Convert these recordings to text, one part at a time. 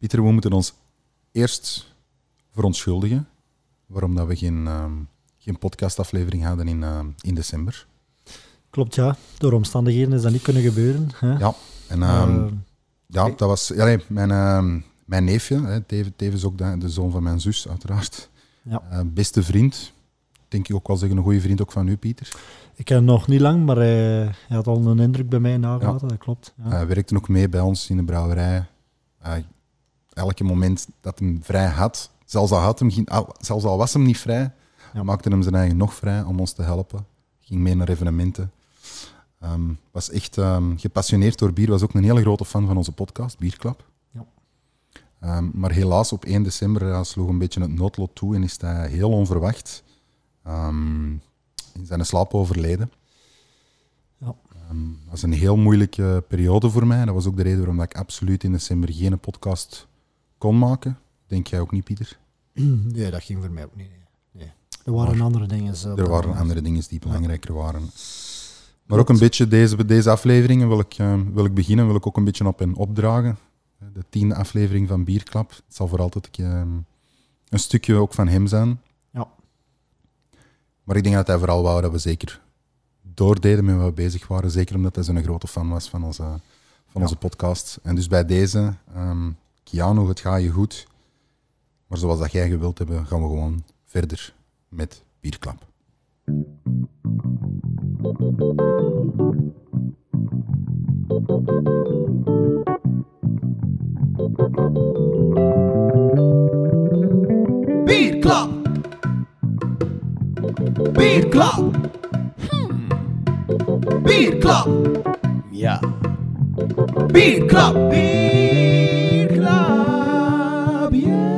Pieter, we moeten ons eerst verontschuldigen waarom dat we geen podcastaflevering hadden in december. Klopt, ja. Door omstandigheden is dat niet kunnen gebeuren. Hè? Ja, en dat was mijn neefje, hè, tevens ook de zoon van mijn zus, uiteraard. Ja. Beste vriend, denk ik ook wel zeggen, een goede vriend ook van u, Pieter. Ik ken hem nog niet lang, maar hij had al een indruk bij mij nagelaten, dat klopt. Ja. Hij werkte ook mee bij ons in de brouwerij. Elke moment dat hij vrij had, zelfs al was hem niet vrij, maakte hem zijn eigen nog vrij om ons te helpen. Ging mee naar evenementen. Was echt gepassioneerd door bier. Was ook een hele grote fan van onze podcast, Bierklap. Ja. Maar helaas, op 1 december sloeg een beetje het noodlot toe en is hij heel onverwacht in zijn slaap overleden. Ja. Dat was een heel moeilijke periode voor mij. Dat was ook de reden waarom ik absoluut in december geen podcast kon maken. Denk jij ook niet, Pieter? Nee, dat ging voor mij ook niet. Nee. Er waren andere dingen. Andere dingen die belangrijker waren. Maar ook een beetje deze afleveringen wil ik beginnen. Wil ik ook een beetje op en opdragen. De 10e aflevering van Bierklap. Het zal voor altijd een stukje ook van hem zijn. Ja. Maar ik denk dat hij vooral wou dat we zeker doordeden met wat we bezig waren. Zeker omdat hij zo'n grote fan was van onze podcast. En dus bij deze, Keanu, het gaat je goed. Maar zoals dat jij gewild hebben, gaan we gewoon verder met Bierklap. Bierklap! Bierklap! Bierklap! Ja. Bierklap! Bierklap! Yeah.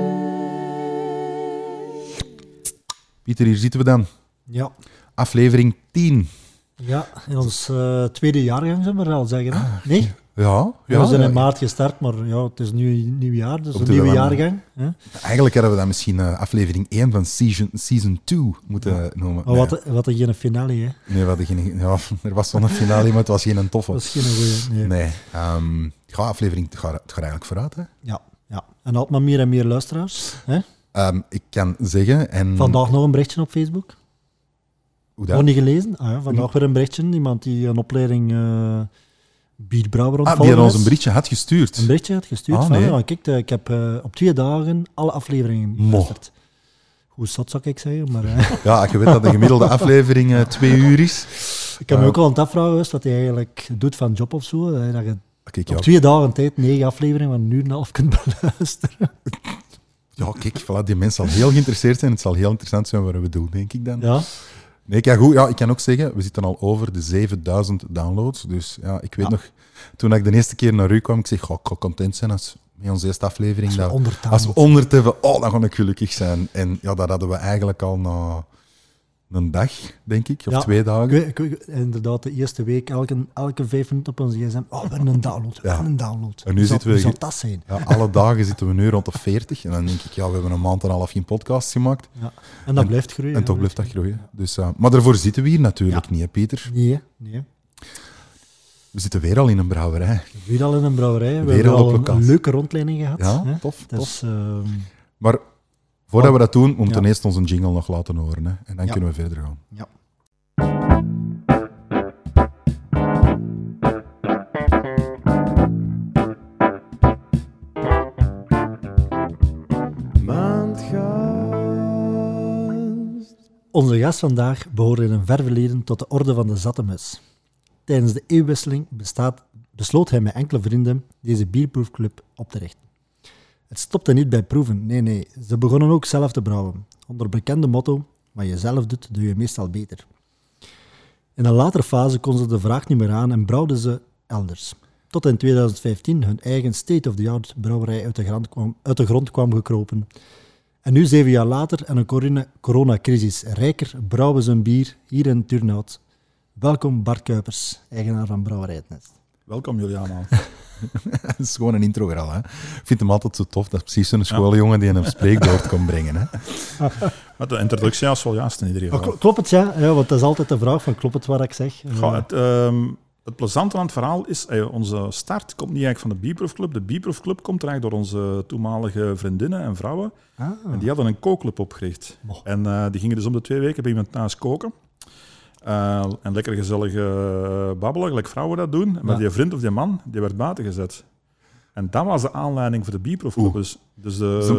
Pieter, hier zitten we dan. Ja. Aflevering 10. Ja, in ons tweede jaargang, zullen we wel zeggen. Nee? Ja. We zijn in maart gestart, maar ja, het is nu een nieuw jaar, dus een nieuwe jaargang. Hè? Eigenlijk hadden we dat misschien aflevering 1 van season 2 moeten noemen. Maar we hadden geen finale, hè? Nee, we hadden geen... Ja, er was zo'n finale, maar het was geen toffe. Dat was geen goeie, nee. Aflevering, het gaat eigenlijk vooruit, hè? Ja. En altijd maar meer en meer luisteraars. Hè? Ik kan zeggen... En... Vandaag nog een berichtje op Facebook. Hoe dat? Nog niet gelezen? Vandaag weer een berichtje. Iemand die een opleiding bierbrouwer ontvallen die ons een berichtje had gestuurd. Een berichtje had gestuurd. Nee. Kijk, ik heb op 2 dagen alle afleveringen beluisterd. Hoe zat zou ik zeggen, maar... Ja, je weet dat de gemiddelde aflevering 2 uur is. Ik heb me ook al aan het afvragen geweest wat hij eigenlijk doet van job of zo. Dat je Kijk, op 2 dagen tijd 9 afleveringen van 1,5 kunt beluisteren. Ja, kijk, voilà, die mensen zal heel geïnteresseerd zijn. Het zal heel interessant zijn wat we doen, denk ik dan. Ja. Nee, kijk, goed. Ja, ik kan ook zeggen, we zitten al over de 7000 downloads. Dus ja, ik weet nog, toen ik de eerste keer naar u kwam, ik zeg, ik ga content zijn als met onze eerste aflevering. Als we 100 hebben, dan ga ik gelukkig zijn. En ja, dat hadden we eigenlijk al na een dag, denk ik, of 2 dagen. Inderdaad, de eerste week, elke 5 minuten op onze gsm, we hebben een download, een download. En nu zitten we... Hoe zou dat zijn? Ja, alle dagen zitten we nu rond de 40. En dan denk ik, we hebben een maand en een half geen podcast gemaakt. Ja. En dat blijft groeien. En toch blijft dat groeien. Dus, maar daarvoor zitten we hier natuurlijk niet, hè, Pieter? Nee. We zitten weer al in een brouwerij. Weer al in een brouwerij. We hebben al een leuke rondleiding gehad. Ja, hè? tof. Maar voordat we dat doen, we moeten eerst onze jingle nog laten horen. Hè? En dan kunnen we verder gaan. Ja. Onze gast vandaag behoorde in een ver verleden tot de orde van de Zattemus. Tijdens de eeuwwisseling besloot hij met enkele vrienden deze bierproefclub op te richten. Het stopte niet bij proeven, nee, ze begonnen ook zelf te brouwen. Onder het bekende motto, wat je zelf doet, doe je meestal beter. In een latere fase kon ze de vraag niet meer aan en brouwden ze elders. Tot in 2015 hun eigen state-of-the-art brouwerij uit de grond kwam gekropen. En nu, 7 jaar later en een coronacrisis rijker, brouwen ze een bier hier in Turnhout. Welkom Bart Kuipers, eigenaar van Brouwerij Het Nest. Welkom Juliana. Dat is gewoon een intro al, hè. Ik vind hem altijd zo tof. Dat is precies zo'n schooljongen die een spreekwoord kan brengen. Hè. Maar de introductie was wel juist in ieder geval. Klopt het, ja? Want dat is altijd de vraag van klopt het wat ik zeg? Het plezante aan het verhaal is, onze start komt niet eigenlijk van de Bierproefclub. De Bierproefclub komt er eigenlijk door onze toenmalige vriendinnen en vrouwen. En die hadden een kookclub opgericht. En die gingen dus om de 2 weken bij iemand thuis koken. En lekker gezellig babbelen, gelijk vrouwen dat doen. Maar die vriend of die man, die werd buiten gezet. En dat was de aanleiding voor de Bierproefclub. Dus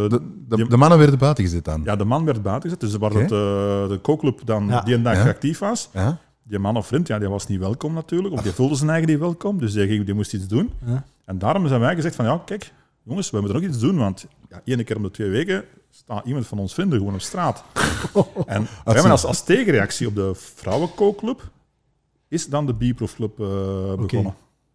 de mannen werden buiten gezet dan? Ja, de man werd buiten gezet. Dus waar de kookclub dan die een dag actief was... Ja. Die man of vriend, die was niet welkom natuurlijk. Of die voelde zijn eigen niet welkom. Dus die moest iets doen. Ja. En daarom hebben wij gezegd van, ja, kijk, jongens, we moeten ook iets doen. Want 1 keer om de 2 weken staat iemand van ons vrienden gewoon op straat. En we hebben als tegenreactie op de vrouwenkookclub is dan de Bierproefclub begonnen.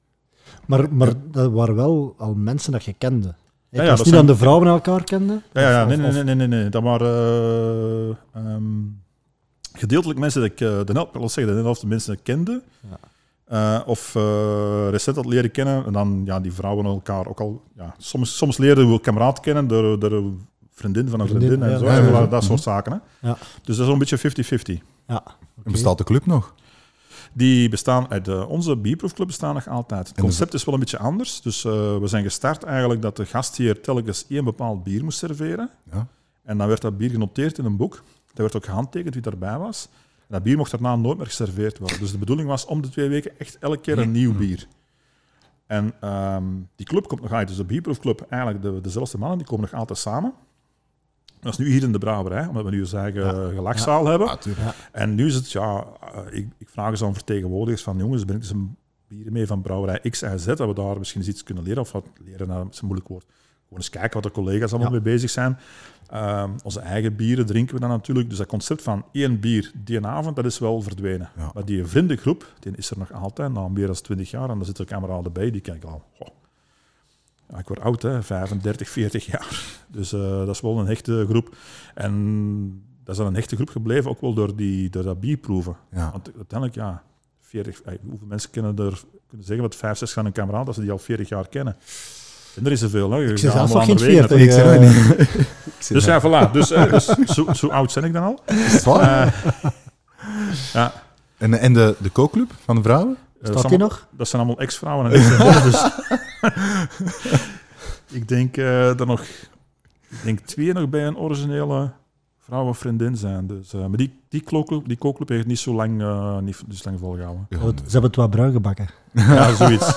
Maar dat waren wel al mensen dat je kende. Het ja, was niet dat de vrouwen elkaar kenden? Nee. Dat waren gedeeltelijk mensen dat ik de helft de mensen dat kende. Ja. Of recent had leren kennen. En dan die vrouwen elkaar ook al... Ja, soms leerden we een kameraad kennen door een vriendin van een vriendin en zo. En dat soort zaken. Hè. Ja. Dus dat is een beetje 50-50. Ja, okay. En bestaat de club nog? Die bestaan uit onze Bierproefclub bestaan nog altijd. Het concept is wel een beetje anders. Dus we zijn gestart eigenlijk dat de gastheer telkens 1 bepaald bier moest serveren. Ja. En dan werd dat bier genoteerd in een boek. Dat werd ook gehandtekend wie daarbij was. En dat bier mocht daarna nooit meer geserveerd worden. Dus de bedoeling was om de 2 weken echt elke keer een nieuw bier. En die club komt nog uit. Dus de Bierproefclub, eigenlijk dezelfde mannen, die komen nog altijd samen. Dat is nu hier in de brouwerij, omdat we nu ons eigen gelachzaal hebben. Ja. En nu is het, ik vraag eens aan vertegenwoordigers van, jongens, breng eens een bier mee van brouwerij X en Z, dat we daar misschien eens iets kunnen leren. Of wat leren, dat is een moeilijk woord. Gewoon eens kijken wat de collega's allemaal mee bezig zijn. Onze eigen bieren drinken we dan natuurlijk. Dus dat concept van 1 bier die avond, dat is wel verdwenen. Ja. Maar die vriendengroep, die is er nog altijd, na meer dan 20 jaar. En daar zitten kameraden bij, die kijken al... Ja, ik word oud, hè, 35, 40 jaar. Dus dat is wel een hechte groep. En dat is dan een hechte groep gebleven, ook wel door dat bierproeven. Ja. Want uiteindelijk, 40... hoeveel mensen kunnen zeggen, wat 5, 6 van een kameraad, dat ze die al 40 jaar kennen. En er is zoveel, hè. Ik zeg zelf nog geen 40. Dus ja, voilà. Dus zo oud ben ik dan al. Is het waar? Ja. En de kookclub van de vrouwen? Staat die nog? Dat zijn allemaal ex-vrouwen en ex-vrouwen. Dus ik denk dat nog 2 nog bij een originele vrouw of vriendin zijn. Dus, maar die kookclub heeft niet zo lang, volgehouden. Ja. Ze hebben het wat bruin gebakken. Ja, zoiets.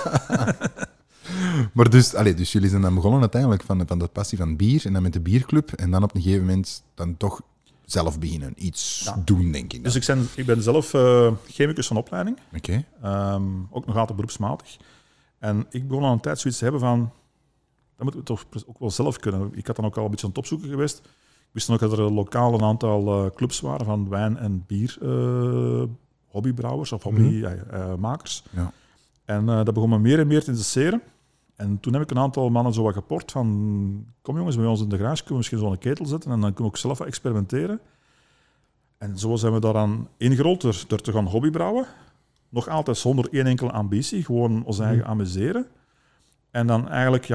Maar dus jullie zijn dan begonnen uiteindelijk van de passie van bier en dan met de bierclub en dan op een gegeven moment dan toch zelf beginnen, iets doen, denk ik. Dan. Dus ik ben zelf chemicus van opleiding. Okay. Ook nog altijd beroepsmatig. En ik begon al een tijd zoiets te hebben van, dat moeten we toch ook wel zelf kunnen. Ik had dan ook al een beetje aan het opzoeken geweest. Ik wist dan ook dat er lokaal een aantal clubs waren van wijn- en bier hobbybrouwers of hobbymakers. Ja. En dat begon me meer en meer te interesseren. En toen heb ik een aantal mannen zo wat geport van, kom jongens, bij ons in de garage kunnen we misschien zo'n ketel zetten en dan kunnen we ook zelf experimenteren. En zo zijn we daaraan ingerold door te gaan hobbybrouwen. Nog altijd zonder 1 enkele ambitie, gewoon ons eigen amuseren. En dan eigenlijk,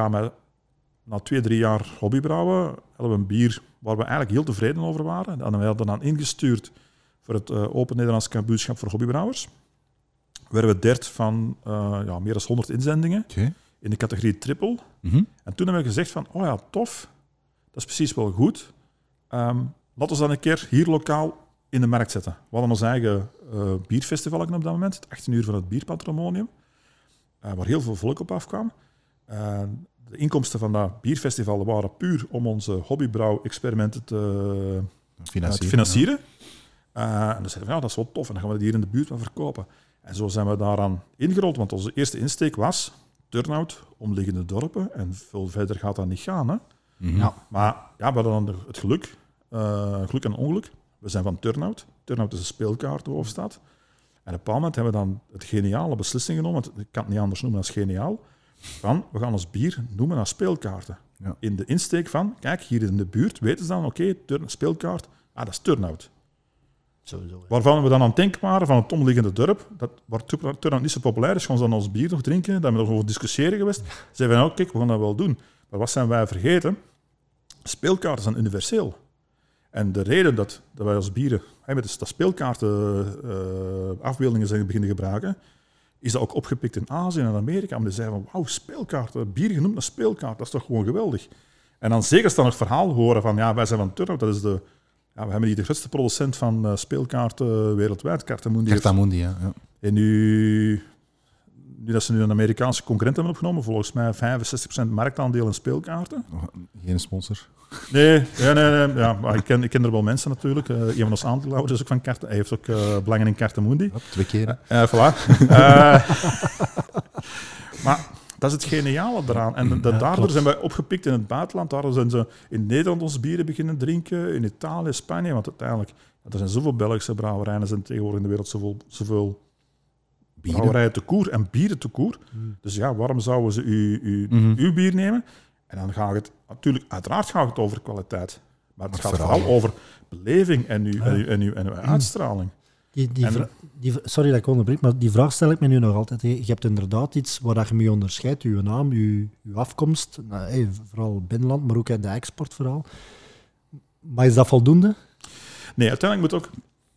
na 2-3 jaar hobbybrouwen, hadden we een bier waar we eigenlijk heel tevreden over waren. En we hadden dan ingestuurd voor het Open Nederlands Kampioenschap voor Hobbybrouwers. We werden derde van meer dan 100 inzendingen. Okay. In de categorie triple. Mm-hmm. En toen hebben we gezegd van, tof, dat is precies wel goed. Laten we dan een keer hier lokaal in de markt zetten. We hadden ons eigen bierfestival op dat moment, het 18 uur van het Bierpatrimonium, waar heel veel volk op afkwam. De inkomsten van dat bierfestival waren puur om onze hobbybrouw-experimenten te financieren. Ja. En dan zeiden we, dat is wel tof, en dan gaan we het hier in de buurt wel verkopen. En zo zijn we daaraan ingerold, want onze eerste insteek was Turnhout, omliggende dorpen. En veel verder gaat dat niet gaan. Hè? Mm-hmm. Ja. Maar we hadden dan het geluk en ongeluk. We zijn van Turnhout. Turnhout is een speelkaartenhoofdstad. En op een bepaald moment hebben we dan het geniale beslissing genomen, want ik kan het niet anders noemen dan geniaal, van we gaan ons bier noemen naar speelkaarten. Ja. In de insteek van, kijk, hier in de buurt weten ze dan, oké, speelkaart, dat is Turnhout. Sowieso, ja. Waarvan we dan aan het denken waren van het omliggende dorp, waar Turnhout niet zo populair is, gaan ze dan ons bier nog drinken, daar hebben we over discussiëren geweest. Zeiden we, kijk, we gaan dat wel doen. Maar wat zijn wij vergeten? Speelkaarten zijn universeel. En de reden dat wij als bieren met dat speelkaarten afbeeldingen zijn beginnen gebruiken, is dat ook opgepikt in Azië en Amerika. Maar die zeiden van, wauw, speelkaarten, bier genoemd een speelkaart, dat is toch gewoon geweldig. En dan zeker dan nog verhaal horen van, ja, wij zijn van Turnhout, dat is we hebben hier de grootste producent van speelkaarten wereldwijd, Cartamundi. Cartamundi, ja. En nu dat ze een Amerikaanse concurrent hebben opgenomen, volgens mij 65% marktaandeel in speelkaarten. Geen sponsor. Nee. Ja, maar ik ken er wel mensen natuurlijk. Een van ons aandeelhouders is ook van Cartamundi. Hij heeft ook belangen in Cartamundi. 2 keer. Voilà. Maar dat is het geniale eraan. En daardoor zijn wij opgepikt in het buitenland. Daardoor zijn ze in Nederland ons bieren beginnen drinken, in Italië, Spanje. Want uiteindelijk, er zijn zoveel Belgische brouwerijen, er zijn tegenwoordig in de wereld zoveel brouwerijen te koer en bieren te koer. Dus ja, waarom zouden ze uw bier nemen? En dan gaat het natuurlijk, uiteraard gaat het over kwaliteit. Maar het gaat vooral over beleving en uw uitstraling. Sorry dat ik onderbreek, maar die vraag stel ik me nu nog altijd. Je hebt inderdaad iets waar je mee onderscheidt, je naam, je afkomst, vooral binnenland, maar ook uit de exportverhaal. Maar is dat voldoende? Nee, uiteindelijk moet ook...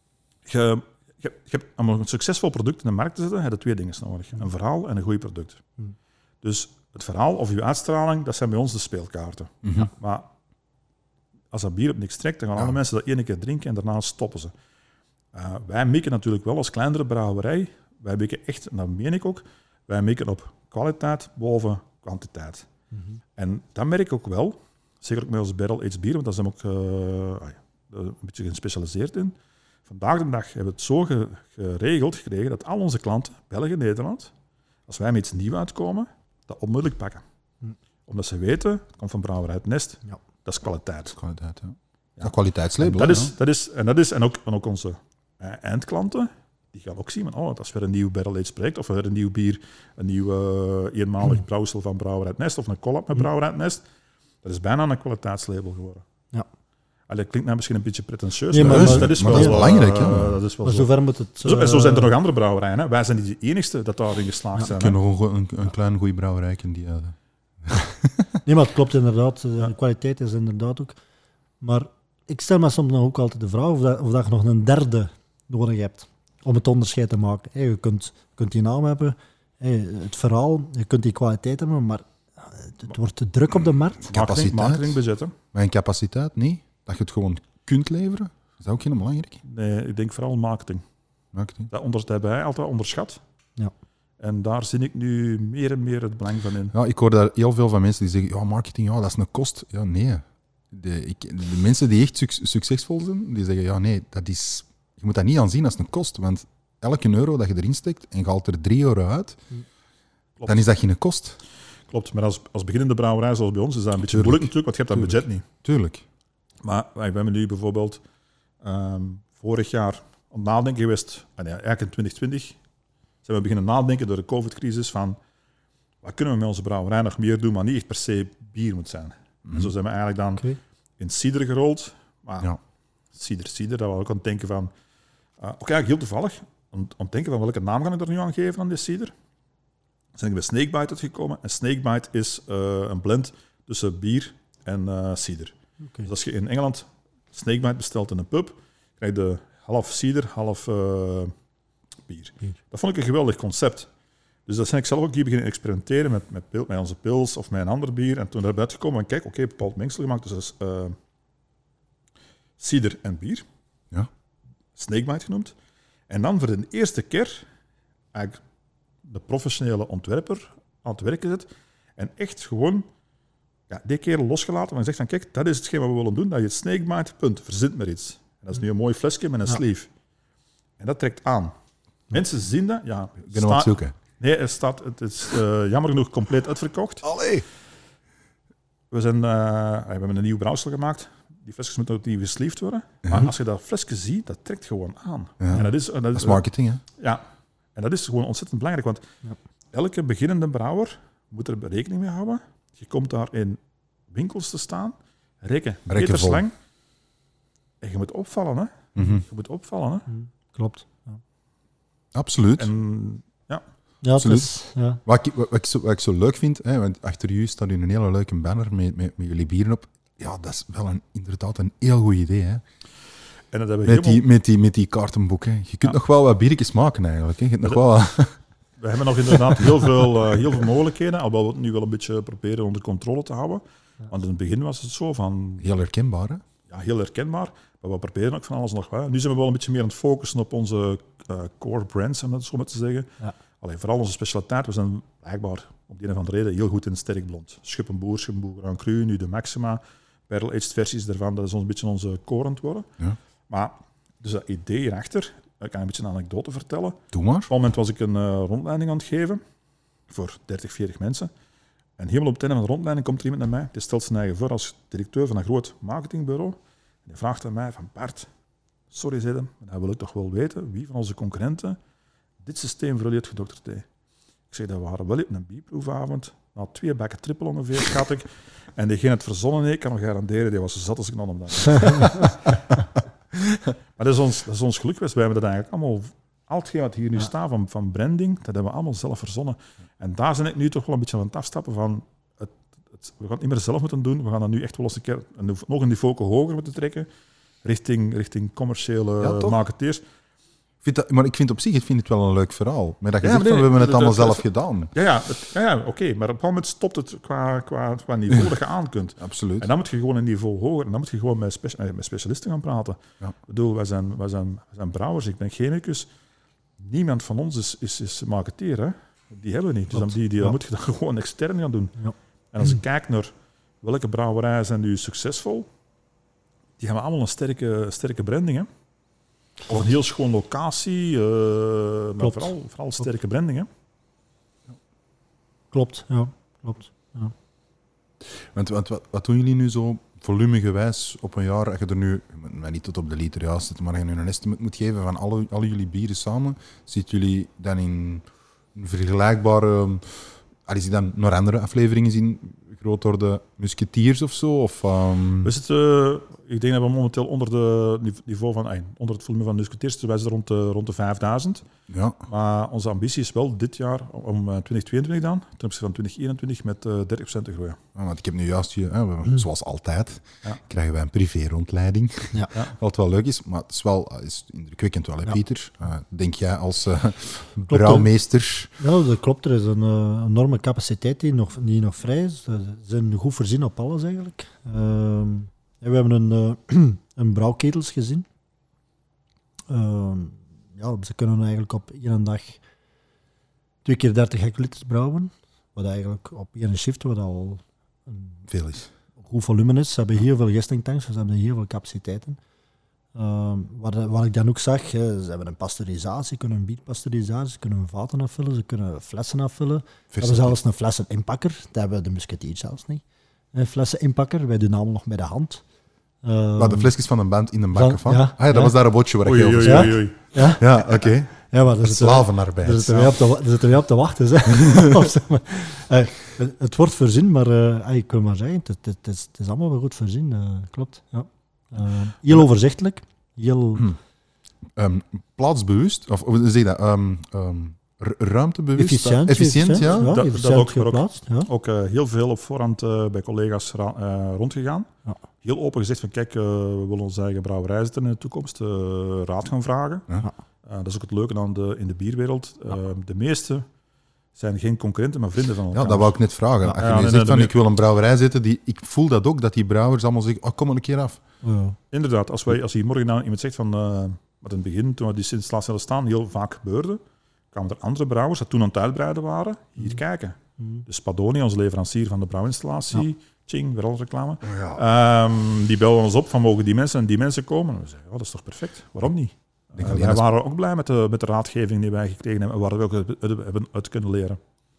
Je hebt, om een succesvol product in de markt te zetten, heb je 2 dingen nodig. Een verhaal en een goed product. Dus het verhaal of je uitstraling, dat zijn bij ons de speelkaarten. Ja, maar als dat bier op niks trekt, dan gaan alle mensen dat 1 keer drinken en daarna stoppen ze. Wij mikken natuurlijk wel als kleinere brouwerij. Wij mikken echt, en dat meen ik ook, wij mikken op kwaliteit boven kwantiteit. En dat merk ik ook wel, zeker ook met ons barrel-aged bier, want daar zijn we ook een beetje gespecialiseerd in. Vandaag de dag hebben we het zo geregeld gekregen dat al onze klanten, België en Nederland, als wij met iets nieuws uitkomen, dat onmiddellijk pakken. Omdat ze weten, het komt van Brouwerij Het Nest, dat is kwaliteit. Kwaliteit, ja. Dat kwaliteitslabel. En ook onze eindklanten, die gaan ook zien, van, dat is weer een nieuw barrel-aged project, of weer een nieuw bier, een nieuw eenmalig brouwsel van Brouwerij Het Nest, of een collab met Brouwerij Het Nest. Dat is bijna een kwaliteitslabel geworden. Ja. Dat klinkt nou misschien een beetje pretentieus, maar dat is wel belangrijk. Dat is wel maar zover moet het... En zo zijn er nog andere brouwerijen. Hè. Wij zijn niet de enigste dat daarin geslaagd zijn. Ik ken nog een klein goede brouwerij die... Nee, maar het klopt inderdaad. De kwaliteit is inderdaad ook... Maar ik stel me soms nog ook altijd de vraag of dat je nog een derde nodig hebt om het onderscheid te maken. Je kunt die naam hebben, het verhaal, je kunt die kwaliteit hebben, maar het wordt te druk op de markt. Marketingbudget, hè. Maar een capaciteit, nee? Dat je het gewoon kunt leveren? Is dat ook geen belangrijk? Nee, ik denk vooral marketing. Dat hebben wij altijd onderschat. Ja. En daar zie ik nu meer en meer het belang van in. Ja, ik hoor daar heel veel van mensen die zeggen, marketing, dat is een kost. Ja, nee. De mensen die echt succesvol zijn, die zeggen, nee, je moet dat niet aanzien als een kost. Want elke euro dat je erin steekt en je haalt er €3 uit, dan is dat geen kost. Klopt, maar als beginnende brouwerij zoals bij ons is dat een beetje moeilijk natuurlijk, want je hebt dat budget niet. Tuurlijk. Maar we hebben nu bijvoorbeeld vorig jaar aan het nadenken geweest, eigenlijk in 2020, zijn we beginnen nadenken door de COVID-crisis van wat kunnen we met onze brouwerij nog meer doen, maar niet echt per se bier moet zijn. En zo zijn we eigenlijk dan in cider gerold. Maar cider, dat we ook aan het denken van... eigenlijk heel toevallig, aan het denken van welke naam ga ik er nu aan geven aan die cider. Dan zijn we bij Snakebite uitgekomen. En Snakebite is een blend tussen bier en cider. Dus als je in Engeland Snakebite bestelt in een pub, krijg je half cider, half bier. Dat vond ik een geweldig concept. Dus dat ben ik zelf ook hier beginnen experimenteren met onze pils of met een ander bier. En toen hebben we uitgekomen en kijk, een bepaald mengsel gemaakt. Dus dat is cider en bier. Ja. Snakebite genoemd. En dan voor de eerste keer eigenlijk de professionele ontwerper aan het werk gezet. En echt gewoon die keer losgelaten. En gezegd van kijk, dat is hetgeen wat we willen doen. Dat je het Snakebite, punt, verzint maar iets. En dat is nu een mooi flesje met een sleeve. En dat trekt aan. Mensen zien dat. Ja, ik ben nog aan het zoeken. Nee, het is jammer genoeg compleet uitverkocht. Allee! We hebben een nieuw brouwsel gemaakt. Die flesjes moeten ook niet gesleeved worden. Maar als je dat flesje ziet, dat trekt gewoon aan. Ja. En dat is marketing, hè? Ja. En dat is gewoon ontzettend belangrijk. Want elke beginnende brouwer moet er rekening mee houden. Je komt daar in winkels te staan. Rekken meterslang. En je moet opvallen, hè. Mm-hmm. Je moet opvallen, hè. Klopt. Ja. Absoluut. Ja, absoluut. Ja. Wat ik zo leuk vind, hè, want achter u staat een hele leuke banner met jullie bieren op. Ja, dat is wel inderdaad een heel goed idee. Hè. En dat hebben we met die kaartenboek. Hè. Je kunt nog wel wat biertjes maken eigenlijk. Hè. Je hebt nog wel We hebben nog inderdaad heel veel mogelijkheden, alhoewel we het nu wel een beetje proberen onder controle te houden. Want in het begin was het zo van... Heel herkenbaar, hè? Ja, heel herkenbaar. Maar we proberen ook van alles nog wel. Nu zijn we wel een beetje meer aan het focussen op onze core brands, om dat zo maar te zeggen. Ja. Allee, vooral onze specialiteit. We zijn blijkbaar om die een of andere reden heel goed in sterk blond. Schippenboer Grand Cru, nu de Maxima. Barrel-aged versies daarvan, dat is een beetje onze core aan het worden. Ja. Maar, dus dat idee hierachter, ik kan een beetje een anekdote vertellen. Doe maar. Op een moment was ik een rondleiding aan het geven voor 30, 40 mensen. En helemaal op het einde van de rondleiding komt er iemand naar mij. Die stelt zijn eigen voor als directeur van een groot marketingbureau. En die vraagt aan mij van Bart, sorry zei hij, maar dan wil ik toch wel weten wie van onze concurrenten dit systeem voor jullie heeft gedokterd heeft. Ik zei, dat waren wel op een bierproefavond. Na 2 bakken trippel ongeveer, schat ik. En diegene het verzonnen heeft, kan nog garanderen, die was zo zat als ik nog om dat. Maar dat is ons geluk geweest. Wij hebben dat eigenlijk allemaal, al hetgeen wat hier nu staat van branding, dat hebben we allemaal zelf verzonnen. En daar ben ik nu toch wel een beetje aan het afstappen van, we gaan het niet meer zelf moeten doen, we gaan dat nu echt wel eens een keer nog een niveau hoger moeten trekken, richting commerciële marketeers. Maar ik vind het wel een leuk verhaal. Maar dat je zegt, we hebben het allemaal zelf gedaan. Ja, oké. Maar op een moment stopt het qua niveau dat je aan kunt. Absoluut. En dan moet je gewoon een niveau hoger. En dan moet je gewoon met specialisten gaan praten. Ja. Ik bedoel, wij zijn brouwers, ik ben chemicus. Niemand van ons is marketeer. Hè? Die hebben we niet. Dus dan moet je dat gewoon extern gaan doen. Ja. En als ik kijk naar welke brouwerijen zijn nu succesvol, die hebben allemaal een sterke branding. Hè? Of een heel schoon locatie, maar vooral sterke branding. Hè? Ja. Klopt. Ja. Want wat doen jullie nu zo volumegewijs op een jaar? Als je er nu, niet tot op de liter juist zitten, maar als je nu een estimate moet geven van alle jullie bieren samen, zitten jullie dan in een vergelijkbare... Als je dan naar andere afleveringen zien, groot door de Musketeers of zo? Of, We zitten, ik denk dat we momenteel onder het niveau van, onder het volume van de Musketeers, dus wij zitten rond de 5000. Ja. Maar onze ambitie is wel dit jaar om 2022 dan, ten opzichte van 2021, met 30% te groeien. Ja, want ik heb nu juist, zoals altijd, krijgen wij een privé-rondleiding. Ja. Wat wel leuk is, maar het is wel indrukwekkend wel, hè, Pieter? Denk jij als brouwmeester? Ja, dat klopt. Er is een enorme capaciteit die nog vrij is. Ze zijn goed voorzien op alles eigenlijk. We hebben een brouwketels gezien. Ze kunnen eigenlijk op één dag 2 keer 30 hectoliters brouwen. Wat eigenlijk op één shift wat al veel is. Goed volume is. Ze hebben heel veel gistingtanks, dus ze hebben heel veel capaciteiten. Wat ik dan ook zag, ze hebben een pasteurisatie, kunnen een bierpasteurisatie, ze kunnen vaten afvullen, ze kunnen flessen afvullen. Ze hebben zelfs een flesseninpakker, dat hebben de Musketeers zelfs niet. Een flesseninpakker, wij doen allemaal nog met de hand. De flesjes van een band in een bak van? Dat was daar een botje waar ik over zei. Ja, oké. Ja, maar slavenarbeid. Daar zitten wij op te wachten. Het wordt voorzien, maar ik kan maar zeggen, het is allemaal wel goed voorzien. Klopt. Ja. Heel overzichtelijk. Heel... Plaatsbewust, of hoe zeg je dat? Ruimtebewust. Efficiënt, ja. Dat ook, geplaatst. Ja. Ook heel veel op voorhand bij collega's rondgegaan. Ja. Heel open gezegd van kijk, we willen onze eigen brouwerij zetten in de toekomst. Raad gaan vragen. Ja. Dat is ook het leuke in de bierwereld. De meeste zijn geen concurrenten, maar vrienden van elkaar. Ja, dat wou ik net vragen. Als je nu zegt van ik wil een brouwerij zetten, ik voel dat ook, dat die brouwers allemaal zeggen, kom een keer af. Ja. Inderdaad, als hier morgen iemand zegt van, wat in het begin, toen we die installatie hadden staan, heel vaak gebeurde, kwamen er andere brouwers, dat toen aan het uitbreiden waren, hier kijken. Dus Spadoni, onze leverancier van de brouwinstallatie, Ching, weer al reclame, die belden ons op van mogen die mensen en die mensen komen. En we zeiden, dat is toch perfect, waarom niet? Wij waren ook blij met de raadgeving die wij gekregen hebben en waar we ook hebben uit kunnen leren.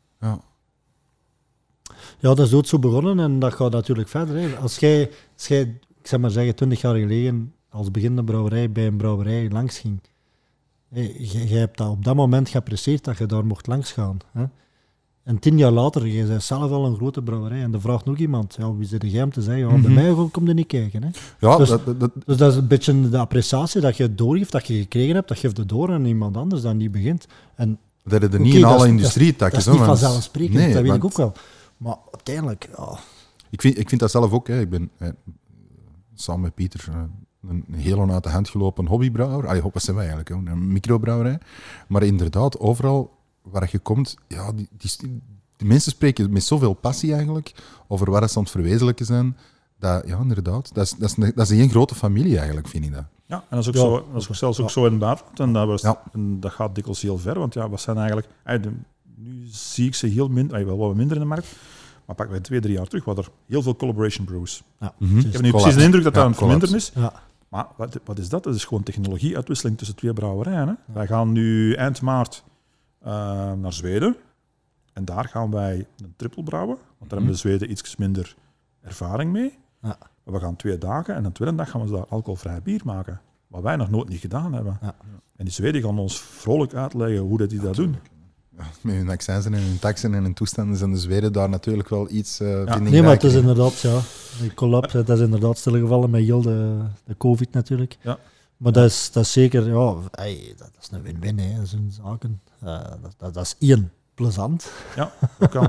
Ja, dat is ook zo begonnen en dat gaat natuurlijk verder. Hè. Als jij, ik zeg maar zeggen, 20 jaar geleden als beginnende brouwerij bij een brouwerij langs ging, jij hebt dat op dat moment geapprecieerd dat je daar mocht langs gaan. Hè. En 10 jaar later, je bent zelf al een grote brouwerij en er vraagt nog iemand, wie zit jij om te zeggen, bij mij kom je niet kijken. Hè. Ja, dus dat is een beetje de appreciatie dat je doorgeeft, dat je gekregen hebt, dat geeft het door aan iemand anders dan die begint. En, dat is er niet in alle industrietakjes. Dat is niet vanzelfsprekend, dat weet ik ook wel. Maar uiteindelijk... Ik vind dat zelf ook. Hè. Ik ben samen met Pieter een heel uit de hand gelopen hobbybrouwer. Wat zijn wij eigenlijk? Een microbrouwerij. Maar inderdaad, overal waar je komt, ja, die mensen spreken met zoveel passie eigenlijk over waar ze aan het verwezenlijken zijn. Dat, ja, inderdaad. Dat is een grote familie eigenlijk, vind ik dat. Ja, en dat is ook, dat is ook zelfs ook zo in het buitenland. En dat gaat dikwijls heel ver, want ja, wat zijn eigenlijk... Nu zie ik ze heel minder, wel wat minder in de markt, maar pak bij 2-3 jaar terug, wat er heel veel collaboration brews. Ja. Ik heb nu precies de indruk dat dat aan het verminderen is. Ja. Maar wat is dat? Dat is gewoon technologieuitwisseling tussen 2 brouwerijen. Hè? Ja. Wij gaan nu eind maart naar Zweden. En daar gaan wij een triple brouwen. Want daar hebben de Zweden iets minder ervaring mee. Ja. Maar we gaan 2 dagen en de tweede dag gaan we daar alcoholvrij bier maken. Wat wij nog nooit niet gedaan hebben. Ja. En die Zweden gaan ons vrolijk uitleggen hoe die dat doen. Ja, met hun accenten en hun taxen en hun toestanden zijn de Zweden daar natuurlijk wel iets Nee, maar het is inderdaad, ja, de collapse, dat is inderdaad stilgevallen met heel de COVID natuurlijk. Ja. Maar dat is zeker, ja, dat is een win-win, hè, zo'n zaken. Dat is één, plezant. Ja, dat kan.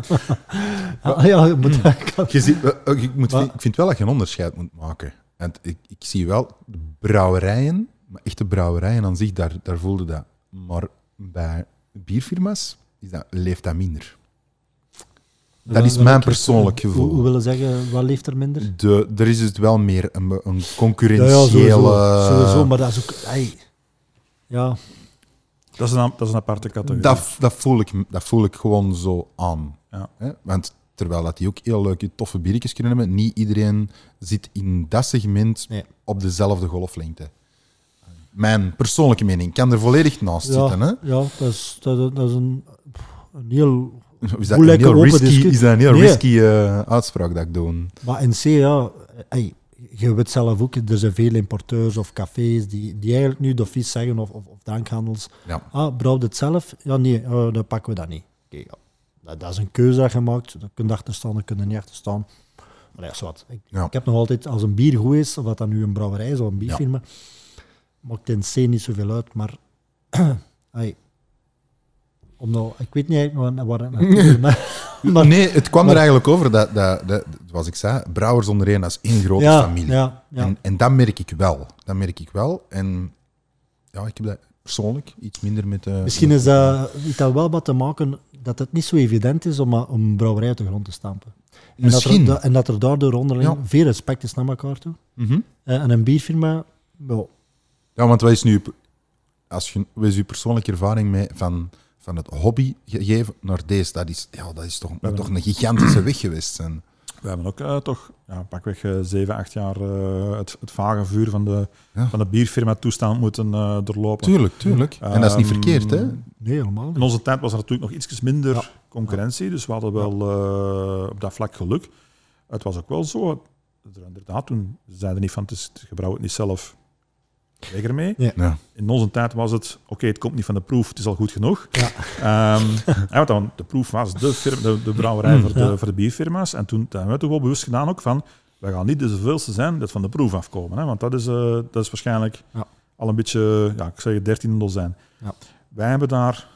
Je moet, ik vind wel dat je een onderscheid moet maken. En ik zie wel de brouwerijen, maar echte brouwerijen aan zich, daar voelde dat. Maar bij bierfirma's leeft dat minder. Dat is mijn persoonlijk gevoel. Hoe willen zeggen, wat leeft er minder? Er is dus wel meer een concurrentiële... Ja, sowieso, maar dat is ook... ja. Dat is een aparte categorie. Dat voel ik gewoon zo aan. Ja. Hè? Want terwijl dat die ook heel leuke, toffe biertjes kunnen hebben, niet iedereen zit in dat segment op dezelfde golflengte. Mijn persoonlijke mening. Ik kan er volledig naast zitten. Hè? Ja, dat is een heel... Is dat een heel risky uitspraak dat ik doe? Maar in C, ja... je weet zelf ook, er zijn veel importeurs of cafés die eigenlijk nu de vies zeggen, of drankhandels. Ja. Brouw het zelf? Ja, nee, dan pakken we dat niet. Okay, ja. Dat is een keuze dat je maakt. Daar kun je achter staan, daar kun je niet achter staan. Maar ja, zwart. Ik heb nog altijd, als een bier goed is, of dat nu een brouwerij is of een bierfirma, maakt in C niet zoveel uit, maar... ik weet niet waar het naartoe maar nee, het kwam er eigenlijk over dat zoals ik zei, brouwers ondereen, dat is één grote familie. Ja. En dat merk ik wel. En ja, ik heb dat persoonlijk iets minder met... Misschien is dat wel wat te maken dat het niet zo evident is om een brouwerij uit de grond te stampen. En dat er daardoor onderling veel respect is naar elkaar toe. Mm-hmm. En een bierfirma... Ja, want wat is uw persoonlijke ervaring mee van het hobby gegeven naar deze? Dat is toch een gigantische weg geweest zijn. We hebben ook pakweg 7-8 jaar het vage vuur van de bierfirma toestand moeten doorlopen. Tuurlijk. En dat is niet verkeerd, hè? Nee, helemaal niet. In onze tijd was er natuurlijk nog iets minder concurrentie, dus we hadden wel op dat vlak geluk. Het was ook wel zo, inderdaad, toen zeiden niet van, je brouwt het niet zelf, weg ermee. Ja. In onze tijd was het, het komt niet van de proef, het is al goed genoeg. Ja. Want dan, de proef was de brouwerij voor de bierfirma's. En toen hebben we toch wel bewust gedaan ook van, we gaan niet de zoveelste zijn dat van de proef afkomen. Hè? Want dat is waarschijnlijk al een beetje, ik zeg 13 dozijn. Ja. Wij hebben daar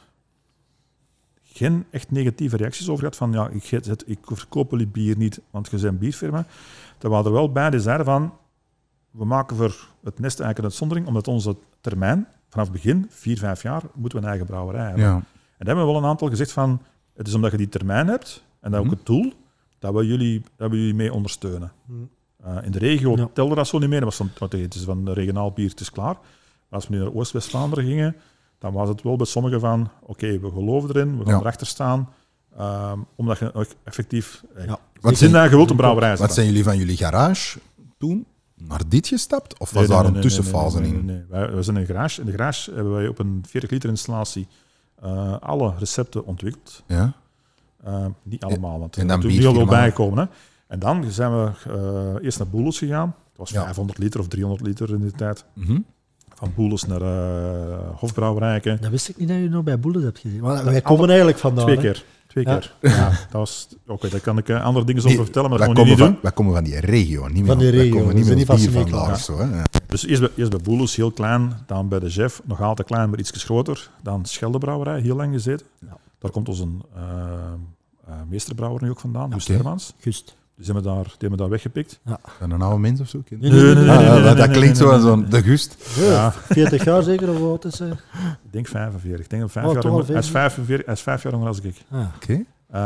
geen echt negatieve reacties over gehad van, ik verkoop jullie bier niet, want je bent een bierfirma. Daar waren er wel bij die zeiden van, we maken voor het nest eigenlijk een uitzondering, omdat onze termijn, vanaf het begin, 4-5 jaar, moeten we een eigen brouwerij hebben. Ja. En daar hebben we wel een aantal gezegd van, het is omdat je die termijn hebt, en dat ook het doel, dat we jullie mee ondersteunen. In de regio telde dat zo niet meer, het is van regionaal bier, het is klaar. Maar als we nu naar Oost-West-Vlaanderen gingen, dan was het wel bij sommigen van, we geloven erin, we gaan erachter staan, omdat je effectief... je wilt een brouwerij zetten. Wat zijn jullie van jullie garage toen naar dit gestapt? Of was daar een tussenfase in? Nee. We zijn in de garage. In de garage hebben wij op een 40 liter installatie alle recepten ontwikkeld. Ja. Niet allemaal, want er zijn die al bijgekomen. Hè. En dan zijn we eerst naar Boelens gegaan. Het was 500 liter of 300 liter in die tijd. Mm-hmm. Van Boelens naar Hofbrouwerijken. Dat wist ik niet dat je nog bij Boelens hebt gezien. Maar wij komen eigenlijk vandaan. 2 keer. 2 keer. Ja, dat was... Daar kan ik andere dingen over vertellen, maar dat gaan we niet doen. Wij komen van die regio, niet meer van die regio. Wij komen niet meer van daar. Zo, hè. Dus eerst bij Boelens, heel klein. Dan bij de Chef, nog altijd klein, maar iets groter. Dan Scheldebrouwerij, heel lang gezeten. Ja. Daar komt onze meesterbrouwer nu ook vandaan, Gust Hermans. Gust. Dus die hebben daar weggepikt. Zijn een oude mens of zo? Nee, Dat klinkt zo als zo'n de Gust. Ja, 40 jaar zeker, of wat is hij? Ik denk 45. Ik denk dat 5 Oh, jaar toch al jonger. Hij is 5 jaar jonger als ik. Oké.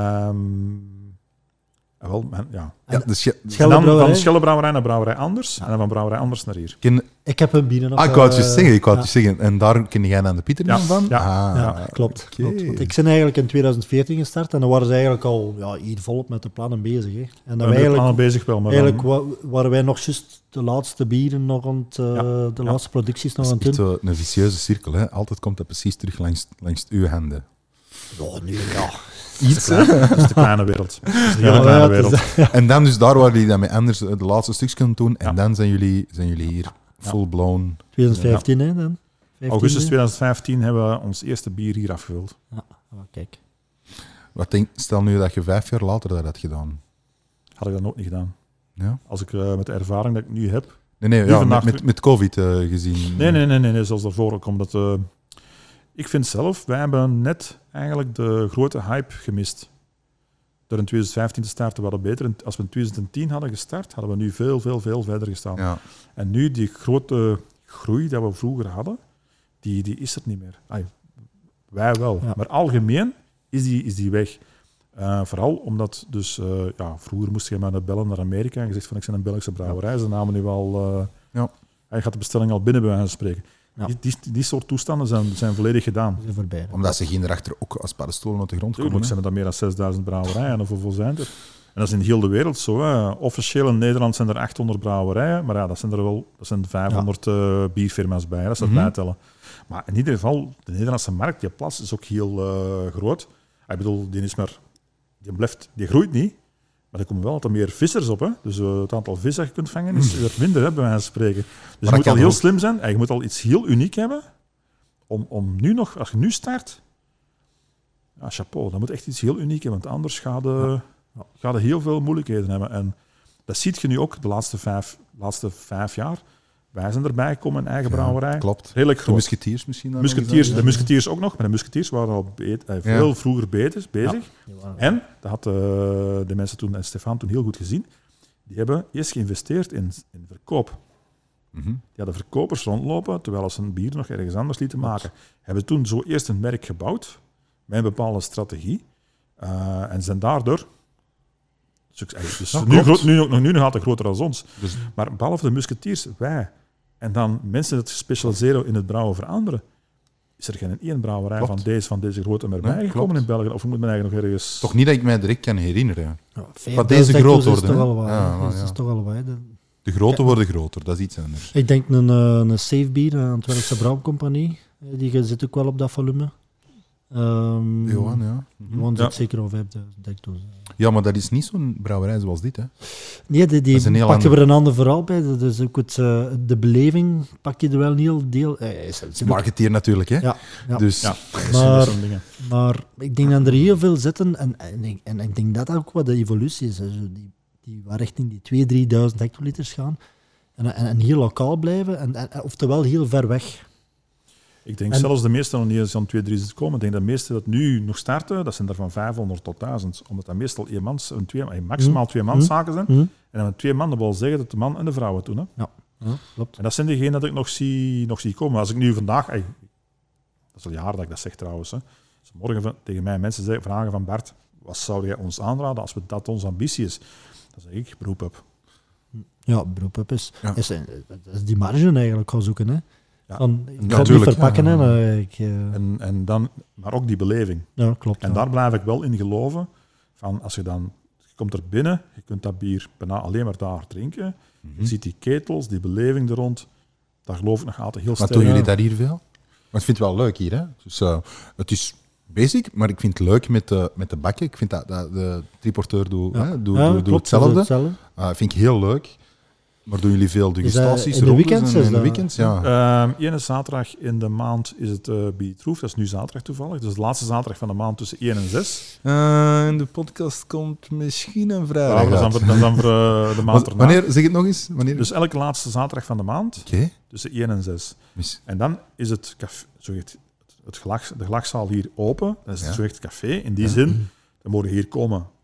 Ja. Ja, dus En dan Schellebrouwerij? van Schellebrouwerij naar Brouwerij Anders. En dan van Brouwerij Anders naar hier. Ik heb hem binnen nog. ik wou het je zeggen. En daar ken jij aan de Pieter Ja, van? ja. Ja, klopt. oké. Klopt. Want ik ben eigenlijk in 2014 gestart en dan waren ze eigenlijk al hier volop met de plannen bezig. Hè. En We dan zijn plannen bezig wel. Maar eigenlijk dan, waren wij nog juist de laatste bieren nog aan het, de laatste producties nog aan Dat het is doen. echt een vicieuze cirkel. Hè? Altijd komt dat precies terug langs uw handen. Oh, nu ja. Iets, dat is de kleine wereld. Dat is de hele Ja, kleine het wereld. is- En dan dus daar waar jullie dan met anders de laatste stukjes kunnen doen. En Ja. dan zijn jullie hier full-blown. 2015, hè, dan. 15, Augustus hè? 2015 hebben we ons eerste bier hier afgevuld. Kijk. Stel nu dat je 5 jaar later dat had gedaan. Had ik dat ook niet gedaan. Ja? Als ik met de ervaring dat ik nu heb... Nee, Nu ja, vandaag- met COVID gezien. Nee, zoals daarvoor ook. Omdat, ik vind zelf, wij hebben net eigenlijk de grote hype gemist. Door in 2015 te starten, we hadden beter. Als we in 2010 hadden gestart, hadden we nu veel verder gestaan. Ja. En nu, die grote groei die we vroeger hadden, die is er niet meer. Wij wel. Ja. Maar algemeen is die weg. Vooral omdat, dus, vroeger moest je maar naar bellen naar Amerika en je zegt van ik ben een Belgische brouwerij. Ze namen nu al... Hij gaat de bestelling al binnen bij wijze van spreken. Ja. Die soort toestanden zijn volledig gedaan. Dat is voorbij. Omdat ze geen erachter ook als paddenstoelen uit de grond komen. Tuurlijk zijn er dan meer dan 6000 brouwerijen. Of hoeveel zijn er? En dat is in heel de wereld zo. Hè. Officieel in Nederland zijn er 800 brouwerijen. Maar ja, dat zijn 500 bierfirma's bij. Dat is dat bijtellen. Maar in ieder geval, de Nederlandse markt, die plas is ook heel groot. Ik bedoel, die groeit niet. Maar er komen wel altijd meer vissers op. Hè. Dus het aantal vis dat je kunt vangen is er minder, hè, bij wijze van spreken. Dus je moet al heel slim zijn. En je moet al iets heel uniek hebben. Om nu nog, als je nu start... Ja, chapeau, dat moet echt iets heel uniek hebben. Want anders ga je heel veel moeilijkheden hebben. En dat zie je nu ook de laatste vijf jaar. Wij zijn erbij gekomen in eigen brouwerij. Klopt. Redelijk De groot. musketiers misschien. dan De musketiers ook nog. Maar de musketiers waren al veel vroeger bezig. En, dat had de mensen toen en Stefan toen heel goed gezien, die hebben eerst geïnvesteerd in verkoop. Die hadden verkopers rondlopen, terwijl ze een bier nog ergens anders lieten maken. Hebben toen zo eerst een merk gebouwd, met een bepaalde strategie, en zijn daardoor... Dus nu nog altijd groter dan ons. Dus, maar behalve de musketiers, wij. En dan mensen die specialiseren in het brouwen voor anderen. Is er geen één brouwerij van deze grootte meer bijgekomen in België? Of moet men eigenlijk nog ergens... toch niet dat ik mij direct kan herinneren. Maar deze groot worden. is toch al wat. Ja. Dat is toch al wat. De grote worden groter, dat is iets anders. Ik denk een safe bier, een Antwerpse brouwcompagnie. Die zit ook wel op dat volume. Johan, ja. Johan zit zeker al 5000 hectare. Ja, maar dat is niet zo'n brouwerij zoals dit, hè? Nee, die pak je ander... er een ander verhaal bij. Dat is ook de beleving pak je er wel een heel deel... Marketeer natuurlijk, hè? Ja. Dus... Ja, maar ik denk dat er heel veel zitten en ik denk dat ook wat de evolutie is. Die waar richting die 2.000-3.000 hectoliters gaan en heel lokaal blijven en oftewel heel ver weg. Ik denk zelfs de meeste nog niet eens aan 2.000, 3.000 komen. Ik denk dat de meeste dat nu nog starten, dat zijn er van 500 tot 1000. Omdat dat meestal maximaal twee manszaken zijn. En dan met 2 man, dat wil zeggen dat de man en de vrouw het doen. Hè. Ja, klopt. En dat zijn diegenen dat ik nog zie komen. Als ik nu vandaag... dat is al jaren dat ik dat zeg trouwens. Hè. Als morgen tegen mij mensen vragen van Bart, wat zou jij ons aanraden als dat onze ambitie is? Dan zeg ik, beroep op. Ja, beroep op is die marge eigenlijk gaan zoeken. Hè. Ja. Ik ga het niet verpakken. En dan, maar ook die beleving. Ja, klopt. En daar blijf ik wel in geloven. Van als je komt er binnen, je kunt dat bier bijna alleen maar daar drinken. Je ziet die ketels, die beleving er rond. Daar geloof ik nog altijd heel sterk. Maar doen jullie dat hier veel? Maar ik vind het wel leuk hier, hè? Dus, het is basic, maar ik vind het leuk met de bakken. Ik vind dat de triporteur doet hetzelfde. Vind ik heel leuk. Maar doen jullie veel degustaties? In de weekends? In de weekends, ja. Ene zaterdag in de maand is het Biertroef. Dat is nu zaterdag toevallig. Dus de laatste zaterdag van de maand tussen 1 en 6. In de podcast komt misschien een vrijdag. Ja, dat is dan voor de maand erna. Wanneer? Zeg het nog eens. Wanneer? Dus elke laatste zaterdag van de maand tussen 1 en 6. En dan is het café, de gelagzaal hier open. Dat is zo echt café. In die zin, dan mogen hier komen.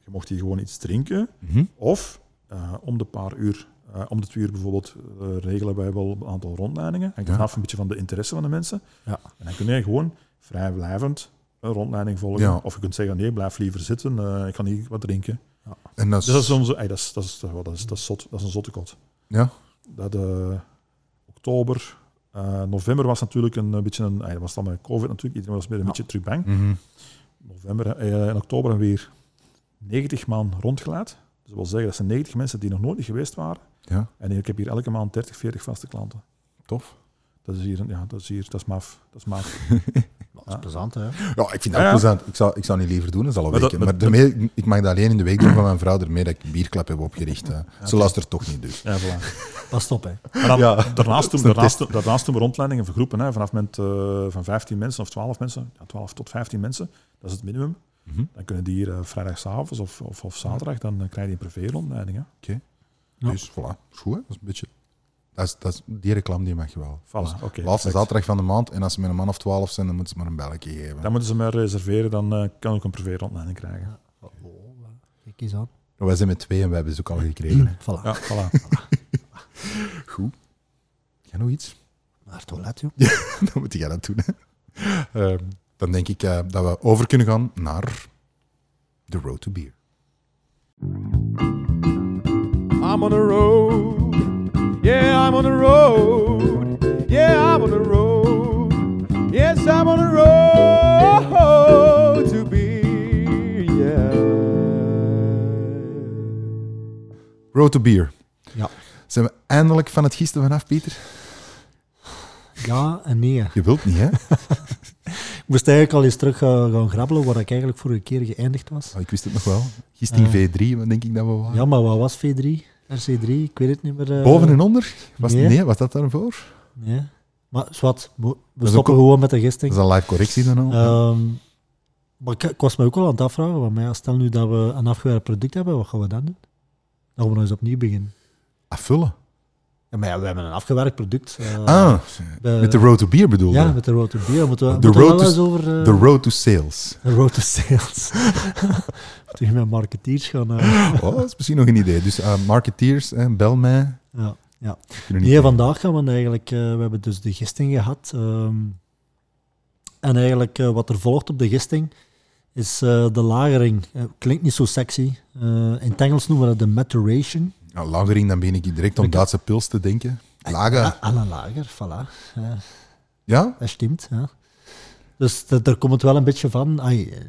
je mocht hier gewoon iets drinken. Of om de 2 uur bijvoorbeeld regelen wij wel een aantal rondleidingen. Hangt vanaf een beetje van de interesse van de mensen. Ja. En dan kun je gewoon vrijblijvend een rondleiding volgen. Ja. Of je kunt zeggen, nee, blijf liever zitten. Ik ga niet wat drinken. Ja. En dat is, Dus dat is zot. Dat is een zotte kot. ja. Dat oktober, november was natuurlijk een beetje dat was dan met COVID natuurlijk. Iedereen was weer een beetje terug bang. November en oktober hebben we weer 90 man rondgeleid. Dus dat wil zeggen, dat zijn 90 mensen die nog nooit geweest waren. Ja. En ik heb hier elke maand 30, 40 vaste klanten. Tof. Dat is maf. Dat is maf. Dat is plezant, hè? Ja, ik vind dat ook plezant. Ik zou niet liever doen, dat is al een Maar week. dat- Maar daarmee, ik mag dat alleen in de week doen van mijn vrouw, daarmee dat ik een bierklap heb opgericht. Ze luistert toch niet, dus. Ja, voilà. Pas op, hè? Maar dan, Ja. daarnaast doen Dat is een we rondleidingen voor groepen. Hè, vanaf moment van 15 mensen of 12 mensen. Ja, 12 tot 15 mensen. Dat is het minimum. Dan kunnen die hier vrijdagavond of zaterdag, dan krijg je een privé-rondleiding. Hè. Ja. Dus voilà, goed, hè? Dat is een beetje... Die reclame die mag je wel. Voilà, Dus oké, laatste perfect. zaterdag van de maand. En als ze met een man of 12 zijn, dan moeten ze maar een belletje geven. Dan moeten ze maar reserveren, dan kan ik een privé-rondleiding krijgen. Kijk eens aan. Wij zijn met 2 en wij hebben ze ook al gekregen. Hè. Voilà. Ja, voilà. Goed. Ga nog iets? Naar het toilet, joh. Dan moet jij dat doen. Hè. Dan denk ik dat we over kunnen gaan naar The Road to Beer. I'm on the road. Yeah, I'm on the road. Yeah, I'm on the road. Yes, I'm on the road to be. Yeah. Road to Beer. Ja. Zijn we eindelijk van het gisten vanaf, Pieter? Ja en nee. Je wilt niet, hè? Ik moest eigenlijk al eens terug gaan grabbelen waar ik eigenlijk vorige keer geëindigd was. Oh, ik wist het nog wel. Gisting V3, wat denk ik dat we waren. Ja, maar wat was V3? RC3? Ik weet het niet meer. Boven en onder? nee. Nee, was dat daarvoor? Nee. Maar zwart, we is stoppen ook- gewoon met de Dat gisting. is een live correctie dan al. Maar ik was me ook al aan het afvragen, want ja, stel nu dat we een afgewerkt product hebben, wat gaan we dan doen? Dan gaan we nog eens opnieuw beginnen. Afvullen. Ja, maar ja, we hebben een afgewerkt product. Met de Road to Beer bedoel je? Ja, met de Road to Beer. Moeten we The moeten we road wel to- eens over... The Road to Sales. de Road to Sales. Moeten we met marketeers gaan... Oh, dat is misschien nog een idee. Dus marketeers, bel mij. ja, ja. Kunnen niet Nee, vandaag gaan we eigenlijk... we hebben dus de gisting gehad. En eigenlijk wat er volgt op de gisting is de lagering. Klinkt niet zo sexy. In het Engels noemen we dat de maturation. Ja, lagering, dan ben ik direct om Duitse pils te denken. Lager. Aan een lager, voilà. Ja? Dat stimmt, ja. Dus daar komt het wel een beetje van.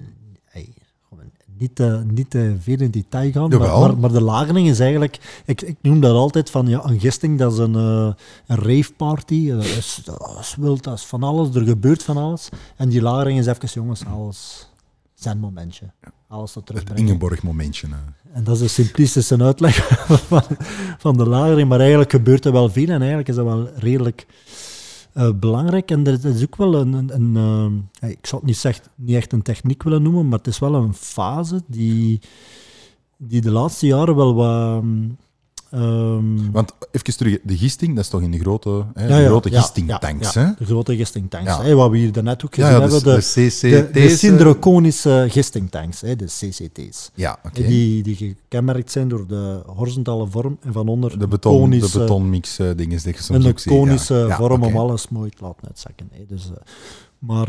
Niet te veel in detail gaan, Jawel. maar de lagering is eigenlijk... Ik noem dat altijd van, ja, een gisting, dat is een raveparty. Dat is wild, dat is van alles, er gebeurt van alles. En die lagering is even, jongens, alles... Zijn momentje. Alles tot Het terugbrengen. Ingeborg momentje. En dat is de simplistische uitleg van de lagering, maar eigenlijk gebeurt er wel veel en eigenlijk is dat wel redelijk belangrijk. En er is ook wel ik zal het niet echt een techniek willen noemen, maar het is wel een fase die de laatste jaren wel wat... Want even terug, de gisting, dat is toch in de grote, ja, gistingtanks, ja, hè? de grote gistingtanks. Ja. Hè, wat we hier daarnet ook gezien Ja, hebben, de CCT's. de syndroconische gistingtanks, hè, de CCT's. Ja, oké. Die gekenmerkt zijn door de horizontale vorm en van onder De betonmix dingen die je soms een ook ziet. konische Ja, vorm oké. om alles mooi te laten uitzakken. Hè. Dus, maar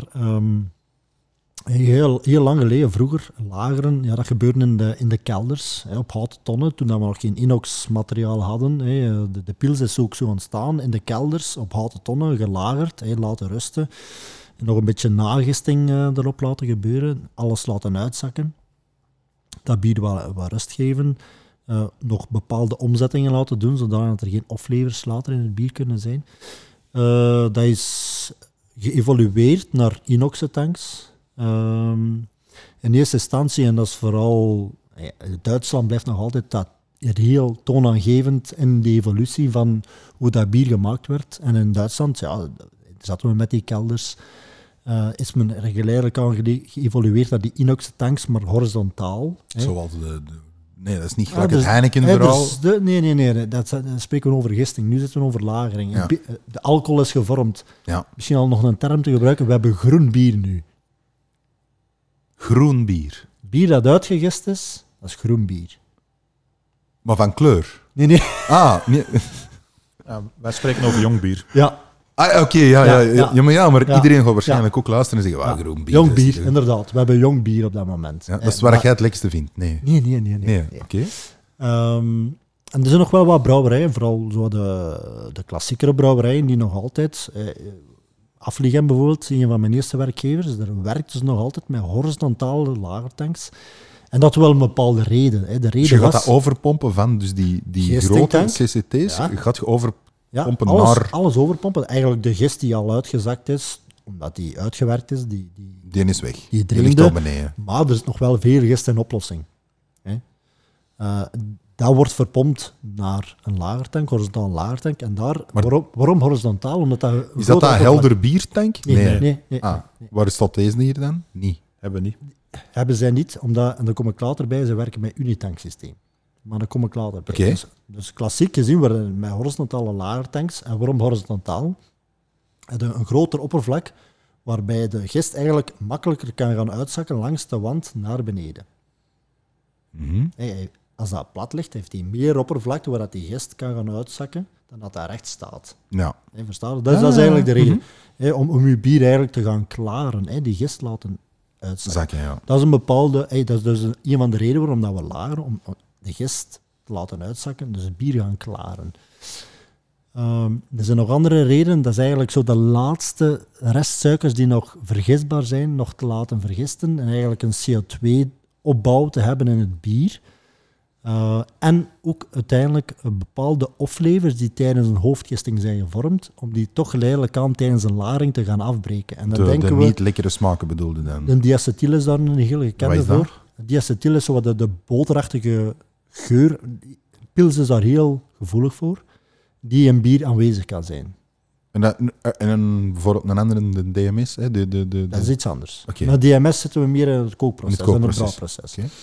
heel lang geleden, vroeger, lageren, ja, dat gebeurde in de kelders, hè, op houten tonnen, toen we nog geen inox-materiaal hadden. Hè. De pils is ook zo ontstaan in de kelders, op houten tonnen, gelagerd, hè, laten rusten. En nog een beetje nagisting erop laten gebeuren, alles laten uitzakken. Dat bier wat rust geven. Nog bepaalde omzettingen laten doen, zodat er geen oplevers later in het bier kunnen zijn. Dat is geëvolueerd naar inoxen tanks. In eerste instantie, en dat is vooral... Duitsland blijft nog altijd dat heel toonaangevend in de evolutie van hoe dat bier gemaakt werd. En in Duitsland, ja, zaten we met die kelders, is men er geleidelijk aan geëvolueerd naar die inoxen tanks, maar horizontaal. Zoals nee, dat is niet gelijk het dus- Heineken-verhaal. dus nee. Dat spreken we over gisting. Nu zitten we over lagering. Ja. De alcohol is gevormd. Ja. Misschien al nog een term te gebruiken. We hebben groen bier nu. Groen bier. Bier dat uitgegist is, Dat is groen bier. Maar van kleur. Nee. Ah, nee. Ja, wij spreken over jong bier. Ja, Oké, maar iedereen gaat waarschijnlijk ook luisteren en zeggen, ja. groen bier. Jong dat is bier, hier. inderdaad. We hebben jong bier op dat moment. Ja, dat is waar maar- jij het lekkerste vindt. Nee. Nee. Oké. En er zijn nog wel wat brouwerijen, vooral zo de klassiekere brouwerijen, die nog altijd... Afligem bijvoorbeeld, een van mijn eerste werkgevers, daar werkten ze nog altijd met horizontale lagertanks. En dat wel een bepaalde reden. Hè. De reden Dus je gaat was... dat overpompen van dus die Gistingtank. grote CCT's, Ja. gaat je overpompen Ja, naar... alles overpompen. Eigenlijk de gist die al uitgezakt is, omdat die uitgewerkt is, die Die is weg. Die Die ligt dringende. al beneden. maar er is nog wel veel gist in oplossing. Hè. Dat wordt verpompt naar een lagertank, horizontaal lagertank. En daar, Maar- waarom horizontaal? Omdat dat een Is dat groot dat oppervlak- helder biertank? Nee. Ah, waar staat deze hier dan? Niet. Hebben we niet. Hebben zij niet, omdat, en daar kom ik later bij, ze werken met unitanksysteem. Maar daar kom ik later bij. Oké. Dus klassiek gezien worden met horizontale lagertanks. En waarom horizontaal? Een groter oppervlak waarbij de gist eigenlijk makkelijker kan gaan uitzakken langs de wand naar beneden. Mhm. Als dat plat ligt, heeft hij meer oppervlakte waar dat die gist kan gaan uitzakken dan dat dat recht staat. Ja. Verstaan je? Dat is eigenlijk de reden. Om je bier eigenlijk te gaan klaren, die gist laten uitzakken. Zakken, ja. Dat is een bepaalde... dat is dus een van de redenen waarom dat we lageren, om de gist te laten uitzakken, dus het bier gaan klaren. Er zijn nog andere redenen. Dat is eigenlijk zo de laatste restsuikers die nog vergistbaar zijn, nog te laten vergisten en eigenlijk een CO2-opbouw te hebben in het bier. En ook uiteindelijk bepaalde oplevers die tijdens een hoofdgisting zijn gevormd, om die toch geleidelijk aan tijdens een lagering te gaan afbreken. En dan De denken we... niet lekkere smaken bedoelde dan. De diacetyl is daar een heel Wat gekende is dat? voor. Diacetyl is zo wat de boterachtige geur. Pils is daar heel gevoelig voor, die in bier aanwezig kan zijn. En bijvoorbeeld een andere, de DMS, hè? Dat is iets anders. Oké. Met DMS zitten we meer in het kookproces, In het in het kookproces. brouwproces. Oké.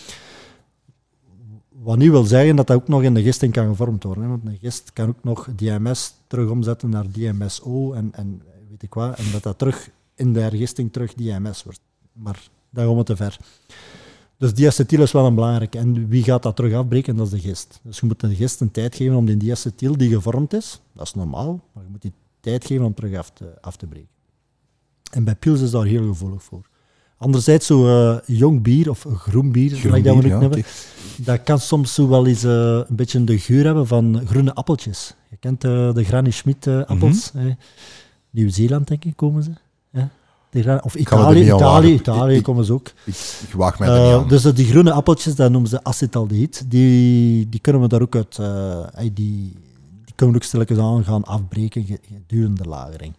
Wat niet wil zeggen dat dat ook nog in de gisting kan gevormd worden. Hè? Want een gist kan ook nog DMS terug omzetten naar DMSO en weet ik wat. En dat dat terug in de hergisting terug DMS wordt. Maar dat gaan we te ver. Dus diacetyl is wel een belangrijke. En wie gaat dat terug afbreken? Dat is de gist. Dus je moet de gist een tijd geven om die diacetyl die gevormd is. Dat is normaal, maar je moet die tijd geven om terug af te breken. En bij pils is daar heel gevoelig voor. Anderzijds, zo jong bier of groen bier, zoals dat we het hebben, dat kan soms zo wel eens een beetje de geur hebben van groene appeltjes. Je kent de Granny Schmidt appels. Nieuw-Zeeland, denk ik, komen ze. Of Italië komen ze ook. Ik waag mij er niet aan. Dus die groene appeltjes, dat noemen ze acetaldehyd. Die kunnen we daar ook uit... die kunnen we ook stilletjes aan gaan afbreken gedurende de lagering.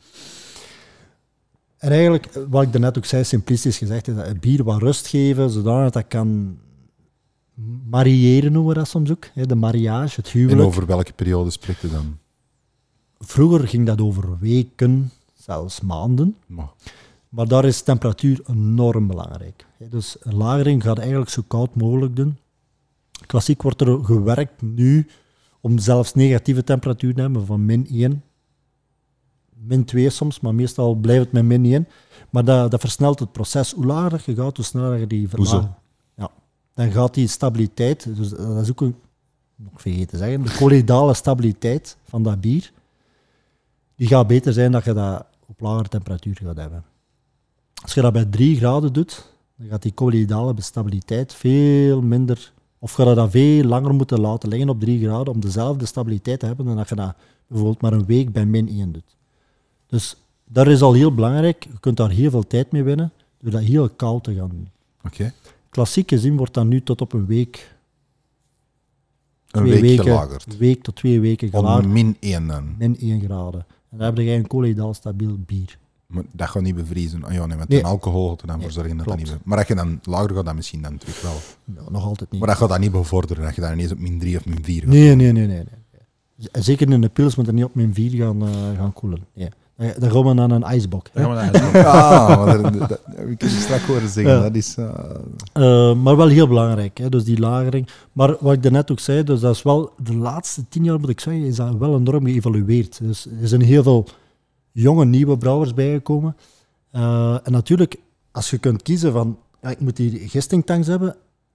En eigenlijk, wat ik daarnet ook zei, simplistisch gezegd, is dat het bier wat rust geven, zodat dat kan mariëren, noemen we dat soms ook. De mariage, het huwelijk. En over welke periode spreekt u dan? Vroeger ging dat over weken, zelfs maanden. Maar daar is temperatuur enorm belangrijk. Dus een lagering gaat eigenlijk zo koud mogelijk doen. Klassiek wordt er gewerkt nu om zelfs negatieve temperatuur te hebben van -1. -2 soms, maar meestal blijft het met -1. Maar dat versnelt het proces. Hoe lager je gaat, hoe sneller je die verlaagt. Ja. Dan gaat die stabiliteit, dus dat is ook nog vergeten te zeggen, de colloïdale stabiliteit van dat bier, die gaat beter zijn dat je dat op lagere temperatuur gaat hebben. Als je dat bij 3 graden doet, dan gaat die colloïdale stabiliteit veel minder, of je dat veel langer moeten laten liggen op 3 graden om dezelfde stabiliteit te hebben dan dat je dat bijvoorbeeld maar een week bij -1 doet. Dus dat is al heel belangrijk. Je kunt daar heel veel tijd mee winnen door dat heel koud te gaan doen. Oké. Klassiek gezien wordt dat nu tot op een week... Een week gelagerd. Een week tot 2 weken Om gelagerd. -1 dan. -1 graden. En dan heb je een colloïdaal stabiel bier. Maar dat gaat niet bevriezen. Oh ja, nee, met Nee. een alcohol gaat er dan voor zorgen dat dat klopt. niet... Maar als je dan lager gaat, dan misschien dan terug wel. Ja, nog altijd niet. Maar dat gaat dat niet bevorderen, dat je daar ineens op -3 of -4 gaat. Nee. Zeker in de pils moet er niet op -4 gaan koelen. Nee. Dan gaan we naar een ijsbok. hè. Dat ik kan het straks horen zeggen. Ja. Dat is... Maar wel heel belangrijk, hè, dus die lagering. Maar wat ik daarnet ook zei, dus dat is wel de laatste 10 jaar, moet ik zeggen, is dat wel enorm geëvolueerd. Dus er zijn heel veel jonge, nieuwe brouwers bijgekomen. En natuurlijk, als je kunt kiezen van, ja, ik moet die gistingtanks hebben,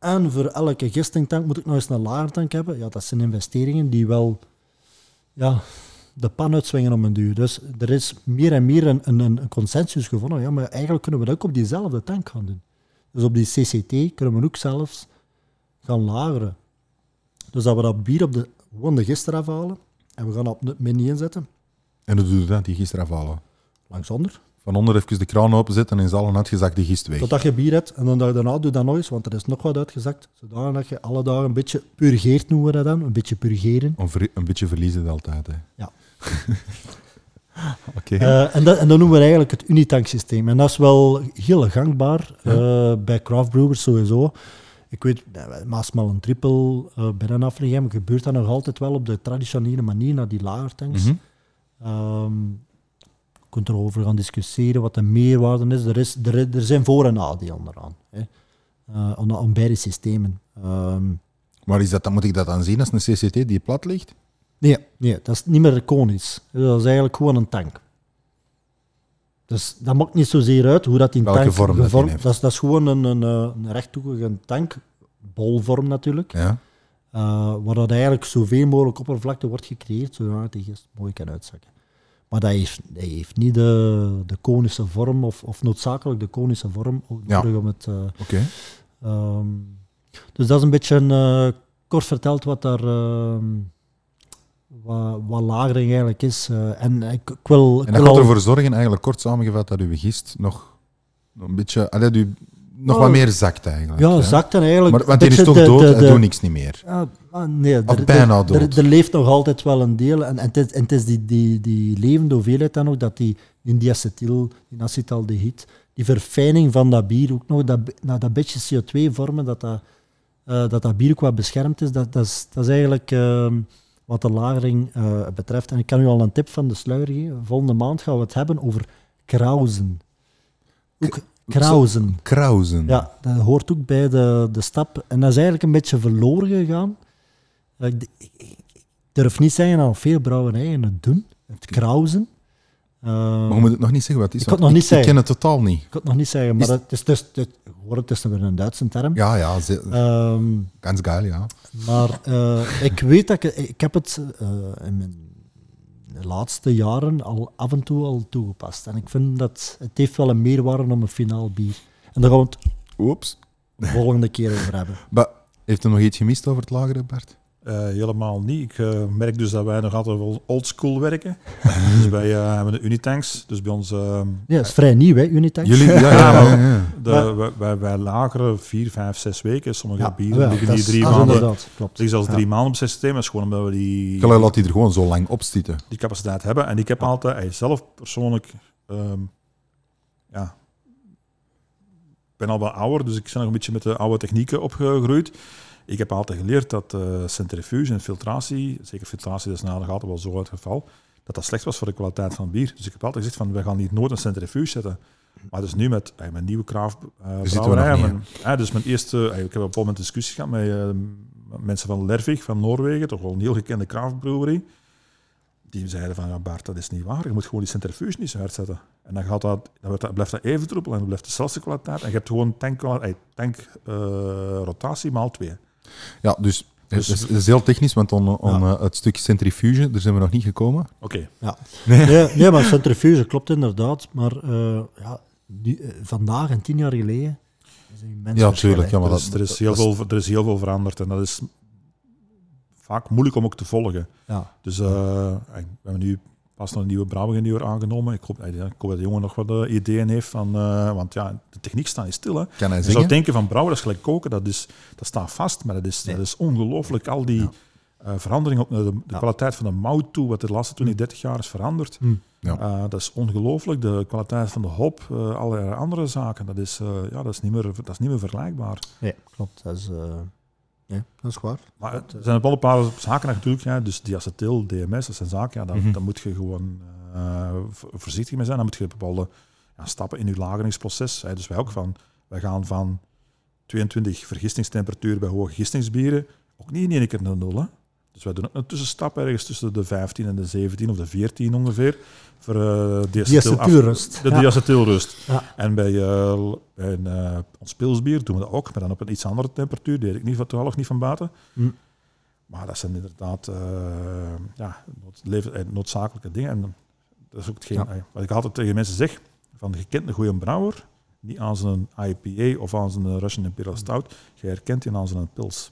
En voor elke gistingtank moet ik nog eens een lagertank hebben. Ja, dat zijn investeringen die wel de pan uitswingen om een duur. Dus er is meer en meer een consensus gevonden. Ja, maar eigenlijk kunnen we dat ook op diezelfde tank gaan doen. Dus op die CCT kunnen we ook zelfs gaan lageren. Dus dat we dat bier op gewoon de gist eraf halen en we gaan dat op de mini inzetten. En hoe doe je dat, die gist eraf halen? Langsonder. Van onder even de kraan openzetten en is al een uitgezakte gist weg. Totdat je bier hebt en dan daarna doe dat nog eens, want er is nog wat uitgezakt. Zodat je alle dagen een beetje purgeert, noemen we dat dan. Een beetje purgeren. Een beetje verliezen het altijd. Hè. Ja. Oké. En dat noemen we eigenlijk het Unitank-systeem. En dat is wel heel gangbaar bij craftbrewers sowieso. Ik weet, maasmal een triple bij een afleggen gebeurt dat nog altijd wel op de traditionele manier naar die lagertanks. Je kunt erover gaan discussiëren wat de meerwaarde is. Er zijn voor- en nadelen eraan. Aan beide systemen. Maar is dat, moet ik dat dan zien als een CCT die plat ligt? Nee, dat is niet meer conisch. Dat is eigenlijk gewoon een tank. Dus dat maakt niet zozeer uit hoe dat die welke tank vorm gevormd heeft. Dat is gewoon een rechthoekige tank, bolvorm natuurlijk, Ja. waar dat eigenlijk zoveel mogelijk oppervlakte wordt gecreëerd, zodat die gist mooi kan uitzakken. Maar dat heeft niet de konische vorm, of noodzakelijk de konische vorm, nodig om het... Oké. Dus dat is een beetje kort verteld wat daar... Wat lagering eigenlijk is. En dat gaat ervoor zorgen, eigenlijk kort samengevat, dat uw gist nog een beetje... wat meer zakt eigenlijk. Ja, hè? zakt en eigenlijk... Maar, want die is toch dood, hij doet niks niet meer. Nee, Of bijna dood. Er leeft nog altijd wel een deel. En het is die levende hoeveelheid dan ook, dat die diacetyl, die acetaldehyd, die verfijning van dat bier ook nog, dat beetje CO2 vormen, dat bier ook wat beschermd is, dat is eigenlijk... wat de lagering betreft. En ik kan u al een tip van de sluier geven. Volgende maand gaan we het hebben over krauzen. Ook krauzen. Krauzen. Ja, dat hoort ook bij de stap. En dat is eigenlijk een beetje verloren gegaan. Ik durf niet zeggen dat veel brouwerijen het doen. Het krauzen. Maar je moet het nog niet zeggen wat het is. Ik kan het nog niet zeggen. Ik ken het totaal niet. Ik kan het nog niet zeggen, maar het is weer een Duitse term. Ja. Ganz geil, ja. Maar ik weet dat ik heb het in mijn laatste jaren al af en toe al toegepast. En ik vind dat het heeft wel een meerwaarde om een finaal bier. En daar gaan we het de volgende keer over hebben. Maar heeft er nog iets gemist over het lagere, Bart? Helemaal niet. Ik merk dus dat wij nog altijd wel oldschool werken. Dus wij hebben de Unitanks. Dus bij ons... ja, dat is vrij nieuw, hè, Unitanks? Jullie? Ja. Wij lageren 4, 5, 6 weken. Sommige bieren ja, liggen die 3 dat maanden. Inderdaad, klopt. Het is zelfs 3 maanden op het systeem. Dat is gewoon omdat we Je laat die er gewoon zo lang op zitten. die capaciteit hebben. En ik heb altijd, zelf persoonlijk... ik ben al wat ouder, dus ik ben nog een beetje met de oude technieken opgegroeid. Ik heb altijd geleerd dat centrifuge en filtratie, zeker filtratie, dat is nog altijd wel zo het geval, dat slecht was voor de kwaliteit van bier. Dus ik heb altijd gezegd van, we gaan niet nooit een centrifuge zetten. Maar dus nu met mijn nieuwe craftbrouwerij, dus mijn eerste, ik heb op een moment discussies gehad met mensen van Lervig, van Noorwegen, toch wel een heel gekende craftbrouwery. Die zeiden van, ja Bart, dat is niet waar, je moet gewoon die centrifuge niet zo hard zetten. En dan blijft dat even troepel en dan blijft dezelfde kwaliteit. En je hebt gewoon tankrotatie maal 2. Ja, dus het is heel technisch, want het stuk centrifuge, daar zijn we nog niet gekomen. Oké. Ja. Nee, maar centrifuge klopt inderdaad. Maar vandaag en 10 jaar geleden zijn mensen... Ja, tuurlijk. Ja, maar er is heel veel veranderd en dat is vaak moeilijk om ook te volgen. Ja. Dus we hebben nu pas nog een nieuwe brouwingenieur aangenomen. Ik hoop dat de jongen nog wat ideeën heeft van... want ja, de techniek staat niet stil. Hè. Kan hij je zou denken van brouwen, dat is gelijk koken, dat staat vast. Maar dat is ongelooflijk. Al die veranderingen op de kwaliteit van de mout toe, wat de laatste 20, 30 jaar is veranderd. Ja. Dat is ongelooflijk. De kwaliteit van de hop, allerlei andere zaken, dat is niet meer vergelijkbaar. Nee, klopt. Dat is waar. Maar er zijn wel een paar zaken natuurlijk. Ja, dus diacetyl, DMS, dat zijn zaken. Ja, daar moet je gewoon voorzichtig mee zijn. Dan moet je bepaalde stappen in je lageringsproces. Dus wij gaan van 22 vergistingstemperatuur bij hoge gistingsbieren ook niet in één keer naar 0. Hè. Dus wij doen ook een tussenstap ergens tussen de 15 en de 17 of de 14 ongeveer. Voor diacetylrust. De diacetylrust. Ja. En bij ons pilsbier doen we dat ook, maar dan op een iets andere temperatuur. Die weet ik niet, toevallig niet van buiten. Maar dat zijn inderdaad noodzakelijke dingen. En dat is ook hetgeen wat ik altijd tegen mensen zeg. Van, je kent een goede brouwer, niet aan zijn IPA of aan zijn Russian Imperial Stout. Je herkent die aan zijn pils.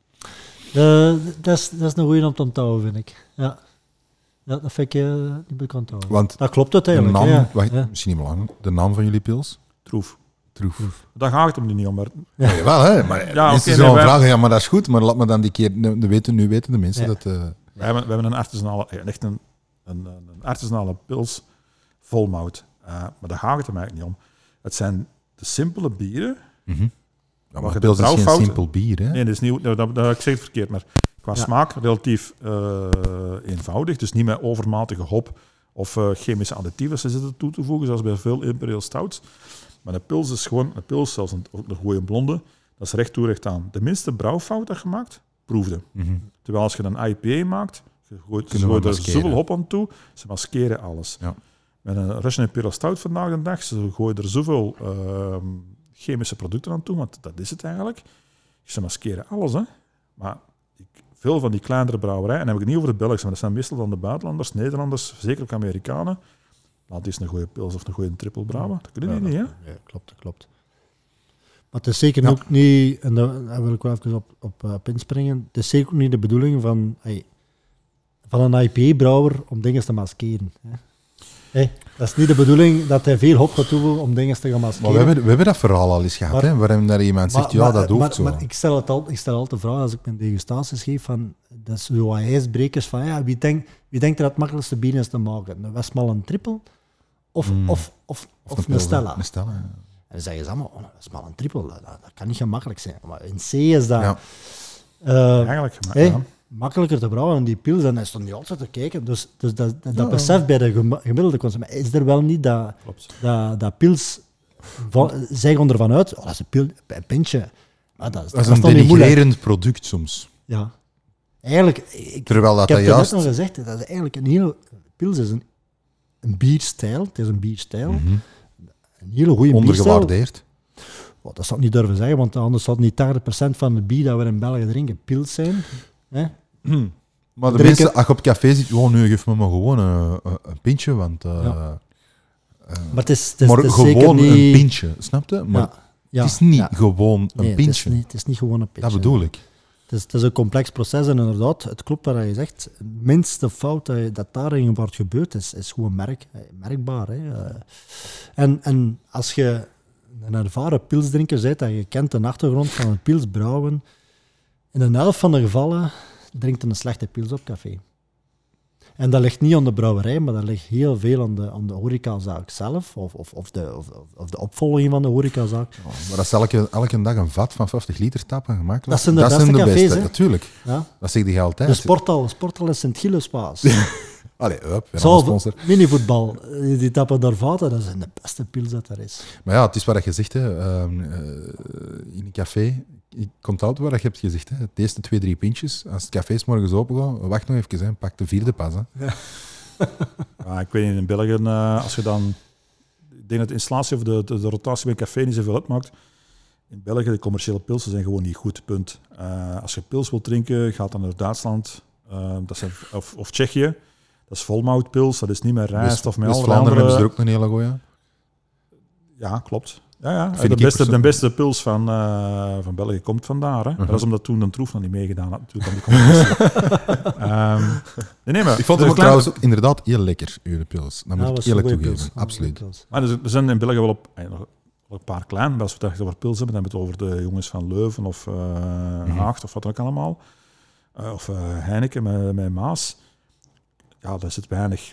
Dat is een goeie om te onthouden, vind ik. Ja, dat vind ik niet bekend houden. Want dat klopt uiteindelijk. De naam, misschien niet belangrijk, de naam van jullie pils? Troef. Daar gaat het hem niet om. Maar... Ja, jawel, hè. Maar mensen zullen vragen, ja, maar dat is goed, maar laat me dan die keer... Nu weten de mensen dat... We hebben een artisanale... Echt een artisanale pils vol mout. Maar daar gaat het hem eigenlijk niet om. Het zijn de simpele bieren... Ja, maar pils is geen simpel bier, hè? Nee, dat is niet... Ik zeg het verkeerd, maar qua smaak relatief eenvoudig. Dus niet met overmatige hop of chemische additieven zitten toe te voegen, zoals bij veel Imperial Stouts. Maar een pils is gewoon een pils, zelfs een goede blonde. Dat is recht toe, recht aan. De minste brouwfout dat je maakt, proefde. Terwijl als je een IPA maakt, je gooit er zoveel hop aan toe, ze maskeren alles. Ja. Met een Russian Imperial Stout vandaag de dag, ze gooien er zoveel chemische producten aan toe, want dat is het eigenlijk. Ze maskeren alles, hè. Maar veel van die kleinere brouwerijen, en dan heb ik het niet over de Belgische, maar dat zijn meestal dan de buitenlanders, Nederlanders, zeker ook Amerikanen. Laat eens een goede pils of een goede triple brouwen. Dat kunnen die niet, hè? Ja, klopt. Maar het is zeker ook niet, en daar wil ik wel even op inspringen, het is zeker ook niet de bedoeling van een IPA-brouwer om dingen te maskeren. Dat is niet de bedoeling dat hij veel hop gaat toevoegen om dingen te gaan maskeren. Maar we hebben dat verhaal al eens gehad, waarin daar iemand zegt, dat hoeft zo. Maar ik stel altijd de vraag, als ik mijn degustaties geef, van, dat is zo ijsbrekers, van wie denkt dat het makkelijkste bier is te maken? Een Westmalle een triple of een Stella? Een Stella, ja. En dan zeggen ze allemaal, Westmalle een triple, dat kan niet gemakkelijk zijn. Maar in C is dat... eigenlijk makkelijker te brouwen dan die pils, en is toch niet altijd te kijken. Dus dat besef bij de gemiddelde consument is er wel niet dat pils zeggen ervan uit, dat is een pintje. Maar dat is een denigrerend product soms. Ja. Eigenlijk, terwijl dat ik heb het juist... net nog gezegd, dat is eigenlijk een hele... Pils is een bierstijl, het is een bierstijl. Een hele goede bierstijl. Ondergewaardeerd. Dat zou ik niet durven zeggen, want anders zou het niet 80% van het bier dat we in België drinken pils zijn. Maar de mensen, als je op café zit, nu geef me maar gewoon een pintje, want... maar het is gewoon zeker niet... een pintje, snap je? Maar het is niet gewoon een pintje. Het is niet gewoon een pintje. Dat bedoel ik. Het is een complex proces en inderdaad, het klopt wat je zegt. De minste fout dat daarin wordt gebeurd, is gewoon merkbaar. Hè. En als je een ervaren pilsdrinker bent en je kent de achtergrond van het pilsbrouwen, in een helft van de gevallen drinkt een slechte pils op café. En dat ligt niet aan de brouwerij, maar dat ligt heel veel aan de horecazaak zelf, of de opvolging van de horecazaak. Oh, maar dat is elke dag een vat van 50 liter tappen gemakkelijk. Dat zijn de beste cafés, natuurlijk. Ja? Dat zeg je altijd. De Sportal is Sint-Gilles-Paas. Allee, minivoetbal, die tappen daar vaten, dat zijn de beste pils dat er is. Maar ja, het is wat je zegt, hè. In een café, ik komt altijd wat je hebt gezegd, hè. De eerste 2-3 pintjes, als het café 's morgens open gaat, wacht nog even, hè. Pak de vierde pas. Hè. Ja. Ik weet niet, in België, als je dan... Ik denk dat de installatie of de rotatie bij een café niet zoveel uitmaakt. In België, de commerciële pilsen zijn gewoon niet goed, punt. Als je pils wilt drinken, gaat dan naar Duitsland of Tsjechië. Dat is volmoutpils, dat is niet meer rijst of met alle andere... Vlaanderen hebben ze er ook een hele goeie. Ja, klopt. Ja. De beste pils van België komt vandaar. Hè? Dat is omdat toen een Troef nog niet meegedaan had. Natuurlijk, aan die competitie. Ik vond het trouwens ook inderdaad heel lekker, jullie pils. Dat moet ik eerlijk toegeven. Absoluut. Maar er zijn in België wel op een paar klein, maar als we het over pils hebben, dan hebben we het over de jongens van Leuven of Haagt of wat dan ook allemaal. Of Heineken met Maas. Ja, daar zit weinig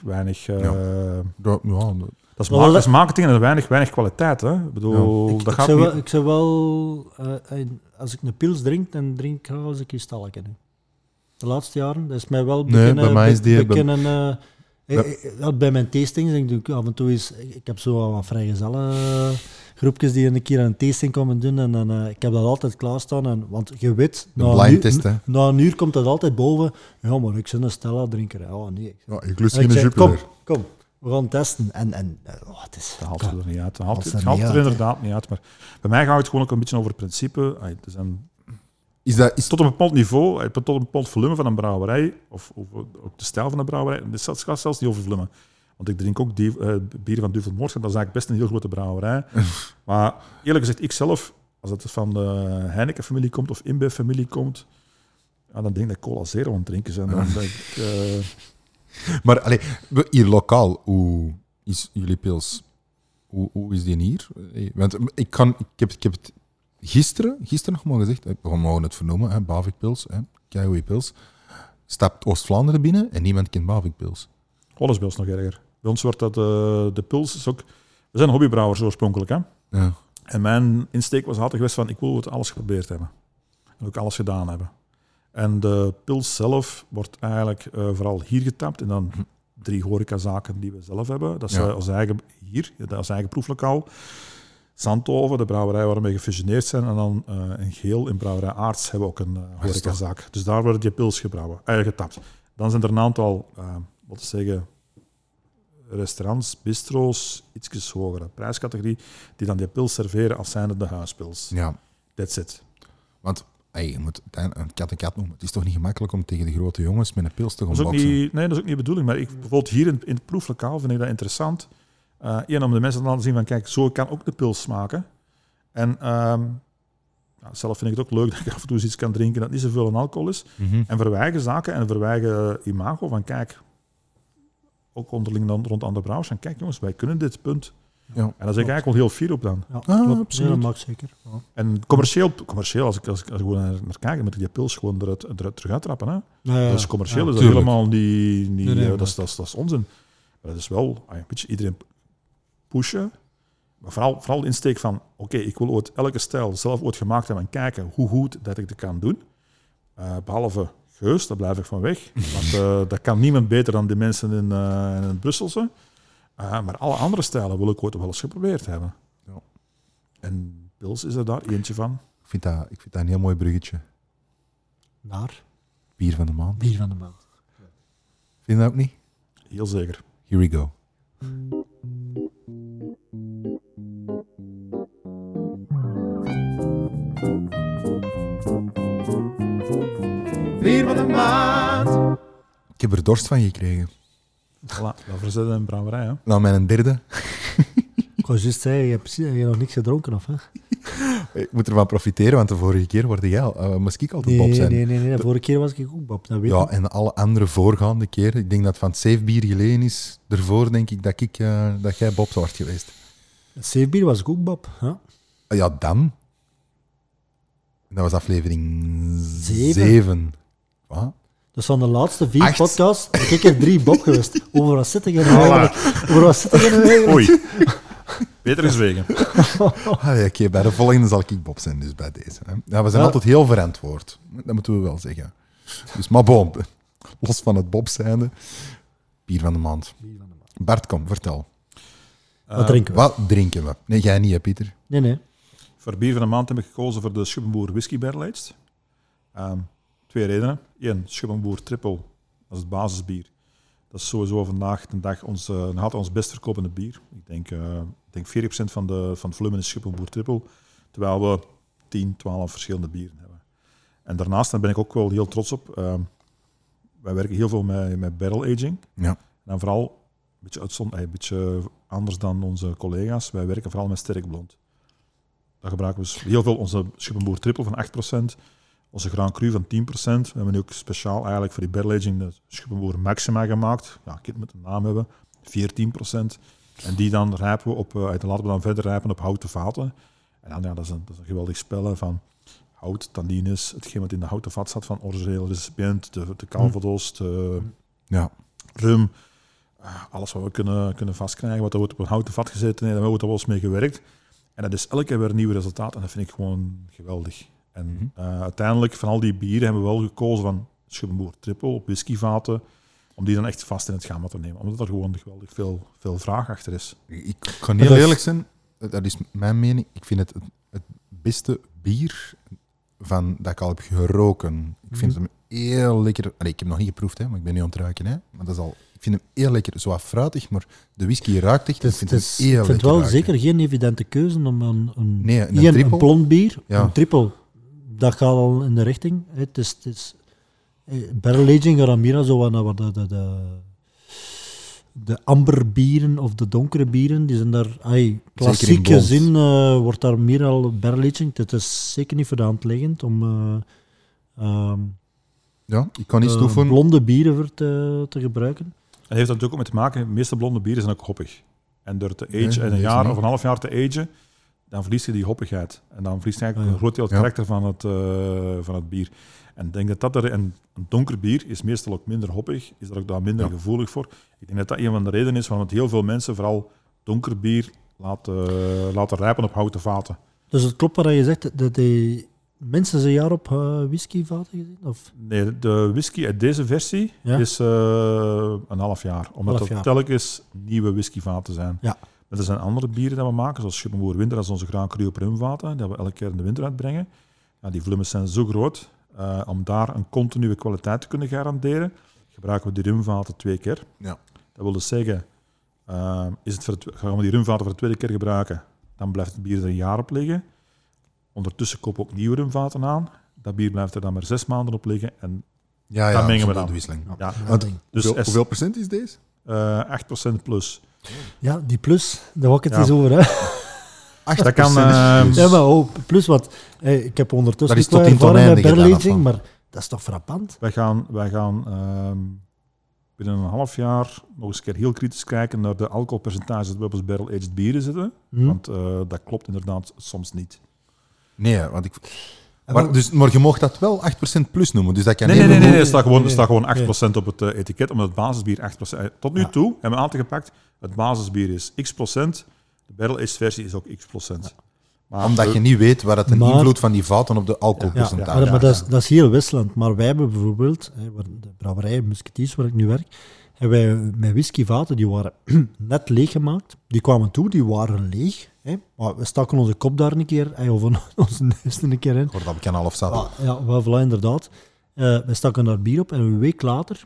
dat is marketing en weinig kwaliteit. Hè? Ik bedoel, ik zou wel, als ik een pils drink, dan drink ik als een kristalletje. De laatste jaren, dat is mij wel bij mij is die Bij mijn tastings denk ik af en toe eens... Ik heb zo wat vrijgezellen groepjes die een keer een tasting komen doen. En dan, ik heb dat altijd klaarstaan. Want je weet... Na een uur komt dat altijd boven. Ja, maar ik ben een Stella-drinker. Ja, nee. Ja, ik lust geen Jupiler. Kom. We gaan testen. En het is... Dat haalt er niet uit. Het haalt er inderdaad niet uit. Maar bij mij gaat het gewoon ook een beetje over het principe. Is tot een bepaald niveau, tot een bepaald volume van een brouwerij, of ook de stijl van een brouwerij, het gaat zelfs niet over volume. Want ik drink ook bier van Duvel Moortgen, dat is eigenlijk best een heel grote brouwerij. Maar eerlijk gezegd, ik zelf, als het van de Heineken-familie komt of InBev-familie komt, ja, dan denk ik dat Cola Zero aan het drinken zijn. Dan denk ik, Maar hier lokaal, hoe is jullie pils? Hoe is die hier? Want ik heb het gisteren nog maar gezegd, we mogen het vernoemen, Bavik-pils, keigoeie pils. Stapt Oost-Vlaanderen binnen en niemand kent Bavik-pils. Alles bij ons nog erger. Bij ons wordt dat de pils is ook... We zijn hobbybrouwers oorspronkelijk, hè? Ja. En mijn insteek was altijd geweest van, ik wil het alles geprobeerd hebben. En ook alles gedaan hebben. En de pils zelf wordt eigenlijk vooral hier getapt. En dan 3 horecazaken die we zelf hebben. Dat is als eigen proeflokaal. Zandhoven, de brouwerij waar we mee gefusioneerd zijn. En dan in Geel, in brouwerij Aarts, hebben we ook een horecazaak. Dus daar worden die pils getapt. Dan zijn er een aantal, restaurants, bistro's, iets hogere prijscategorie, die dan die pils serveren als zijnde de huispils. Ja. That's it. Want je moet een kat en kat noemen. Het is toch niet gemakkelijk om tegen de grote jongens met een pils te gaan boksen? Nee, dat is ook niet de bedoeling. Maar bijvoorbeeld hier in het proeflokaal vind ik dat interessant. Om de mensen te laten zien van, kijk, zo kan ook de pils smaken. En zelf vind ik het ook leuk dat ik af en toe iets kan drinken dat niet zoveel in alcohol is. Mm-hmm. En verwijgen zaken en verwijgen imago van, kijk, ook onderling dan rond andere brouwers van, kijk jongens, wij kunnen dit, punt. Ja, en daar ben ik eigenlijk wel heel fier op dan. Ja, absoluut. Ja, dat mag zeker. Ja. En commercieel als ik gewoon naar kijk, moet ik die pils gewoon eruit terug uittrappen. Hè? Ja. Dat is commercieel, is dat tuurlijk. helemaal niet Nee, dat is onzin. Maar dat is wel een beetje iedereen pushen. Maar vooral de insteek van, oké, ik wil ooit elke stijl zelf ooit gemaakt hebben en kijken hoe goed dat ik dat kan doen. Behalve Geus, daar blijf ik van weg. Want dat kan niemand beter dan die mensen in het Brusselse. Maar alle andere stijlen wil ik ooit wel eens geprobeerd hebben. Ja. En pils is er daar eentje van. Ik vind dat een heel mooi bruggetje. Naar Bier van de maand. bier van de maand. Vind je dat ook niet? Heel zeker. Here we go. Bier van de maand. Ik heb er dorst van gekregen. Voilà, dat verzet een brouwerij. Hè? Nou, mijn derde. Ik was juist zeggen, je hebt nog niks gedronken, of hè? Ik moet ervan profiteren, want de vorige keer word jij moest ik altijd Bob zijn. Nee. De vorige keer was ik ook Bob. Dat weet Ja, ik. en alle andere voorgaande keren. Ik denk dat van het zeefbier geleden is. Daarvoor denk ik dat jij Bob wordt geweest. Het zeefbier was ik ook Bob. Ja. Ja, dan. Dat was aflevering 7. 7. Wat? Dus van de laatste 4 8. podcasts ben ik er 3 Bob geweest. Over wat zit ik er nou eigenlijk? Oei. Beter gezwegen. Oké, bij de volgende zal ik Bob zijn, dus bij deze. Hè. Ja, we zijn altijd heel verantwoord. Dat moeten we wel zeggen. Dus, maar bon, los van het Bob zijnde. Bier van de maand. Bart, kom, vertel. Wat drinken we? Wat drinken we? Nee, jij niet, hè, Pieter? Nee. Voor bier van de maand heb ik gekozen voor de Schuppenboer Whisky Barrel Aged. 2 redenen. 1, Schuppenboer Triple. Dat is het basisbier. Dat is sowieso vandaag de dag ons best verkopende bier. Ik denk 40% van het volume is Schuppenboer Triple. Terwijl we 10, 12 verschillende bieren hebben. En daarnaast daar ben ik ook wel heel trots op. Wij werken heel veel met barrel aging. Ja. En dan vooral een beetje anders dan onze collega's. Wij werken vooral met sterk blond. Daar gebruiken we dus heel veel onze Schuppenboer Triple van 8%. Onze Grand Cru van 10%. We hebben nu ook speciaal eigenlijk voor die barrel aging de Schuppenboer Maxima gemaakt. Ja, ik moet een naam hebben. 14%. En die dan rijpen we laten we dan verder rijpen op houten vaten. En dan, ja, dat is een geweldig spel van hout, tannines, hetgeen wat in de houten vat zat van origineel recipiënt, de calvados, de rum. Alles wat we kunnen vastkrijgen, wat er wordt op een houten vat gezeten, en daar wordt er wel eens mee gewerkt. En dat is elke keer weer een nieuw resultaat en dat vind ik gewoon geweldig. En uiteindelijk, van al die bieren hebben we wel gekozen van Schuppenboer Triple op whiskyvaten. om die dan echt vast in het gamma te nemen. Omdat er gewoon geweldig veel vraag achter is. Ik kan heel eerlijk zijn, dat is mijn mening. Ik vind het beste bier dat ik al heb geroken. Ik vind hem heel lekker. Allee, ik heb hem nog niet geproefd, hè, maar ik ben nu aan het ruiken. Hè. Maar dat is al, ik vind hem heel lekker, zo wat fruitig, maar de whisky ruikt echt. Ik vind hem heel Ik vind het wel lekker zeker geen evidente keuze om een triple. blond bier, Ja. een triple, dat gaat al in de richting. Het is barrel aging gaat dan meer naar zo naar de amberbieren of de donkere bieren, die zijn daar, klassiek blond. gezien, wordt daar meer al barrel aging. Het is zeker niet voor de hand liggend om Ja, ik kan niet stoeven. blonde bieren voor te gebruiken. En dat heeft er natuurlijk ook mee te maken, de meeste blonde bieren zijn ook hoppig. En door te Nee, agen, en een deze jaar niet. of een half jaar te agen, dan verlies je die hoppigheid. En dan verliest je eigenlijk Ah, een groot deel het Ja. karakter van het bier. En ik denk dat een donker bier is meestal ook minder hoppig, is er ook daar minder gevoelig voor. Ik denk dat dat een van de redenen is waarom heel veel mensen vooral donker bier laten rijpen op houten vaten. Dus het klopt wat je zegt, dat die mensen een jaar op whiskyvaten gezien? Of? Nee, de whisky uit deze versie Ja. is een half jaar. Omdat Half het jaar. telkens nieuwe whiskyvaten zijn. Ja. Maar er zijn andere bieren dat we maken, zoals Schippenboer Winter, dat is onze Grand Cru Rumvaten, dat we elke keer in de winter uitbrengen. Ja, die volumes zijn zo groot, om daar een continue kwaliteit te kunnen garanderen, gebruiken we die rumvaten 2 keer. Ja. Dat wil dus zeggen, gaan we die rumvaten voor de tweede keer gebruiken, dan blijft het bier er een jaar op liggen. Ondertussen kopen we ook nieuwe rumvaten aan. Dat bier blijft er dan maar 6 maanden op liggen. En Ja, dat mengen we zonder dan. de wisseling. ja, Want dus hoeveel procent is deze? 8% plus. Ja, die plus, daar wou ik het Ja. eens over. Hè. 8%. Dat kan, Ja, maar plus, want ik heb ondertussen Dat is ook tot in het ervaring met oneindige barrel dan, aging, of maar dat is toch frappant? Wij gaan binnen een half jaar nog eens een keer heel kritisch kijken naar de alcoholpercentages dat we op ons barrel-aged bieren zitten. Hm? Want dat klopt inderdaad soms niet. Nee, want maar je mag dat wel 8% plus noemen. Dus dat kan Nee, heel er goed- staat gewoon 8% op het etiket, omdat het basisbier 8%... Tot nu toe hebben we aangepakt, het basisbier is x%, de barrel-aged versie is ook x%. Maar Omdat je niet weet wat het een Maar- invloed van die vaten op de Ja, alcoholpercentage maar dat is heel wisselend. Maar wij hebben bijvoorbeeld, de brouwerij Muscatiers, waar ik nu werk, hebben wij met whiskyvaten, die waren net leeggemaakt. Die kwamen toe, die waren leeg. Maar we staken onze kop daar een keer, of onze neus er een keer in. Ik hoor dat bekend half zat. Ja, wel voilà, inderdaad. We staken daar bier op en een week later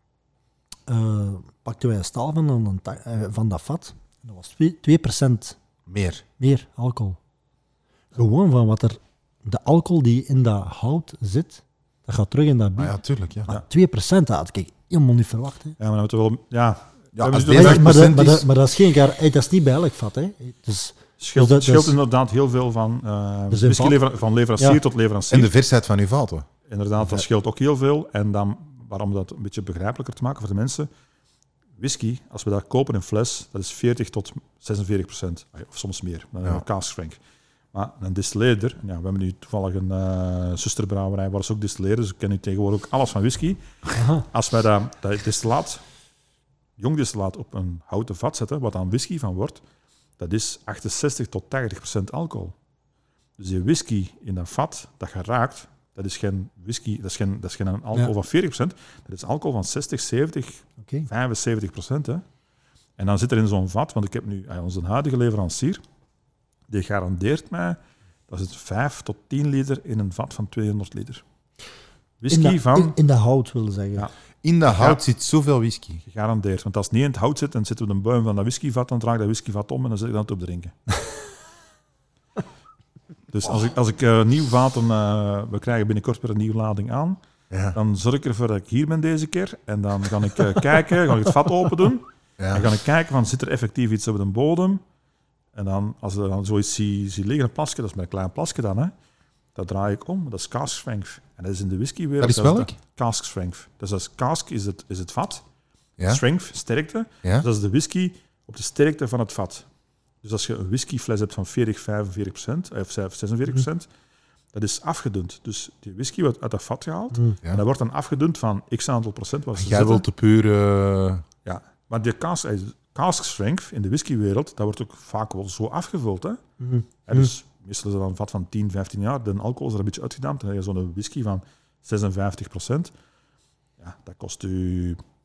pakten wij een staal van dat vat. Dat was 2% Meer. meer alcohol. Gewoon van wat de alcohol die in dat hout zit, dat gaat terug in dat bier. Ah, ja, tuurlijk. Ja. Maar 2%, dat had ik helemaal niet verwacht. Hè. Ja, maar dan moeten we wel... Ja, Ja, we als moeten- deze Maar, 8% maar is... dat is geen dat is niet bij elk vat. Hè. Dus, scheelt, Dus dat scheelt is- inderdaad heel veel van, Dus in van leverancier Ja. tot leverancier. En de versheid van uw vaten. Inderdaad, dat scheelt ook heel veel. En dan, waarom dat een beetje begrijpelijker te maken voor de mensen, whisky, als we dat kopen in fles, dat is 40 tot 46%. Of soms meer, dan hebben we caskstrength. Maar een distilleerder, ja, we hebben nu toevallig een zusterbrouwerij waar ze ook distilleren, dus we kennen nu tegenwoordig ook alles van whisky. aha, Als wij dat distillaat, jong distillaat, op een houten vat zetten, wat dan whisky van wordt, dat is 68 tot 80% alcohol. Dus die whisky in dat vat, dat geraakt, dat is geen whisky, dat is geen alcohol van 40%, dat is alcohol van 60, 70, oké. 75%. Hè. En dan zit er in zo'n vat, want ik heb nu onze huidige leverancier, die garandeert mij, dat is 5 tot 10 liter in een vat van 200 liter. Whisky van... In de hout, willen zeggen. Ja. In dat hout zit zoveel whisky. Gegarandeerd. Want als het niet in het hout zit, dan zitten we een buim van dat whiskyvat, dan draai ik dat whiskyvat om en dan zit ik dat op drinken. Dus als ik nieuw vaten... we krijgen binnenkort weer een nieuwe lading aan. Ja. Dan zorg ik ervoor dat ik hier ben deze keer. En dan ga ik kijken, ga ik het vat open doen. Ja. Dan ga ik kijken, van, zit er effectief iets op de bodem? En dan, als er dan zoiets zie liggen, een plasje, dat is maar een klein plasje dan, hè. Dat draai ik om, dat is caskstrength. En dat is in de whiskywereld... Dat is welk? Caskstrength. Dus als cask is het vat, Ja. strength, sterkte. Ja. Dus dat is de whisky op de sterkte van het vat. Dus als je een whiskyfles hebt van 40, 45% of 46%, dat is afgedund. Dus die whisky wordt uit dat vat gehaald Mm. Ja. en dat wordt dan afgedund van x aantal procent wat ze Jij zetten. wilt de pure... Ja, maar de cask strength in de whiskywereld, dat wordt ook vaak wel zo afgevuld. Hè? Mhm. En dus meestal is dat dan een vat van 10, 15 jaar. De alcohol is er een beetje uitgedampt. Dan heb je zo'n whisky van 56%. Ja, dat kost u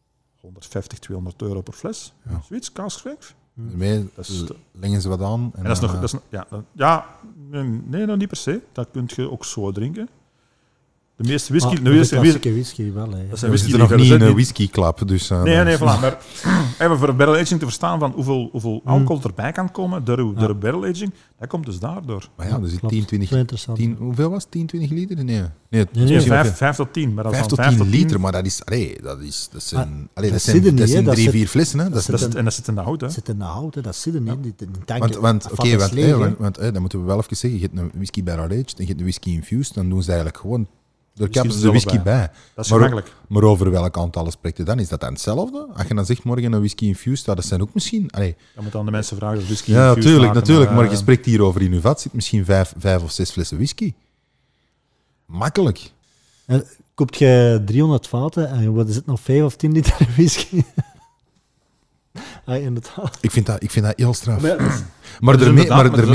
150, 200 euro per fles. Ja. Zoiets, kaasschrijf. Daarmee Dat is- lengen ze wat aan. En dat is nog... Dat is, nee, nog niet per se. Dat kun je ook zo drinken. De meeste whisky... De klassieke whisky wel, hè. Dat zijn we whisky zitten nog die niet in verder een whisky-club. Dus, Nee, voilà. Maar even voor barrel aging te verstaan van hoeveel alcohol erbij kan komen door barrel aging, dat komt dus daardoor. Maar ja, er zit Klopt. 10, 20... Zo interessant. 10, hoeveel was het? 10, 20 liter? Nee. Nee, Nee, misschien 5 tot 10. Maar dat is 5 dan tot 10 5 liter, maar dat zijn dat zit er niet, hè. Dat 3, zit- 4 flessen. Hè. Dat is, En dat zit in de hout, hè. Dat zit in de hout, hè. Dat zit er niet. Die tanken, want vat is leeg, hè. dan moeten we wel even zeggen, je hebt een whisky barrel aged en je hebt een whisky infused, dan doen ze eigenlijk gewoon... Daar Whisky kappen ze de er zelf whisky bij. Dat is Maar- gemakkelijk. Maar over welk aantal spreekt je dan? Is dat dan hetzelfde? Als je dan zegt morgen een whisky infused, dat zijn ook misschien... Allee, Dan moet dan de mensen vragen of whisky ja, infused natuurlijk. maken, Maar je spreekt hier over in je vat, zit misschien 5 of 6 flessen whisky. Makkelijk. Koopt je 300 vaten en wat is het nog 5 of 10 liter whisky? Inderdaad. Ik vind dat heel straf. Maar ja, Maar Dus daarmee, inderdaad, maar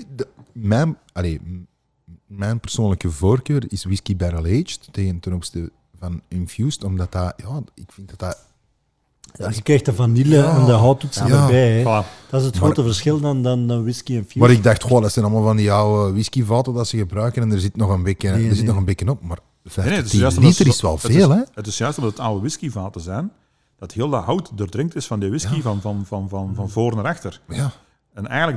mijn persoonlijke voorkeur is whisky barrel aged ten opzichte van infused, omdat dat, ja, ik vind dat je krijgt de vanille Ja. en de houttoetsen Ja. erbij. Hè. Voilà. Dat is het Maar- grote verschil dan whisky en Maar ik dacht, goh, dat zijn allemaal van die oude whiskyvaten dat ze gebruiken en er zit nog een beetje, Nee, er zit nee. nog een beetje op. Maar 5 Nee, tot het is 10 juist omdat liter ze- is wel het veel, hè? Het is juist omdat het oude whiskyvaten zijn, dat heel dat hout doordrinkt is van die whisky Ja. van voor naar achter. Ja, En eigenlijk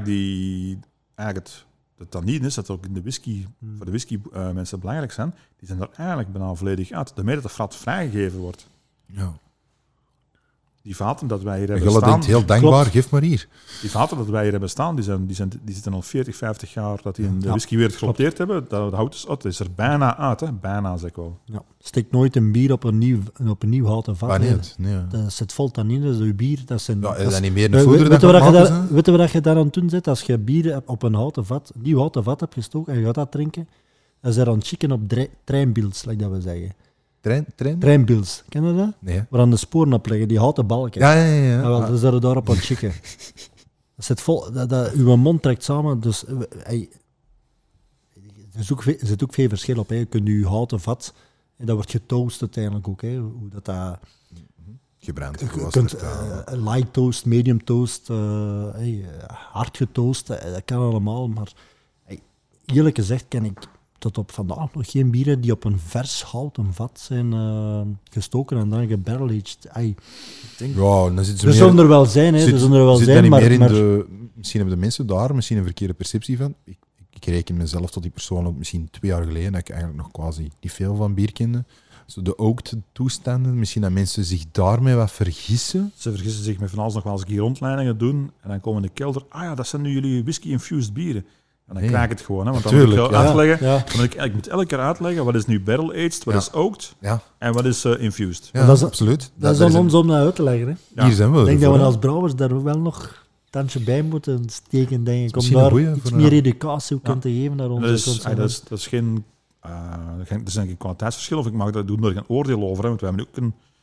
het tannin is, dat ook in de whisky, voor de whisky mensen belangrijk zijn, die zijn er eigenlijk bijna volledig uit. Daarmee dat de frat vrijgegeven wordt. ja. Die vaten dat wij hier En hebben Gelle staan, denkt heel dankbaar, Klopt. geef maar hier. die vaten dat wij hier hebben staan, die zitten al 40, 50 jaar dat die in de Ja, whiskywereld geroteerd hebben. Dat hout is uit. Het is er bijna uit, hè. Bijna, zeg ik wel. Ja. Steek nooit een bier op een nieuw houten vat. Maar hè. niet. Nee. Dat zit vol tannine, dus je bier, dat zijn... Ja, dat is is- dat niet meer We- een voeder weet je wat je maken, daar- weet je wat je daar aan het doen zit? Als je bier hebt op een houten vat, een nieuw houten vat hebt gestoken en je gaat dat drinken, dan is er aan het chicken op treinbeelds, like dat we zeggen. Trein? Treinbeelds, ken je dat? Nee. Waar aan de sporen op liggen, die houten balken. Ja. Ja, wel, dan zijn we daarop aan het chicken. Dat zit vol, uw mond trekt samen, dus er zit ook veel verschil op. Hè. Je kunt je houten vat, en dat wordt getoast uiteindelijk ook. Hè. Hoe dat Gebrand. je kunt light toast, medium toast, hard getoast, dat kan allemaal. Maar eerlijk gezegd ken ik tot op vandaag nog geen bieren die op een vers houten vat zijn gestoken en dan gebarrel-aged. Ja, dan zitten ze Er zullen er wel zijn, hè. Er zullen er wel zit zijn, dat niet meer maar... in misschien hebben de mensen daar misschien een verkeerde perceptie van. Ik reken mezelf tot die persoon ook misschien 2 jaar geleden, dat ik eigenlijk nog quasi niet veel van bier kende. Zo de oaked toestanden, misschien dat mensen zich daarmee wat vergissen. Ze vergissen zich met van alles nog wel eens een keer rondleidingen doen en dan komen in de kelder. Ah ja, dat zijn nu jullie whisky-infused bieren. En dan Nee. krijg ik het gewoon, hè, want dan Tuurlijk, moet ik ja. uitleggen. Ja. Dan moet ik moet elke keer uitleggen wat is nu barrel-aged, wat Ja. is oaked Ja, en wat is infused. ja Dat is- absoluut. Dat is daar aan zijn- ons om dat uit te leggen. Hè. Ja. Hier zijn we. Ik denk dat ervoor, we hè. als brouwers daar wel nog een tandje bij moeten steken, denk ik. Om misschien een daar goeie iets voor meer een- educatie ook Ja. in te geven naar onze Dat is consumenten. geen... er zijn geen kwaliteitsverschillen, of ik mag daar doen er geen oordeel over, hè, want we hebben ook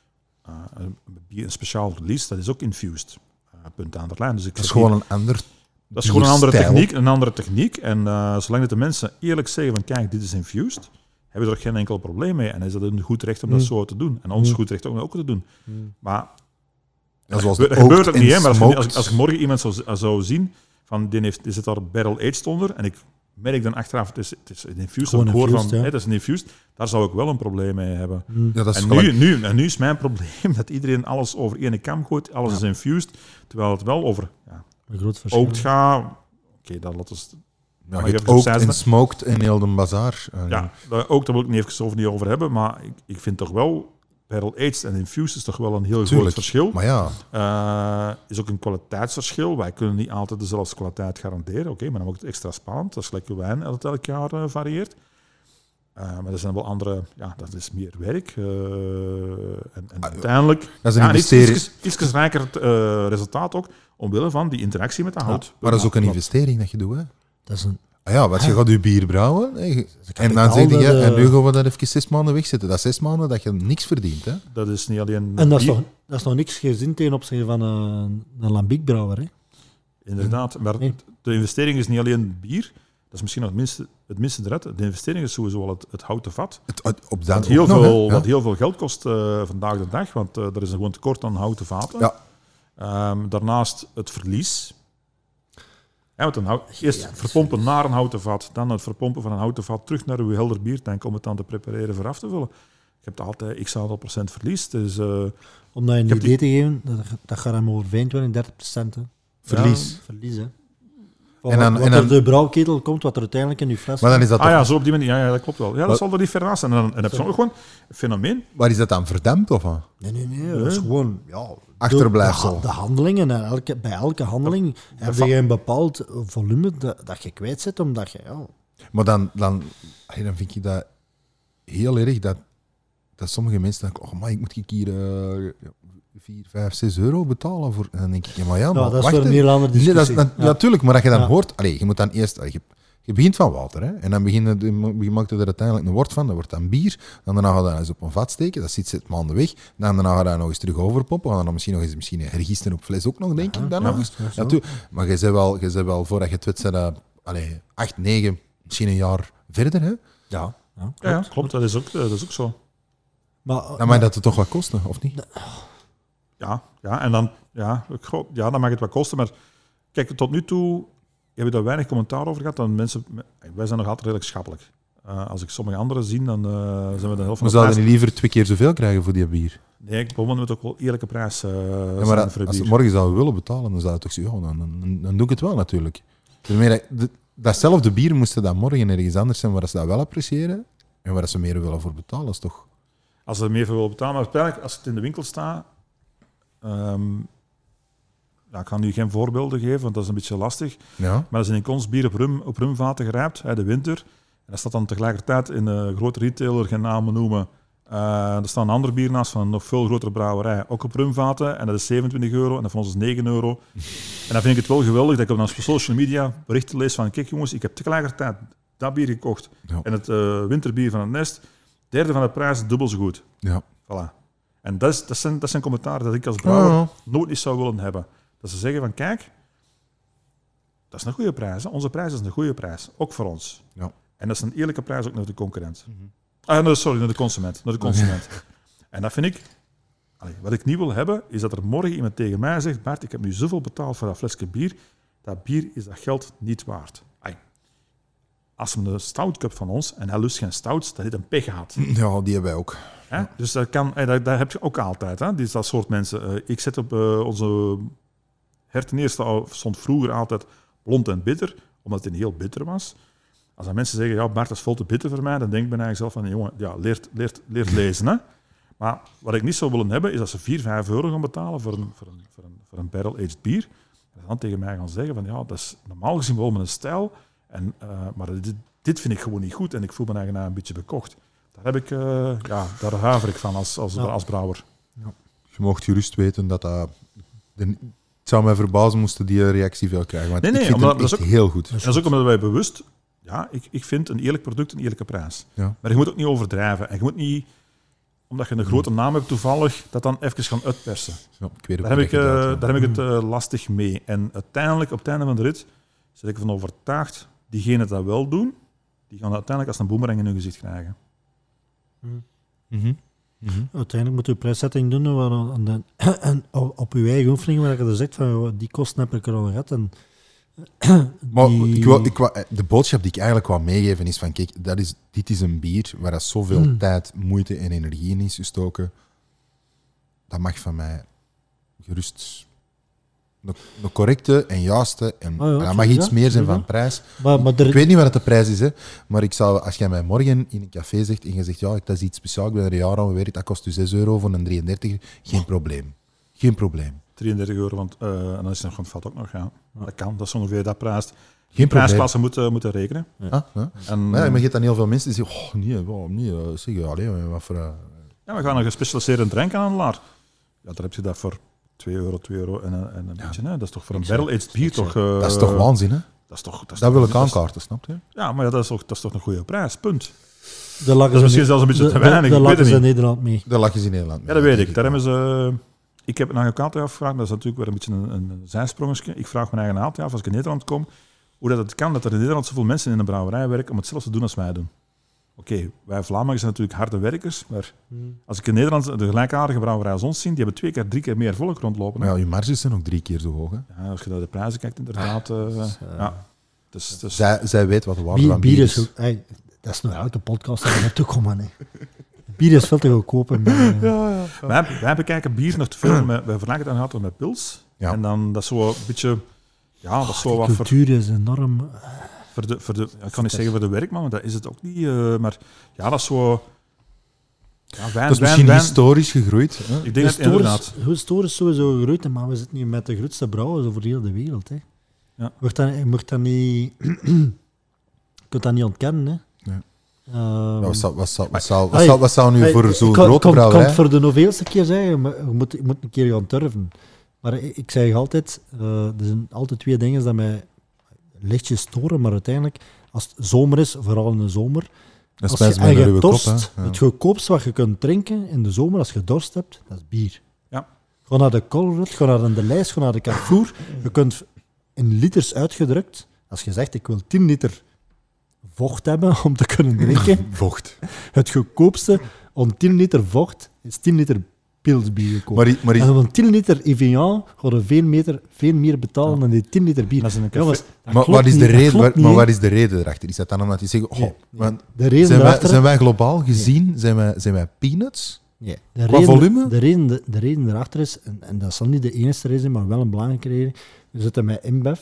een speciaal release, dat is ook infused. Punt aan de lijn. Dus ik Dat is zeg gewoon niet- een ander. dat is gewoon een bierstijl. andere techniek. En zolang dat de mensen eerlijk zeggen van kijk, dit is infused, hebben we er geen enkel probleem mee. En is dat een goed recht om dat zo te doen. En ons goed recht om dat ook te doen. Maar Ja, zoals dat de gebeurt oaked ook niet, hè. en Maar smoked. als ik morgen iemand zou zien, van die zit daar barrel-aged onder, en ik merk dan achteraf, het is een infused, Gewoon ik hoor infused, van, ja. hè, dat is een infused, daar zou ik wel een probleem mee hebben. Ja, dat is En gelijk- nu is mijn probleem dat iedereen alles over één kam gooit, alles is infused, terwijl het wel over Een groot verschil. oaked gaat. Oké, dat laten we... Ja, Maar je je hebt hebt oaked opzij- en smoked en heel de bazaar. Ja, ook daar wil ik niet over hebben, maar ik vind toch wel, barrel-aged en infused is toch wel een heel groot Tuurlijk. verschil. Maar ja, Is ook een kwaliteitsverschil. Wij kunnen niet altijd dezelfde kwaliteit garanderen. Oké, maar dan wordt het extra spannend. Dat is lekker wijn dat het elk jaar varieert. Maar er zijn wel andere... Ja, dat is meer werk. En uiteindelijk... dat is een Ja, investering. iets rijker resultaat ook, omwille van die interactie met de hout. Maar dat is ook een Klopt. investering dat je doet, hè. Dat is een... Ah ja, want je gaat je bier brouwen hè, en dan kapitaal zeg je, dat, en nu gaan we dat even 6 maanden wegzetten. Dat is 6 maanden dat je niks verdient, hè. Dat is niet alleen... En dat is, bier. nog, nog niks gezien ten opzichte van een lambiekbrouwer. Hè. Inderdaad, maar Nee. de investering is niet alleen bier, is misschien nog het minste eruit. De investering is sowieso wel het houten vat. Op Wat heel veel geld kost vandaag de dag, want er is gewoon tekort aan houten vaten. Ja. Daarnaast het verlies. Ja, eerst verpompen naar een houten vat, dan het verpompen van een houten vat terug naar uw helder biertank om het dan te prepareren voor af te vullen. Je hebt altijd x aantal procent verlies. Dus, om dat een idee te geven, dat gaat hem over 25-30% verlies. Ja, verlies, hè. En dan er de brouwketel komt, wat er uiteindelijk in uw fles maar dan is dat toch... zo op die manier. Ja, dat klopt wel. Ja, dat zal er niet ver naast zijn. En dan heb je ook gewoon een fenomeen. Maar is dat dan verdampt of wat? Nee. Dat is gewoon... Ja, achterblijfsel. De handelingen, bij elke handeling heb je een bepaald volume dat je kwijt zit, omdat je... Ja. Maar dan vind ik dat heel erg dat sommige mensen denken, ik moet hier 4, 5, 6 euro betalen voor... En dan denk ik, maar dat is wacht, voor een heel andere discussie. Natuurlijk, maar dat je dan hoort... je moet dan eerst... Je begint van water, hè, en dan maakt je er uiteindelijk een wort van, dat wordt dan bier, dan daarna ga je dat eens op een vat steken, dat zit maanden weg, dan daarna ga je dat nog eens terug overpoppen, ga je dan misschien hergisten op fles ook nog, denk ik, dan nog eens. Maar je bent wel, voordat je het weet, 8, 9, misschien een jaar verder, hè? Ja, klopt, dat is ook zo. Maar dat het toch wat kosten, of niet? Ja, en dan, dan mag het wat kosten, maar kijk, tot nu toe heb je daar weinig commentaar over gehad. Dan mensen, wij zijn nog altijd redelijk schappelijk. Als ik sommige anderen zie, dan zijn we de helft van de zouden niet liever 2 keer zoveel krijgen voor die bier? Nee, ik moet het ook wel eerlijke prijs maar als ze morgen zouden willen betalen, dan zou het toch zeggen, dan doe ik het wel natuurlijk. Dus datzelfde bier moesten dan morgen ergens anders zijn waar ze dat wel appreciëren en waar ze meer willen voor betalen, is toch... Als ze er meer voor willen betalen, maar uiteindelijk, als het in de winkel staat... ik ga nu geen voorbeelden geven, want dat is een beetje lastig. Ja. Maar als je in ons bier op rumvaten grijpt, de winter, en dat staat dan tegelijkertijd in een grote retailer, geen namen noemen, er staat een ander bier naast van een nog veel grotere brouwerij, ook op rumvaten, en dat is €27, en dat van ons is €9. En dan vind ik het wel geweldig dat ik op social media berichten lees van, kijk jongens, ik heb tegelijkertijd dat bier gekocht, en het winterbier van het Nest, derde van de prijs, dubbel zo goed. Ja. Voilà. En dat zijn commentaren dat ik als brouwer nooit eens zou willen hebben. Dat ze zeggen van, kijk, dat is een goede prijs. Hè? Onze prijs is een goede prijs, ook voor ons. Ja. En dat is een eerlijke prijs ook naar de concurrent. Naar de consument. En dat vind ik... wat ik niet wil hebben, is dat er morgen iemand tegen mij zegt, Bart, ik heb nu zoveel betaald voor dat flesje bier. Dat bier is dat geld niet waard. Als we een stout cup van ons, en hij lust geen stouts, dan heeft een pech gehad. Ja, die hebben wij ook. Ja. Dus dat heb je ook altijd. Hè? Dat soort mensen. Ik zet op onze herteneerste stond vroeger altijd blond en bitter, omdat het heel bitter was. Als dan mensen zeggen, Bart, dat is veel te bitter voor mij, dan denk ik bij mij zelf van, jongen, leert lezen. Hè? Maar wat ik niet zou willen hebben, is dat ze 4, 5 euro gaan betalen voor een barrel-aged bier. En dan tegen mij gaan zeggen van, dat is normaal gezien wel met een stijl, maar dit vind ik gewoon niet goed en ik voel me eigenlijk een beetje bekocht. Daar huiver ik van als brouwer. Ja. Je mocht gerust weten dat het zou mij verbazen moesten die reactie veel krijgen. Want ik vind het echt heel goed. En dat is ook omdat wij bewust... Ja, ik vind een eerlijk product een eerlijke prijs. Ja. Maar je moet ook niet overdrijven. En je moet niet, omdat je een grote naam hebt toevallig, dat dan even gaan uitpersen. Ja, daar heb ik het lastig mee. En uiteindelijk, op het einde van de rit, ben ik ervan overtuigd, diegenen dat wel doen, die gaan uiteindelijk als een boemerang in hun gezicht krijgen. Uiteindelijk moet je prijszetting doen en op je eigen oefeningen, waar je zegt van die kosten heb ik er al gehad. Maar de boodschap die ik eigenlijk wou meegeven is van, kijk, dit is een bier waar dat zoveel tijd, moeite en energie in is gestoken. Dat mag van mij gerust een correcte en juiste. En dat mag iets meer zijn van prijs. Ik weet niet wat de prijs is, hè, maar ik zou, als jij mij morgen in een café zegt en je zegt, dat is iets speciaals, ik ben er een jaar aan gewerkt, dat kost u €6 voor een 33, geen probleem. Geen probleem. €33, want en dan is het nog vat ook nog. Ja. Dat kan, dat is ongeveer dat prijs. Geen prijsklasse moeten rekenen. Ja. Maar je hebt dan heel veel mensen die zeggen, zeg, wat voor... Ja, we gaan een gespecialiseerde drankhandelaar. Ja, daar heb je dat voor €2 en een beetje. Hè. Dat is toch voor een barrel-aged bier toch... dat is toch waanzin, hè? Dat wil ik aankaarten, snap je? Ja, maar dat is toch een goede prijs, punt. Dat is misschien zelfs een beetje te weinig. Daar lachen ze in Nederland mee. Daar lachen ze in Nederland mee. Ja, dat weet ik. Daar hebben ze... Ik heb het naar een advocaat afgevraagd, dat is natuurlijk weer een beetje een zijsprongetje. Ik vraag mijn eigen advocaat af, als ik in Nederland kom, hoe dat het kan dat er in Nederland zoveel mensen in een brouwerij werken om hetzelfde te doen als wij doen. Oké, wij Vlamingen zijn natuurlijk harde werkers, maar als ik in Nederland de gelijkaardige brouwerij als ons zie, die hebben 2 keer, 3 keer meer volk rondlopen. Maar ja, je marges zijn ook 3 keer zo hoog. Hè? Ja, als je naar de prijzen kijkt, inderdaad. Ja. Dus, Zij weet wat de waarde van bier bier is. is. Hey, dat is nou elke podcast waar we naartoe komen. Hè. Bier is veel te goedkoop. Wij bekijken bier nog te veel. Wij vergelijken het dan met pils. Ja. En dan dat is zo een beetje... Ja, dat is zo De wat voor... cultuur is enorm... Ik kan niet zeggen voor de werkman, maar dat is het ook niet. Maar ja, dat is zo... Ja, wijn, Dat is misschien wijn. historisch gegroeid. Hè? Ik denk dat inderdaad... Historisch sowieso gegroeid, maar we zitten nu met de grootste brouwers over heel de wereld. Hè. Ja. Je mocht dat niet... je kunt dat niet ontkennen. Hè. Ja. Wat zou nu voor zo'n grote Ik kan brouwerij... het voor de hoeveelste keer zeggen, maar je moet een keer gaan durven. Maar ik zeg altijd, er zijn altijd 2 dingen dat mij lichtjes storen, maar uiteindelijk, als het zomer is, vooral in de zomer, Dat als spijt je, me en naar je uw kop. dorst, Hè? Ja. het goedkoopste wat je kunt drinken in de zomer als je dorst hebt, dat is bier. Ja. Ga naar de Colruyt, ga naar de Lijst, ga naar de Carrefour. Je kunt in liters uitgedrukt, als je zegt ik wil 10 liter vocht hebben om te kunnen drinken, Vocht. het goedkoopste om 10 liter vocht is 10 liter pilsbier kopen. Maar En om 10 liter Evian ga je veel meer betalen dan die 10 liter bier. Dat is een café. Jongens, dat Maar klopt wat is de niet, dat reden? klopt niet, Maar hè. wat is de reden erachter? Is dat dan omdat die zeggen, oh, Nee. want De reden erachter... zijn wij globaal gezien, zijn wij peanuts? Nee, Qua volume? De reden erachter is, en dat zal niet de enige reden zijn, maar wel een belangrijke reden. We zitten met InBev,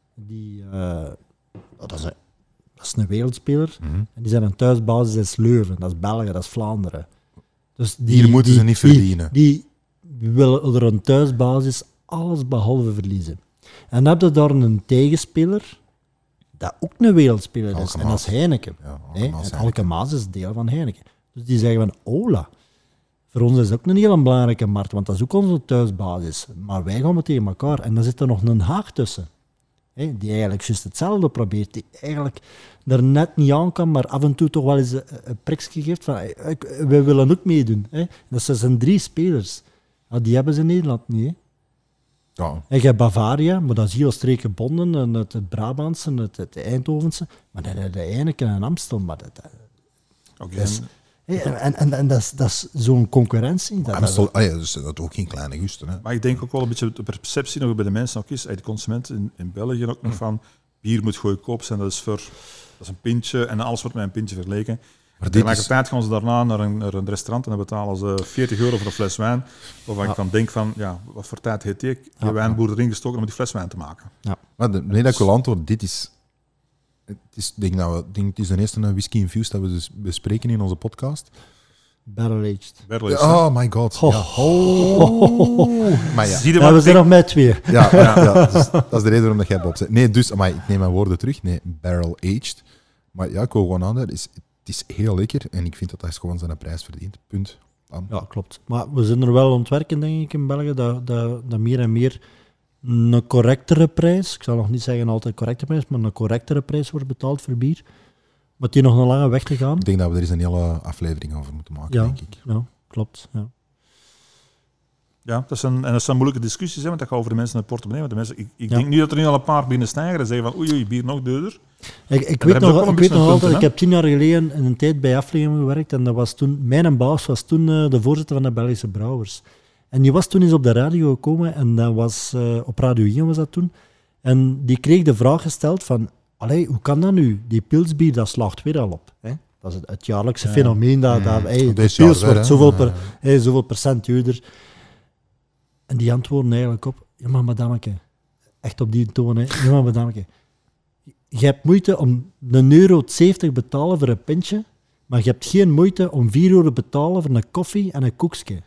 dat is een wereldspeler, en die zijn een thuisbasis in Leuven, dat is België, dat is Vlaanderen. Dus Hier moeten ze niet verdienen. Die willen er een thuisbasis alles behalve verliezen. En dan heb je daar een tegenspeler, dat ook een wereldspeler is, Alkemaas. en dat is Heineken. Ja, Hè? Alkemaas, En Alkemaas is deel van Heineken. Dus die zeggen van, hola, voor ons is het ook een heel belangrijke markt, want dat is ook onze thuisbasis. Maar wij gaan het tegen elkaar. En dan zit er nog een Haag tussen, hè, die eigenlijk juist hetzelfde probeert, die eigenlijk er net niet aan kan, maar af en toe toch wel eens een prikje geeft van, wij willen ook meedoen. Hè. Dat zijn 3 spelers. Ja, die hebben ze in Nederland niet. Hè. Ja. En je hebt Bavaria, maar dat is heel streekgebonden, en het Brabantse, het Eindhovense, maar dan heb je Heineken en Amstel, maar Oké. dat is... En dat is zo'n concurrentie. Dus dat is ook geen kleine gusten. Hè? Maar ik denk ook wel een beetje de perceptie nog bij de mensen ook is, de consument in België ook nog van, bier moet goedkoop zijn, dat is een pintje en alles wordt met een pintje vergeleken. Maar Tegelijkertijd gaan ze daarna naar een restaurant en dan betalen ze €40 voor een fles wijn. Waarvan ik dan denk van, ja, wat voor tijd heeft die wijnboer erin gestoken om die fles wijn te maken? Maar de reden dat ik wil antwoorden, dit is... Ik denk het is de eerste whisky infused dat we dus bespreken in onze podcast. Barrel-aged. Oh my god. Ja. Maar ja. Zie je Ja, wat we ik zijn denk? nog met 2. Ja, dus dat is de reden waarom dat jij Bob zegt. Nee, dus, maar ik neem mijn woorden terug. Nee, barrel-aged. Maar ja, ik wil gewoon aan, het is heel lekker en ik vind dat hij gewoon zijn prijs verdient. Punt. Ja, klopt. Maar we zijn er wel aan het werken, denk ik, in België, dat meer en meer een correctere prijs, ik zal nog niet zeggen altijd correcte prijs, maar een correctere prijs wordt betaald voor bier. Maar die nog een lange weg te gaan. Ik denk dat we er eens een hele aflevering over moeten maken, denk ik. Ja, klopt. Ja. Ja, dat zijn moeilijke discussies, hè, want dat gaat over de mensen in het portemonnee. Want de mensen, ik denk nu dat er nu al een paar binnen stijgen en zeggen van oei, bier nog duurder. Ik daar weet hebben ze ook wel nog een beetje een altijd, punt in, ik heb 10 jaar geleden in een tijd bij Aflingen gewerkt en dat was toen, mijn baas was toen de voorzitter van de Belgische Brouwers. En die was toen eens op de radio gekomen en dat was op Radio 1 was dat toen. En die kreeg de vraag gesteld van, allee, hoe kan dat nu? Die pilsbier, dat slaagt weer al op. Hè? Dat is het jaarlijkse fenomeen, dat de Deze jaar pils weer, wordt hè. zoveel procent duurder. En die antwoorden eigenlijk op, ja maar madameke, echt op die toon, hè. Ja maar madameke, je hebt moeite om €1,70 betalen voor een pintje, maar je hebt geen moeite om €4 betalen voor een koffie en een koekje.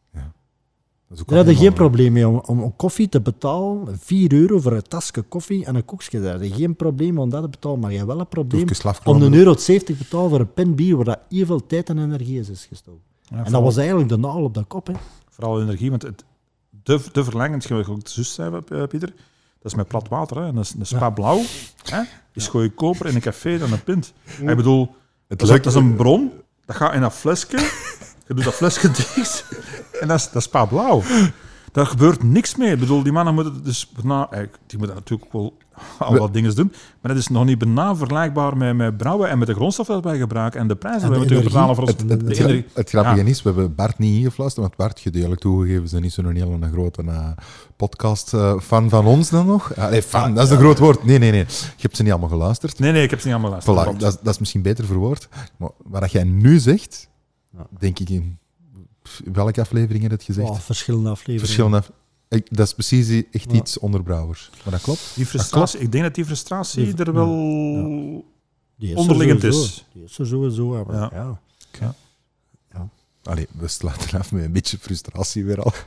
Dat is ook Daar had je allemaal- geen probleem mee om koffie te betalen, €4 voor een tasje koffie en een koekje. Daar had je geen probleem om dat te betalen, maar je hebt wel een probleem Doe even om slafkraam. €1,70 te betalen voor een pint bier waar dat evenveel tijd en energie is gestoken. Ja, En dat was eigenlijk de naal op de kop. Hè. Vooral energie, want de verlengend, zoals ik ook juist zei, Pieter, dat is met plat water. Hè. En een spa blauw hè, is goedkoper in een café dan een pint. Ik bedoel, dat is een bron, dat gaat in dat flesje, je doet dat flesje dicht en dat is spa blauw. Daar gebeurt niks mee. Ik bedoel, die mannen moeten dus die moeten natuurlijk wel al wat dingen doen, maar het is nog niet bijna vergelijkbaar met brouwen en met de grondstof dat wij gebruiken en de prijzen die we natuurlijk betalen voor ons. Het grappige is, we hebben Bart niet ingefluisterd, want Bart, gedeeltelijk toegegeven, is niet zo'n hele grote podcast-fan van ons dan nog. Fan, dat is een groot woord. Nee. Je hebt ze niet allemaal geluisterd. Nee, ik heb ze niet allemaal geluisterd. Voilà, dat is misschien beter verwoord. Maar wat jij nu zegt, denk ik in welke aflevering heb je het gezegd? Verschillende afleveringen. Dat is precies echt iets onder brouwers. Maar dat klopt. Die frustratie, ik denk dat die frustratie er wel Die onderliggend is. Die is er sowieso. Maar Ja. Allee, we sluiten af met een beetje frustratie weer al.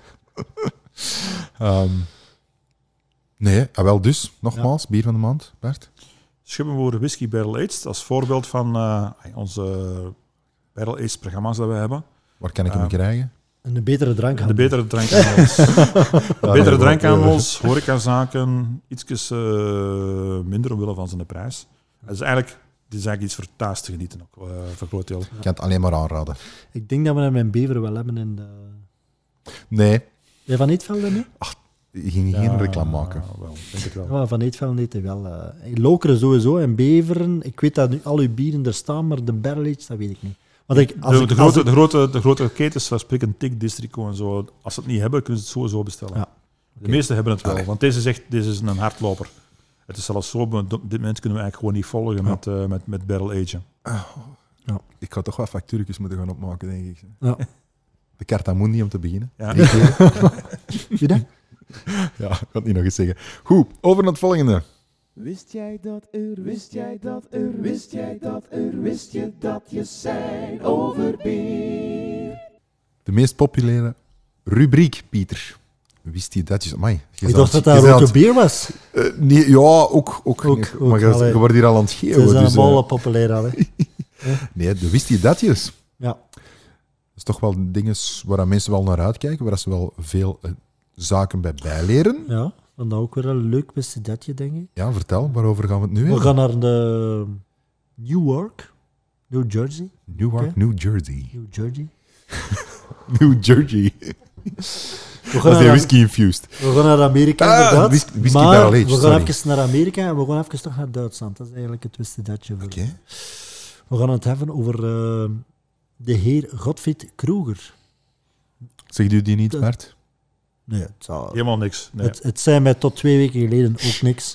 Nee, wel dus. Nogmaals, bier van de maand, Bert. Schubbenwoorden Whisky Barrel Aged als voorbeeld van onze Barrel Aged programma's dat we hebben. Waar kan ik hem krijgen? En de betere drank. De betere drankhandels. Betere drankhandels, horecazaken, ietsjes minder omwille van zijn prijs. Het is eigenlijk iets voor thuis te genieten, ook, voor groot deel. Ik kan het alleen maar aanraden. Ik denk dat we hem in Beveren wel hebben in de... Nee. Ben je van Eetvelde nu? Je ging geen reclame maken. Wel, denk het wel. Ja, van Eetvelde deed hij wel. Lokeren sowieso en Beveren. Ik weet dat nu al uw bieren er staan, maar de barrel aged, dat weet ik niet. De grote ketens, zoals Prik, Tik, Districo en zo, als ze het niet hebben, kunnen ze het sowieso bestellen. Ja. De meeste hebben het wel, want deze is een hardloper. Het is zelfs zo, op dit moment kunnen we eigenlijk gewoon niet volgen met barrel agen. Ik ga toch wat factuurtjes moeten gaan opmaken, denk ik. Ja. De Cartamundi om te beginnen. Ja. Wie dat? Ja, ik kan het niet nog eens zeggen. Goed, over naar het volgende. Wist jij dat je zijn over bier? De meest populaire rubriek, Pieter. Wist je dat? Amai, Ik dacht dat dat rood bier was. Nee, ja, ook. Maar je wordt hier al aan het geven. Ze zijn dus, ballen populair al. Nee, de wist je datjes. Ja. Dat is toch wel dingen waar mensen wel naar uitkijken, waar ze wel veel zaken bij bijleren. Ja, dan ook weer een leuk bestedetje, denk ik. Ja, vertel, waarover gaan we het nu We hebben? gaan naar de Newark, New Jersey. Newark, Oké. New Jersey. New Jersey. New Jersey. We gaan Dat is naar, whisky infused. we gaan naar Amerika, inderdaad. Whisky maar barrel aged, we gaan sorry. even naar Amerika en we gaan even toch naar Duitsland. Dat is eigenlijk het bestedetje. Oké. We gaan het hebben over de heer Gottfried Kroeger. Zegt u die niet, Bert? Nee, het zal... Helemaal niks. Nee. Het zei mij tot 2 weken geleden ook niks.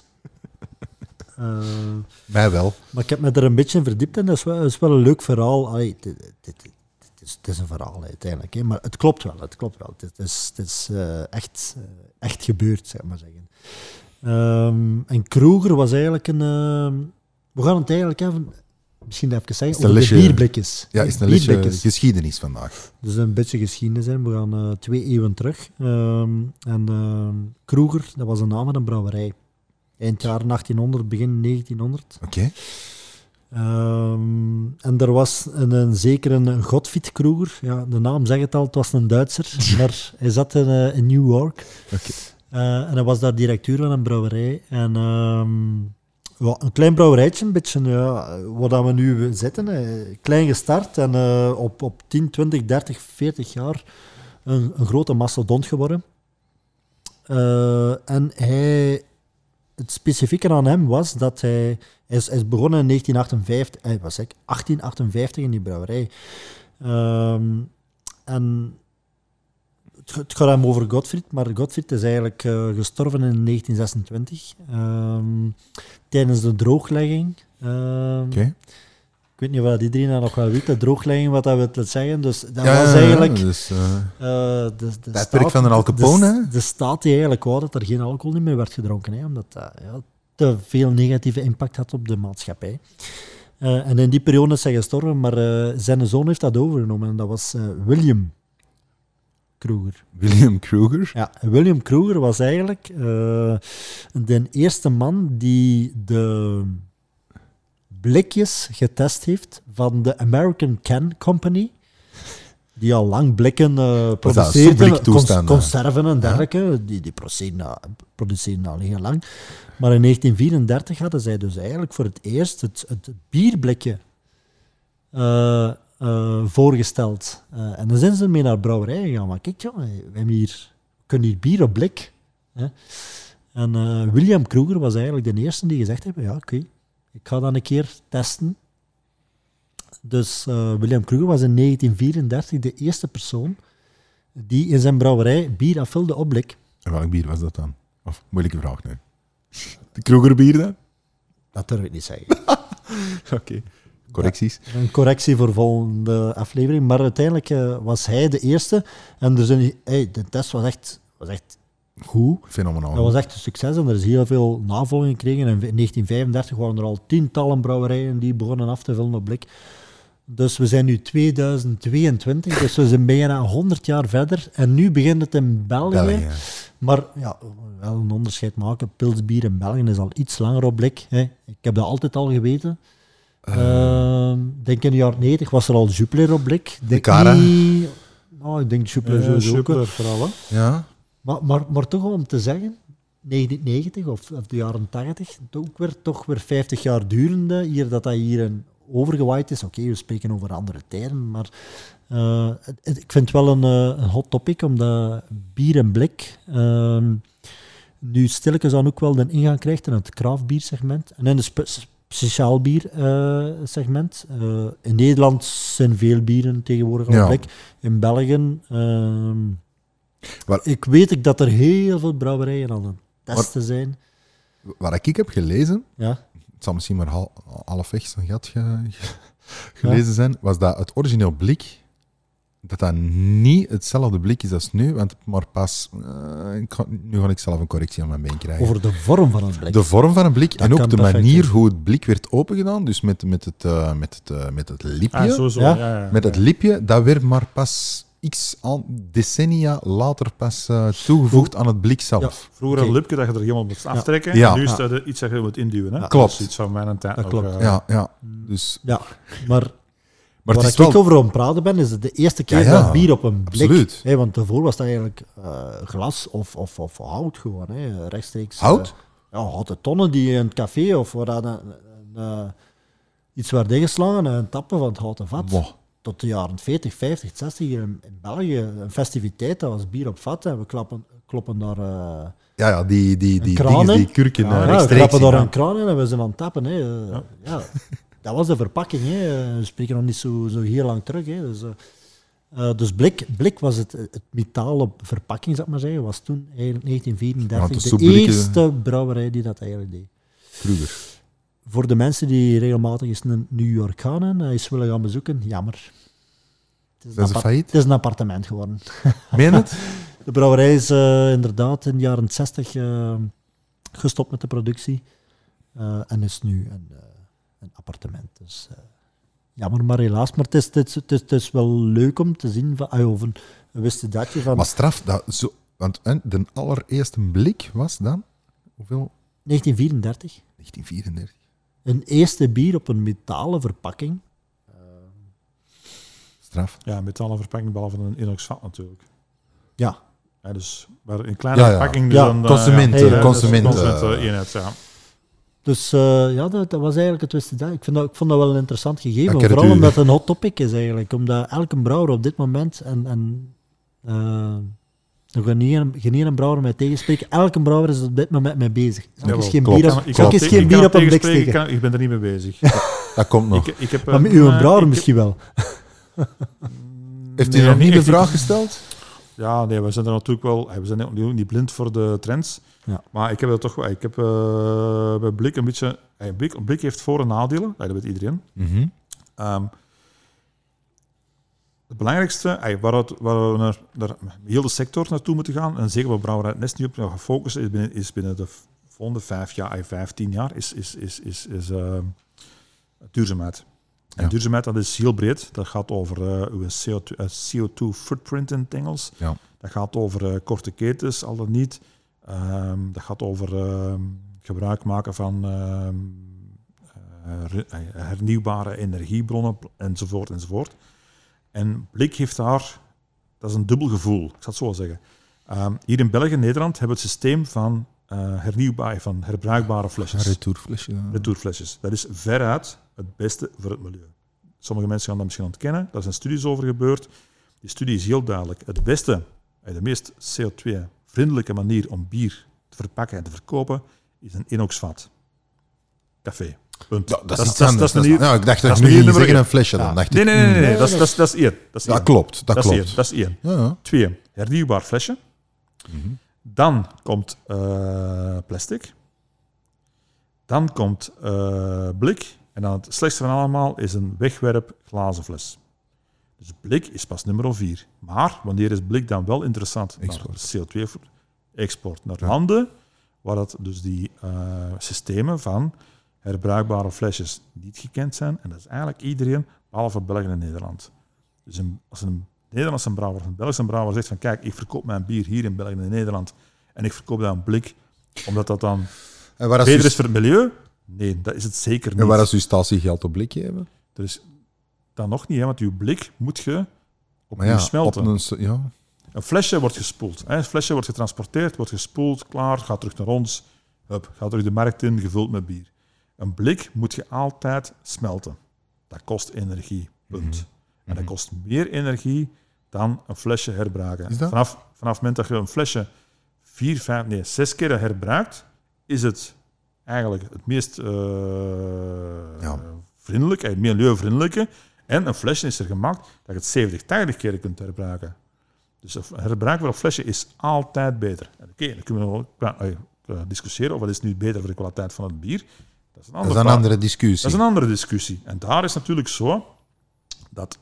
Mij wel. Maar ik heb me er een beetje in verdiept en dat is wel een leuk verhaal. Allee, het is een verhaal uiteindelijk, hè, maar het klopt wel. Het is echt gebeurd, zeg maar zeggen. En Kroeger was eigenlijk een... we gaan het eigenlijk even... Misschien even zeggen over de bierblikjes. Ja, is een lesje geschiedenis vandaag. Dus een beetje geschiedenis. Hè. We gaan 2 eeuwen terug. Kroeger, dat was de naam van een brouwerij. Eind jaren 1800, begin 1900. Oké. En er was een zekere Gottfried Kroeger. Ja, de naam zegt het al, het was een Duitser. Maar hij zat in New York. Oké. En hij was daar directeur van een brouwerij. En ja, een klein brouwerijtje, een beetje waar we nu zitten. Klein gestart en op 10, 20, 30, 40 jaar een grote mastodont geworden. En het specifieke aan hem was dat hij is begonnen in 1858 in die brouwerij. En het gaat hem over Gottfried, maar Gottfried is eigenlijk gestorven in 1926 tijdens de drooglegging. Oké. Ik weet niet wat iedereen dat nog wel weet, de drooglegging, wat dat wil zeggen. Dus dat was eigenlijk... Dus, de tijdperk van een Al Capone, hè? De staat die eigenlijk wou dat er geen alcohol niet meer werd gedronken, hè, omdat dat te veel negatieve impact had op de maatschappij. En in die periode is hij gestorven, maar zijn zoon heeft dat overgenomen en dat was William Kroeger. William Kroeger? Ja, William Kroeger was eigenlijk de eerste man die de blikjes getest heeft van de American Can Company, die al lang blikken produceerden, conserven en dergelijke. Die produceren al heel lang. Maar in 1934 hadden zij dus eigenlijk voor het eerst het bierblikje voorgesteld. En dan zijn ze mee naar brouwerijen gegaan. Maar kijk, joh, we hebben hier kun hier bier op blik. Hè? En William Kruger was eigenlijk de eerste die gezegd heeft, ja, oké, ik ga dat een keer testen. Dus William Kruger was in 1934 de eerste persoon die in zijn brouwerij bier afvulde op blik. En welk bier was dat dan? Of moeilijke vraag nu. De Krugerbier dan? Dat durf ik niet zeggen. Oké. Correcties. Ja, een correctie voor volgende aflevering. Maar uiteindelijk was hij de eerste. En de test was echt goed. Fenomenaal. Dat was echt een succes en er is heel veel navolging gekregen. En in 1935 waren er al tientallen brouwerijen die begonnen af te vullen op blik. Dus we zijn nu 2022, dus we zijn bijna 100 jaar verder. En nu begint het in België. Maar ja, wel een onderscheid maken. Pilsbier in België is al iets langer op blik. Hè. Ik heb dat altijd al geweten. Denk in de jaren 90 was er al Jupiler op blik. De Cara. Ik denk Jupiler sowieso ook. Jupiler vooral, hè. Ja. Maar toch om te zeggen, 1990 of de jaren 80, toch weer 50 jaar durende, hier dat hier overgewaaid is. Oké, we spreken over andere tijden, maar ik vind het wel een hot topic, omdat bier en blik nu stilletjes aan ook wel de ingang krijgt in het craftbiersegment en in de speciaal biersegment. In Nederland zijn veel bieren tegenwoordig op blik. In België... ik weet dat er heel veel brouwerijen aan het testen zijn. Wat ik heb gelezen, ja. Het zal misschien maar halfweg zo'n gat gelezen zijn, was dat het origineel blik, dat niet hetzelfde blik is als nu, want maar pas... nu ga ik zelf een correctie aan mijn been krijgen. Over de vorm van het blik. De vorm van het blik Dat en ook de perfect manier zijn. hoe het blik werd opengedaan, dus met het lipje. Ja. Met het lipje, dat werd maar pas decennia later pas toegevoegd aan het blik zelf. Ja. Vroeger een lipje dat je er helemaal moest aftrekken. Ja. En nu is het iets dat je moet induwen. Hè? Ja. Klopt. Dat is iets van mijn tijd. Dat nog, klopt. Ja. Dus, Ja, maar maar waar het is ik wel... over aan het praten ben, is het de eerste keer Ja, dat bier op een blik. absoluut. Hè, want daarvoor was dat eigenlijk glas of hout gewoon. Hè, rechtstreeks. Hout? Houten tonnen die in het café of waar iets werd ingeslagen en tappen van het houten vat. Wow. Tot de jaren 40, 50, 60 hier in België. Een festiviteit, dat was bier op vat. En we kloppen daar... die kraan, dingen, hè? die kurken we rechtstreeks. klappen daar in. een kraan in en we zijn aan het tappen. Hè. Dat was de verpakking. Hè. We spreken nog niet zo heel lang terug. Hè. Dus blik was het metalen verpakking, zou ik maar zeggen, was toen eigenlijk 1934 Ja, de eerste brouwerij die dat eigenlijk deed. Kruger. Voor de mensen die regelmatig eens naar New York gaan en eens willen gaan bezoeken, jammer. Dat is een failliet? Het is een appartement geworden. Meen het? De brouwerij is inderdaad in de jaren 60 gestopt met de productie en is nu een appartement. Dus jammer, maar helaas. Maar het is wel leuk om te zien of een wist dat je van... Maar straf, want de allereerste blik was dan? Hoeveel? 1934. 1934. Een eerste bier op een metalen verpakking. Straf. Ja, metalen verpakking, behalve een inoxvat natuurlijk. Ja. Ja, dus maar een kleine Ja. verpakking. Ja, Dus consument, eenheid, ja. Dus dat was eigenlijk het wist dat. Ik vond dat wel een interessant gegeven. Ik heb Vooral het omdat het een hot topic is eigenlijk. Omdat elke brouwer op dit moment... Er gaat niet een brouwer mij tegenspreken. Elke brouwer is op dit moment mee bezig. Zal ik eens geen bier op een blik steken? Ik ben er niet mee bezig. Dat komt nog. Ik heb, Maar met uw brouwer misschien wel. Heeft hij nog niet de vraag gesteld? Ja, nee, we zijn er natuurlijk wel... We zijn ook niet blind voor de trends. Ja. Maar ik heb dat toch wel... Ik heb bij Blik een beetje... Blik heeft voor- en nadelen. Dat weet iedereen. Het belangrijkste, waar we naar heel de sector naartoe moeten gaan, en zeker waar Brouwerij Nest nu op gaan focussen, is binnen de volgende 15 jaar, is duurzaamheid. En Ja. duurzaamheid, dat is heel breed. Dat gaat over uw CO2 footprint in het Engels. Ja. Dat gaat over korte ketens, al dan niet. Dat gaat over gebruik maken van hernieuwbare energiebronnen, enzovoort. En Blik heeft daar, dat is een dubbel gevoel, ik zal het zo zeggen. Hier in België en Nederland hebben we het systeem van herbruikbare flesjes. Retourflesjes. Dat is veruit het beste voor het milieu. Sommige mensen gaan dat misschien ontkennen, daar zijn studies over gebeurd. Die studie is heel duidelijk. Het beste, de meest CO2 vriendelijke manier om bier te verpakken en te verkopen is een inoxvat. Café. Punt. Ja, dat is een hier. Ja, ik dacht dat dat is nu hier ging nummer zeggen één. een flesje dan. Dacht ik. Nee. Dat is één. Dat klopt. Dat is één. Ja. 2, hernieuwbaar flesje. Dan komt plastic. Dan komt blik. En dan het slechtste van allemaal is een wegwerp glazen fles. Dus blik is pas nummer 4. Maar wanneer is blik dan wel interessant? Export. CO2-export naar landen waar dat dus die systemen van herbruikbare flesjes niet gekend zijn. En dat is eigenlijk iedereen, behalve België en Nederland. Dus als een Nederlandse brouwer of een Belgische brouwer zegt van kijk, ik verkoop mijn bier hier in België en Nederland en ik verkoop dat aan blik, omdat dat dan beter is voor het milieu? Nee, dat is het zeker niet. En waar is uw statiegeld op blik geven? Er is dat nog niet, hè, want uw blik moet je opnieuw smelten. Een flesje wordt gespoeld. Hè. Een flesje wordt getransporteerd, wordt gespoeld, klaar, gaat terug naar ons, gaat terug de markt in, gevuld met bier. Een blik moet je altijd smelten. Dat kost energie, punt. En dat kost meer energie dan een flesje herbruiken. Vanaf het moment dat je een flesje 6 keer herbruikt, is het eigenlijk het meest vriendelijk, het milieuvriendelijke. En een flesje is er gemaakt dat je het 70, 80 keer kunt herbruiken. Dus een herbruikbaar flesje is altijd beter. Oké, dan kunnen we wel discussiëren of wat is nu beter voor de kwaliteit van het bier. Dat is een andere discussie. Dat is een andere discussie. En daar is natuurlijk zo dat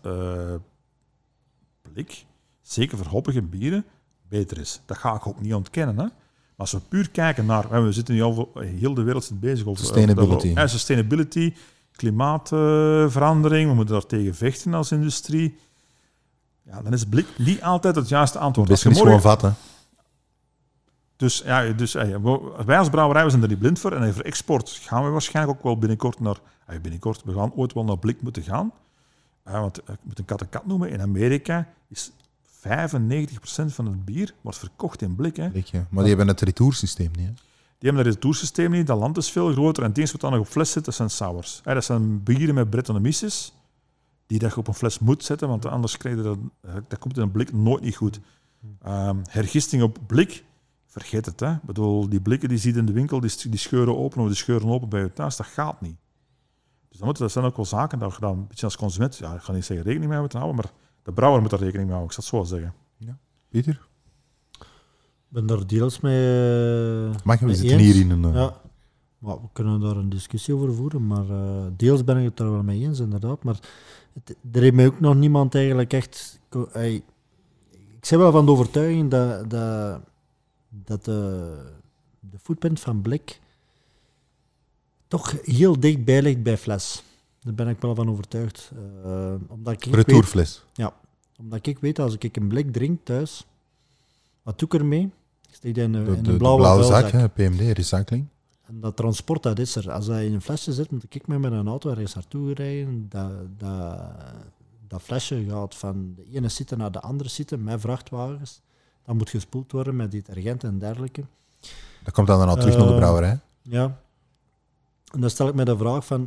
blik, zeker voor hoppige bieren, beter is. Dat ga ik ook niet ontkennen. Hè? Maar als we puur kijken naar... We zitten nu al... Heel de wereld zit bezig over... Sustainability, klimaatverandering. We moeten daar tegen vechten als industrie. Ja, dan is blik niet altijd het juiste antwoord. Dat is gewoon vat, hè? Dus wij als brouwerij zijn er niet blind voor. En voor export gaan we waarschijnlijk ook wel binnenkort naar... we gaan ooit wel naar blik moeten gaan. Want ik moet een kat en kat noemen. In Amerika is 95% van het bier wordt verkocht in blik. Hè. Blik, ja. Maar die hebben het retoursysteem niet, hè? Die hebben het retoursysteem niet. Dat land is veel groter. En het enige wat dan nog op fles zit, dat zijn sours. Dat zijn bieren met Brettanomyces. Die je op een fles moet zetten, want anders krijg je dat komt in een blik nooit niet goed. Hergisting op blik, vergeet het. Hè. Ik bedoel, die blikken die je ziet in de winkel, die scheuren open of die scheuren open bij je thuis, dat gaat niet. Dus dat zijn ook wel zaken dat je dan een beetje als consument, ik ga niet zeggen rekening mee moeten houden, maar de brouwer moet daar rekening mee houden, ik zal het zo zeggen. Ja. Pieter? Ik ben daar deels mee Mag je, we zitten hier in een... Ja. Maar we kunnen daar een discussie over voeren, maar deels ben ik het er wel mee eens, inderdaad. Maar er heeft mij ook nog niemand eigenlijk echt... Ik ben wel van de overtuiging dat de footprint van blik toch heel dichtbij ligt bij fles. Daar ben ik wel van overtuigd. Omdat ik retourfles. Omdat ik weet, als ik een blik drink thuis, wat doe ik ermee? Ik steek dat in de blauwe zak, hè, PMD, recycling. En dat transport, dat is er. Als dat in een flesje zit, moet ik met een auto ergens naartoe rijden. Dat flesje gaat van de ene site naar de andere site met vrachtwagens. Dat moet gespoeld worden met detergenten en dergelijke. Dat komt dan terug naar de brouwerij. Ja. En dan stel ik me de vraag van...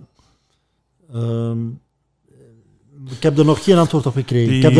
ik heb er nog geen antwoord op gekregen.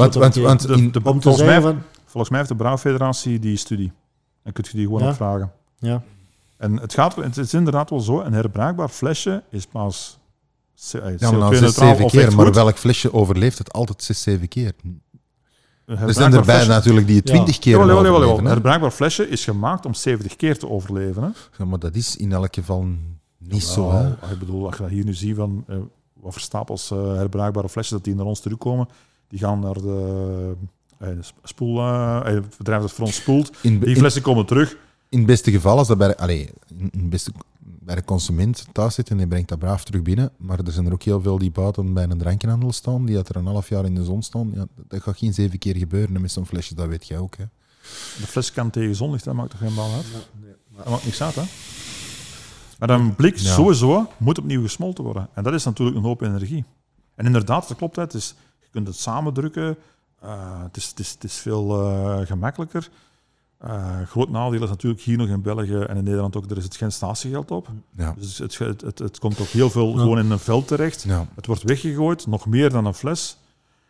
Volgens mij heeft de Brouwfederatie die studie. Dan kun je die gewoon opvragen. Ja. En het is inderdaad wel zo, een herbruikbaar flesje is pas CO2-neutraal 6-7 keer, maar welk flesje overleeft het altijd 6-7 keer? Er zijn erbij flesje, natuurlijk die 20 keer overleven. Een herbruikbaar flesje is gemaakt om 70 keer te overleven. Hè? Ja, maar dat is in elk geval niet zo. Hè? Ik bedoel, als je hier nu ziet van wat voor stapels herbruikbare flesjes dat die naar ons terugkomen, die gaan naar de het bedrijf dat voor ons spoelt. Die flessen komen terug. In het beste geval, als dat bij de consument thuis zit en die brengt dat braaf terug binnen, maar er zijn er ook heel veel die buiten bij een drankhandel staan, die er een half jaar in de zon staan. Ja, dat gaat geen 7 keer gebeuren met zo'n flesje, dat weet jij ook. Hè. De fles kan tegen zonlicht, dat maakt toch geen bal uit? Nee. Dat maakt niks uit, hè? Maar een blik sowieso moet opnieuw gesmolten worden. En dat is natuurlijk een hoop energie. En inderdaad, dat klopt. Je kunt het samendrukken. Het is veel gemakkelijker. Groot nadeel is natuurlijk hier nog in België en in Nederland ook, er is het geen statiegeld op. Ja. Dus het komt ook heel veel gewoon in een veld terecht. Ja. Het wordt weggegooid, nog meer dan een fles.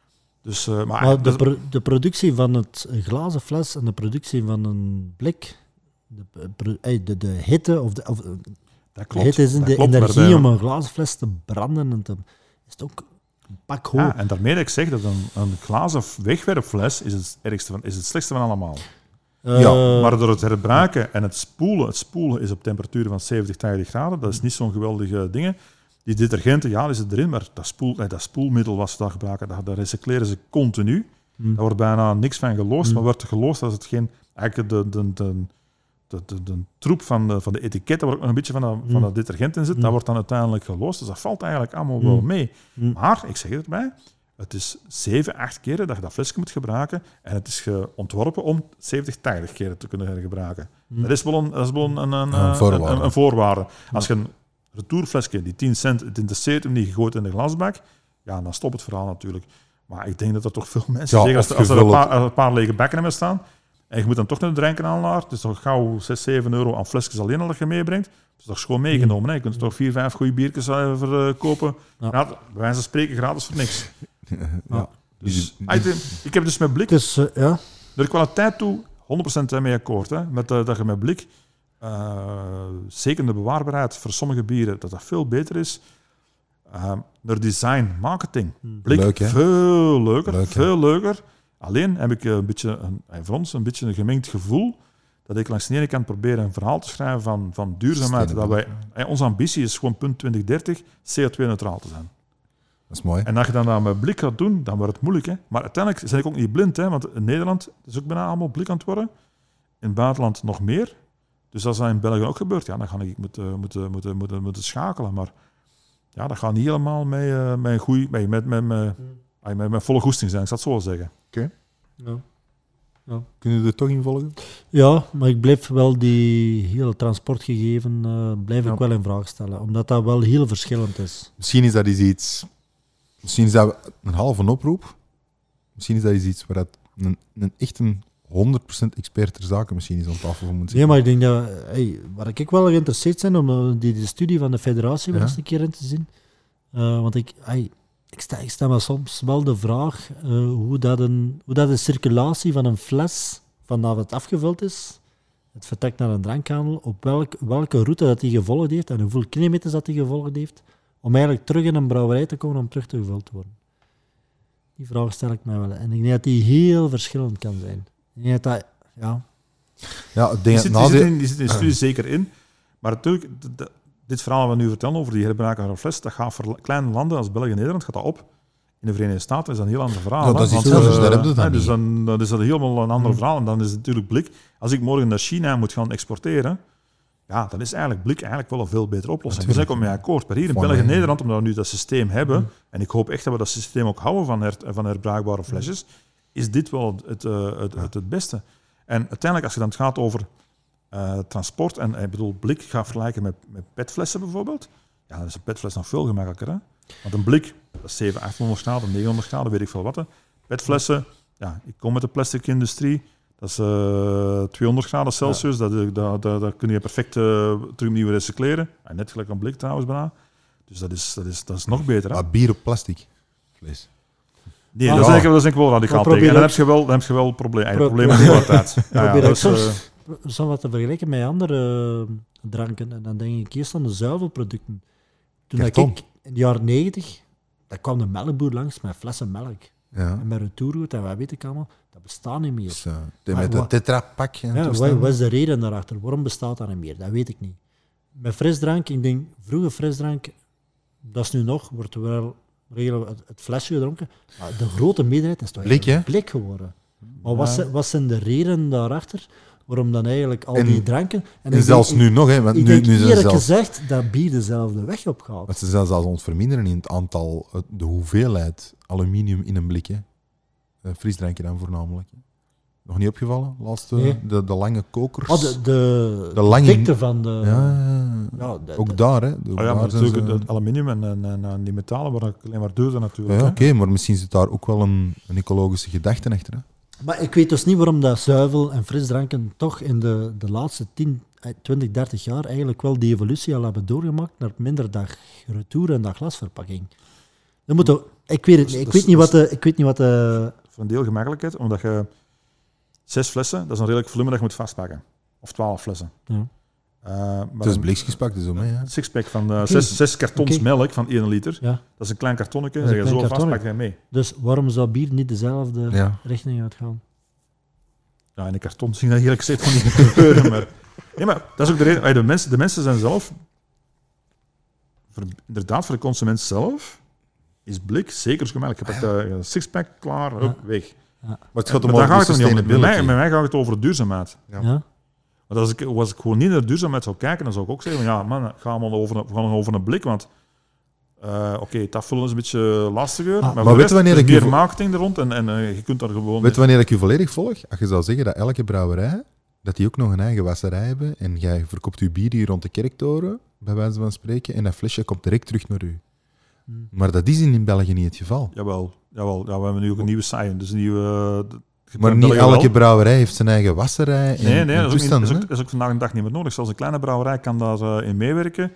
Dus, Maar de productie van het glazen fles en de productie van een blik, de hitte of de hitte is de energie om een glazen fles te branden en is het ook een pak hoog. Ja, en daarmee dat ik zeg dat een glazen wegwerpfles is het slechtste van allemaal. Maar door het herbruiken en het spoelen is op temperaturen van 70, 80 graden, dat is niet zo'n geweldige ding. Die detergenten, ja, die zitten erin, maar dat spoelmiddel wat ze daar gebruiken, dat recycleren ze continu. Daar wordt bijna niks van geloosd, maar wordt geloosd als het geen... Eigenlijk de troep van de etiketten waar ook nog een beetje van dat detergent in zit, dat wordt dan uiteindelijk geloosd. Dus dat valt eigenlijk allemaal wel mee. Maar, ik zeg het erbij, het is 7, 8 keren dat je dat flesje moet gebruiken en het is ontworpen om 70, 80 keren te kunnen hergebruiken. Dat is wel een voorwaarde. Als je een retourflesje die 10 cent, het interesseert hem niet, gegooid in de glasbak, ja, dan stopt het verhaal natuurlijk. Maar ik denk dat er toch veel mensen zeggen, als er een paar lege bakken hebben staan, en je moet dan toch naar de drinkenhandelaar, dus toch gauw 6, 7 euro aan flesjes alleen al dat je meebrengt. Dat is toch schoon meegenomen. Hè? Je kunt er toch 4, 5 goede biertjes verkopen. Ja. Bij wijze van spreken gratis voor niks. Ja. Dus, ik heb dus met blik, de kwaliteit toe, 100% mee akkoord. Hè? Met, dat je met blik, zeker de bewaarbaarheid voor sommige bieren, dat veel beter is. Naar design, marketing. Blik, leuk, veel leuker. Alleen heb ik voor ons een beetje een gemengd gevoel dat ik langs de ene kant probeer een verhaal te schrijven van duurzaamheid. Dat onze ambitie is gewoon punt 2030 CO2-neutraal te zijn. Dat is mooi. En als je dan met blik gaat doen, dan wordt het moeilijk. Hè? Maar uiteindelijk ben ik ook niet blind, hè? Want in Nederland is ook bijna allemaal blik aan het worden. In het buitenland nog meer. Dus als dat in België ook gebeurt, ja, dan ga ik moeten schakelen. Maar ja, dat gaat niet helemaal met volle goesting zijn, ik zal het zo zeggen. Oké. Ja. Kunnen jullie er toch in volgen? Ja, maar ik blijf wel die hele transportgegeven ik wel in vraag stellen, omdat dat wel heel verschillend is. Misschien is dat iets... Misschien is dat een halve oproep. Misschien is dat iets waar een echt een 100% expert ter zake misschien is aan tafel voor moet zitten. Nee, maar ik denk dat... waar ik wel geïnteresseerd ben om die studie van de federatie wel eens een keer in te zien. Want ik stel me soms wel de vraag hoe dat de circulatie van een fles, vanaf het afgevuld is, het vertrekt naar een drankhandel, op welke route dat die gevolgd heeft en hoeveel kilometers dat die gevolgd heeft, om eigenlijk terug in een brouwerij te komen om terug te gevuld te worden. Die vraag stel ik mij wel. En ik denk dat die heel verschillend kan zijn. Ik denk dat die zit in de studie zeker in. Maar natuurlijk... Dit verhaal wat we nu vertellen over die herbruiken van een fles, dat gaat voor kleine landen als België en Nederland gaat dat op. In de Verenigde Staten is dat een heel ander verhaal. Ja, dat is iets anders, daar hebben we het dus dan is dat helemaal een ander verhaal. En dan is het natuurlijk blik. Als ik morgen naar China moet gaan exporteren, ja, dan is eigenlijk blik wel een veel betere oplossing. Daar ben ik ook mee akkoord. Maar hier in België en Nederland, omdat we nu dat systeem hebben, en ik hoop echt dat we dat systeem ook houden van herbruikbare flesjes, is dit wel het beste. En uiteindelijk, als je dan gaat over transport, en ik bedoel, blik gaat vergelijken met petflessen bijvoorbeeld, ja, dan is een petfles nog veel gemakkelijker. Hè? Want een blik, dat is 700, 800 graden, 900 graden, weet ik veel wat. Hè. Petflessen, ja, ik kom met de plastic industrie, dat is 200 graden Celsius, dat kun je perfect terug opnieuw recycleren. En net gelijk een blik trouwens bijna. Dus dat is nog beter. Hè? Maar bier op plastic vlees. Nee, dat is eigenlijk wel radicaal tegen. En dan heb je wel problemen met de kwaliteit. Soms wat te vergelijken met andere dranken. En dan denk ik eerst aan de zuivelproducten. Toen ik in de jaren 90, daar kwam de melkboer langs met flessen melk. Ja. En met retourgoed en wat weet ik allemaal. Dat bestaat niet meer. Dus, met een tetrapak. Wat is de reden daarachter? Waarom bestaat dat niet meer? Dat weet ik niet. Met frisdrank, ik denk, vroeger frisdrank, dat is nu nog, wordt wel het flesje gedronken. Maar de grote meerderheid is toch blik geworden. Maar wat zijn de redenen daarachter? Waarom dan eigenlijk al die dranken... En zelfs nu nog, hè. Want ik denk eerlijk gezegd dat bier dezelfde weg op gaat. Het is zelfs aan ons verminderen in het aantal, de hoeveelheid aluminium in een blik. Hè. Frisdrankje dan voornamelijk. Hè. Nog niet opgevallen? De lange kokers. De lange dikte van de... ook daar, hè. Natuurlijk het aluminium en die metalen worden alleen maar duurder natuurlijk. Ja, oké, maar misschien zit daar ook wel een ecologische gedachte achter, hè. Maar ik weet dus niet waarom dat zuivel en frisdranken toch in de laatste 10, 20, 30 jaar eigenlijk wel die evolutie al hebben doorgemaakt naar minder dag retour en dag glasverpakking. Ik weet het niet. Ik weet niet wat de... Voor een deel gemakkelijkheid, omdat je 6 flessen, dat is een redelijk volume dat je moet vastpakken. Of 12 flessen. Ja. Het is blikjes gepakt, dus om, ja. Een sixpack van 6 kartons melk van 1 liter. Ja. Dat is een klein kartonnetje. Dat is En een je zo klein vast pak kartonnetje. je mee. Dus waarom zou bier niet dezelfde Ja. richting uitgaan? Ja, in de karton zien dat eerlijk gezegd van niet gebeuren. Maar, nee, maar dat is ook de reden. De mensen zijn zelf... Inderdaad, voor de consument zelf is blik zeker gemakkelijk. Je pakt een sixpack, klaar, Ja. weg. Maar het gaat om Maar daar gaat over het niet om. Bij sustainability. mij gaat het over duurzaamheid. Ja. Ja? Want als ik gewoon niet naar duurzaamheid zou kijken, dan zou ik ook zeggen, ja man, we gaan over een blik, want oké, het afvullen is een beetje lastiger, maar maar voor de weet rest je wanneer is ik meer u- marketing er rond en je kunt daar gewoon... Weet je wanneer ik u volledig volg? Als je zou zeggen dat elke brouwerij, dat die ook nog een eigen wasserij hebben en jij verkoopt je bier hier rond de kerktoren, bij wijze van spreken, en dat flesje komt direct terug naar u. Maar dat is in België niet het geval. Jawel. Ja, we hebben nu ook een nieuwe site, dus een nieuwe... Maar niet elke brouwerij heeft zijn eigen wasserij en, Nee, en dat is, ook, toestanden. niet- hè? dat is ook vandaag de dag niet meer nodig. Zelfs een kleine brouwerij kan daar in meewerken.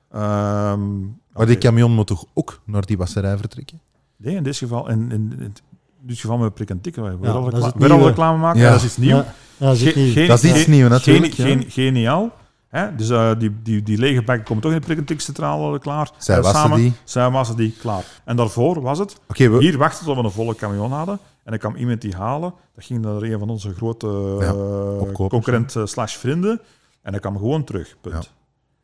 Maar die camion moet toch ook naar die wasserij vertrekken? Nee, in dit geval, in dit geval met prik en tikken. dat is het Weer al nieuwe. reclame maken, Ja. dat is iets nieuws. Ja, dat is het niet. Dat is iets nieuws, natuurlijk, ja. Geniaal. Hè? Dus die lege bakken komen toch in de prik en tikcentrale klaar. Zij wassen die. Zij wassen die, klaar. En daarvoor was het, Oké, hier wachten tot we een volle camion hadden. En dan kwam iemand die halen. Dat ging naar een van onze grote opkopers, concurrent slash vrienden. En dat kwam gewoon terug, punt. Ja.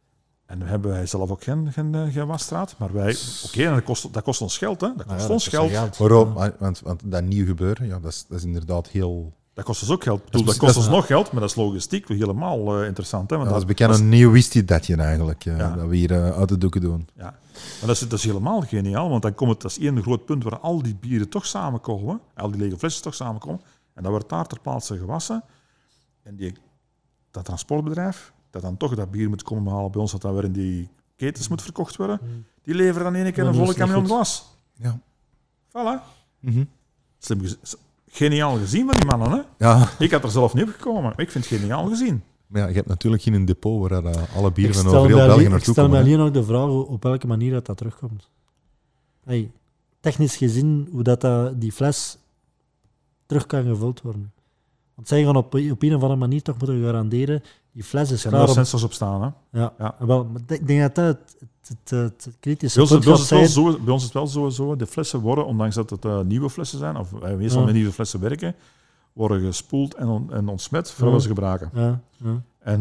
En dan hebben wij zelf ook geen wasstraat. Maar wij, en dat kost ons geld, hè. Dat Nou kost ja, ons dat geld. geld. waarom? Ja. Want dat nieuw gebeuren, ja, dat is inderdaad heel... Dat kost ons ook geld. is- Dat kost dat is- ons nog geld, maar dat is logistiek helemaal interessant. Hè? Want Dat is bekend een nieuw wist-je-datje eigenlijk, Ja. dat we hier uit de doeken doen. Ja, maar dat is helemaal geniaal, want dan komt het, dat is één groot punt waar al die bieren toch samenkomen, al die lege flesjes toch samenkomen, en dat wordt daar ter plaatse gewassen. En dat transportbedrijf, dat dan toch dat bier moet komen halen bij ons, dat dan weer in die ketens moet verkocht worden, die leveren dan één keer Ja, een dat volle is niet camion goed. glas. Ja. Voilà. Mhm. Slim geniaal gezien van die mannen, hè? Ja, Ik had er zelf niet op gekomen, maar ik vind het geniaal gezien. maar ja, je hebt natuurlijk geen depot waar alle bieren Ik van stel over heel me België alleen- naartoe ik stel me komen. hè. alleen nog de vraag op welke manier dat terugkomt. Hey, technisch gezien, hoe die fles terug kan gevuld worden. Want zij gaan op een of andere manier toch moeten garanderen, die fles is Er zijn klaar er om... sensors op staan, hè? Ja, Ja. Wel, maar ik denk dat dat het kritische Bij ons, punt bij, gaat ons is het zijn. wel zo, bij ons is het wel sowieso, de flessen worden, ondanks dat het nieuwe flessen zijn, of meestal Ja. met nieuwe flessen werken, worden gespoeld en ontsmet voordat we ze gebruiken. Ja. En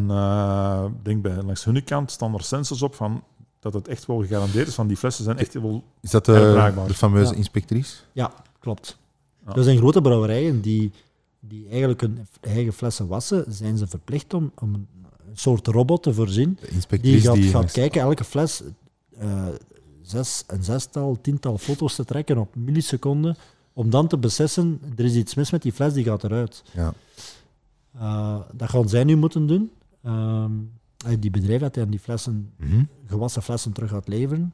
ik denk bij langs hun kant staan er sensors op van dat het echt wel gegarandeerd is van die flessen zijn echt wel... Is dat Herbruikbaar. de fameuze Ja. inspectrice? Ja, klopt. Ja. Er zijn grote brouwerijen die eigenlijk hun eigen flessen wassen, zijn ze verplicht om een soort robot te voorzien. De Die inspectrice gaat kijken, elke fles, een zestal, 10-tal foto's te trekken op milliseconden, om dan te beslissen, er is iets mis met die fles, die gaat eruit. Ja. Dat gaan zij nu moeten doen. Die bedrijf dat aan die flessen, Mhm. gewassen flessen terug gaat leveren.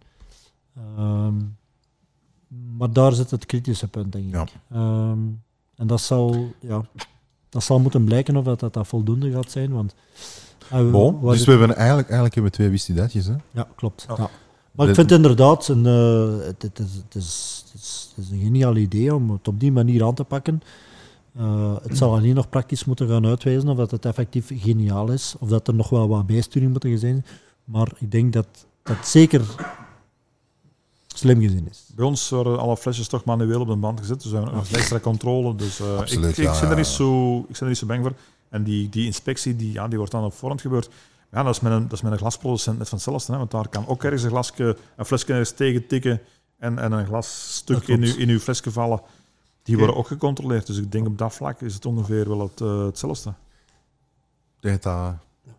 Maar daar zit het kritische punt, denk ik. Ja. En dat zal moeten blijken of dat voldoende gaat zijn. Want, Bon, dus we hebben eigenlijk hebben we 2 wist-je-datjes, hè? Ja, klopt. Ja. Ja. Maar ik vind het inderdaad het is een geniaal idee om het op die manier aan te pakken. Het zal alleen nog praktisch moeten gaan uitwijzen of dat het effectief geniaal is, of dat er nog wel wat bijsturing moeten zijn. Maar ik denk dat dat zeker slim gezien is. Bij ons worden alle flesjes toch manueel op de band gezet, dus we hebben nog een extra controle. Dus Absoluut, ik ja, ben er ja. niet zo bang voor. En die inspectie, die wordt dan op voorhand gebeurd. Ja, dat is met een glasproducent net van hetzelfde, hè, want daar kan ook ergens een flesje ergens tegen tikken en een glasstuk in uw flesje vallen. Die worden ook gecontroleerd. Dus ik denk op dat vlak is het ongeveer wel hetzelfde. Ik denk dat...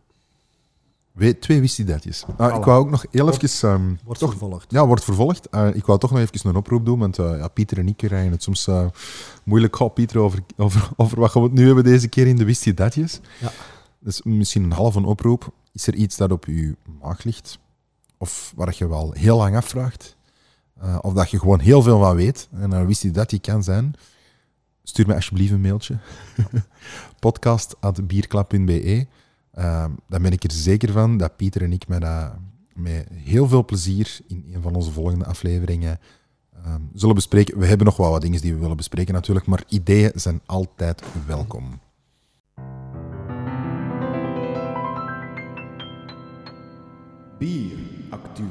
2 wist-je-datjes. Ik Voilà. wou ook nog heel even... Wordt toch, vervolgd. ja, wordt vervolgd. Ik wou toch nog even een oproep doen, want Pieter en ik krijgen het soms moeilijk gehad, Pieter, over wat we het nu hebben deze keer in de wist-je-datjes. Ja. Dus misschien een halve oproep. Is er iets dat op je maag ligt? Of waar je wel heel lang afvraagt? Of dat je gewoon heel veel van weet en een wist-je-datje kan zijn? Stuur me alsjeblieft een mailtje. podcast@bierklap.be. Dan ben ik er zeker van dat Pieter en ik met heel veel plezier in een van onze volgende afleveringen zullen bespreken. We hebben nog wel wat dingen die we willen bespreken natuurlijk, maar ideeën zijn altijd welkom. Bieractua.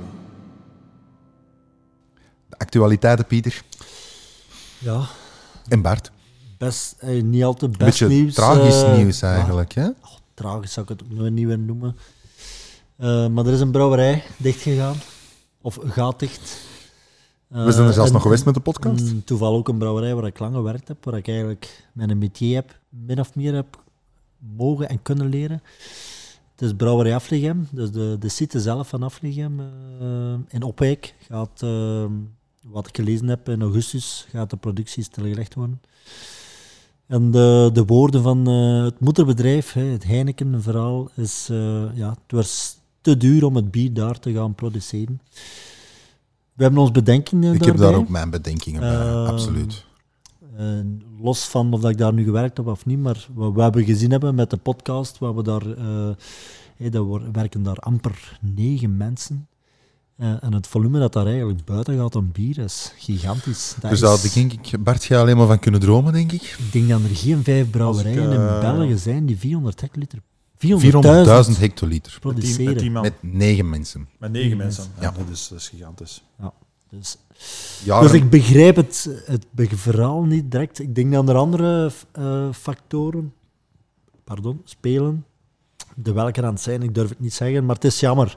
De actualiteiten, Pieter Ja, en Bart. niet al te Een best beetje nieuws. tragisch nieuws eigenlijk. Hè? Tragisch zou ik het ook nooit niet willen noemen. Maar er is een brouwerij dichtgegaan. Of gaat dicht. We zijn er zelfs nog geweest met de podcast. Toevallig ook een brouwerij waar ik lang gewerkt heb, waar ik eigenlijk mijn métier heb, min of meer heb mogen en kunnen leren. Het is brouwerij Affligem, dus de site zelf van Affligem in Opwijk gaat, wat ik gelezen heb, in augustus gaat de productie stilgelegd worden. En de woorden van het moederbedrijf, het Heineken-verhaal, is het was te duur om het bier daar te gaan produceren. We hebben ons bedenkingen daarbij. Ik heb daar ook mijn bedenkingen bij, absoluut. Los van of dat ik daar nu gewerkt heb of niet, maar wat we gezien hebben met de podcast, waar we daar, werken daar amper 9 mensen. En het volume dat daar eigenlijk buiten gaat aan bier is gigantisch. Dus daar had ik, Bart, ga alleen maar van kunnen dromen, denk ik. Ik denk dat er geen 5 brouwerijen in België zijn die 400 hectoliter 400.000 hectoliter produceren. met 9 mensen. Met 9 mensen. Ja. Dat is gigantisch. Ja, dus ik begrijp het verhaal niet direct. Ik denk dat er andere factoren spelen. De welke aan het zijn, ik durf het niet zeggen, maar het is jammer.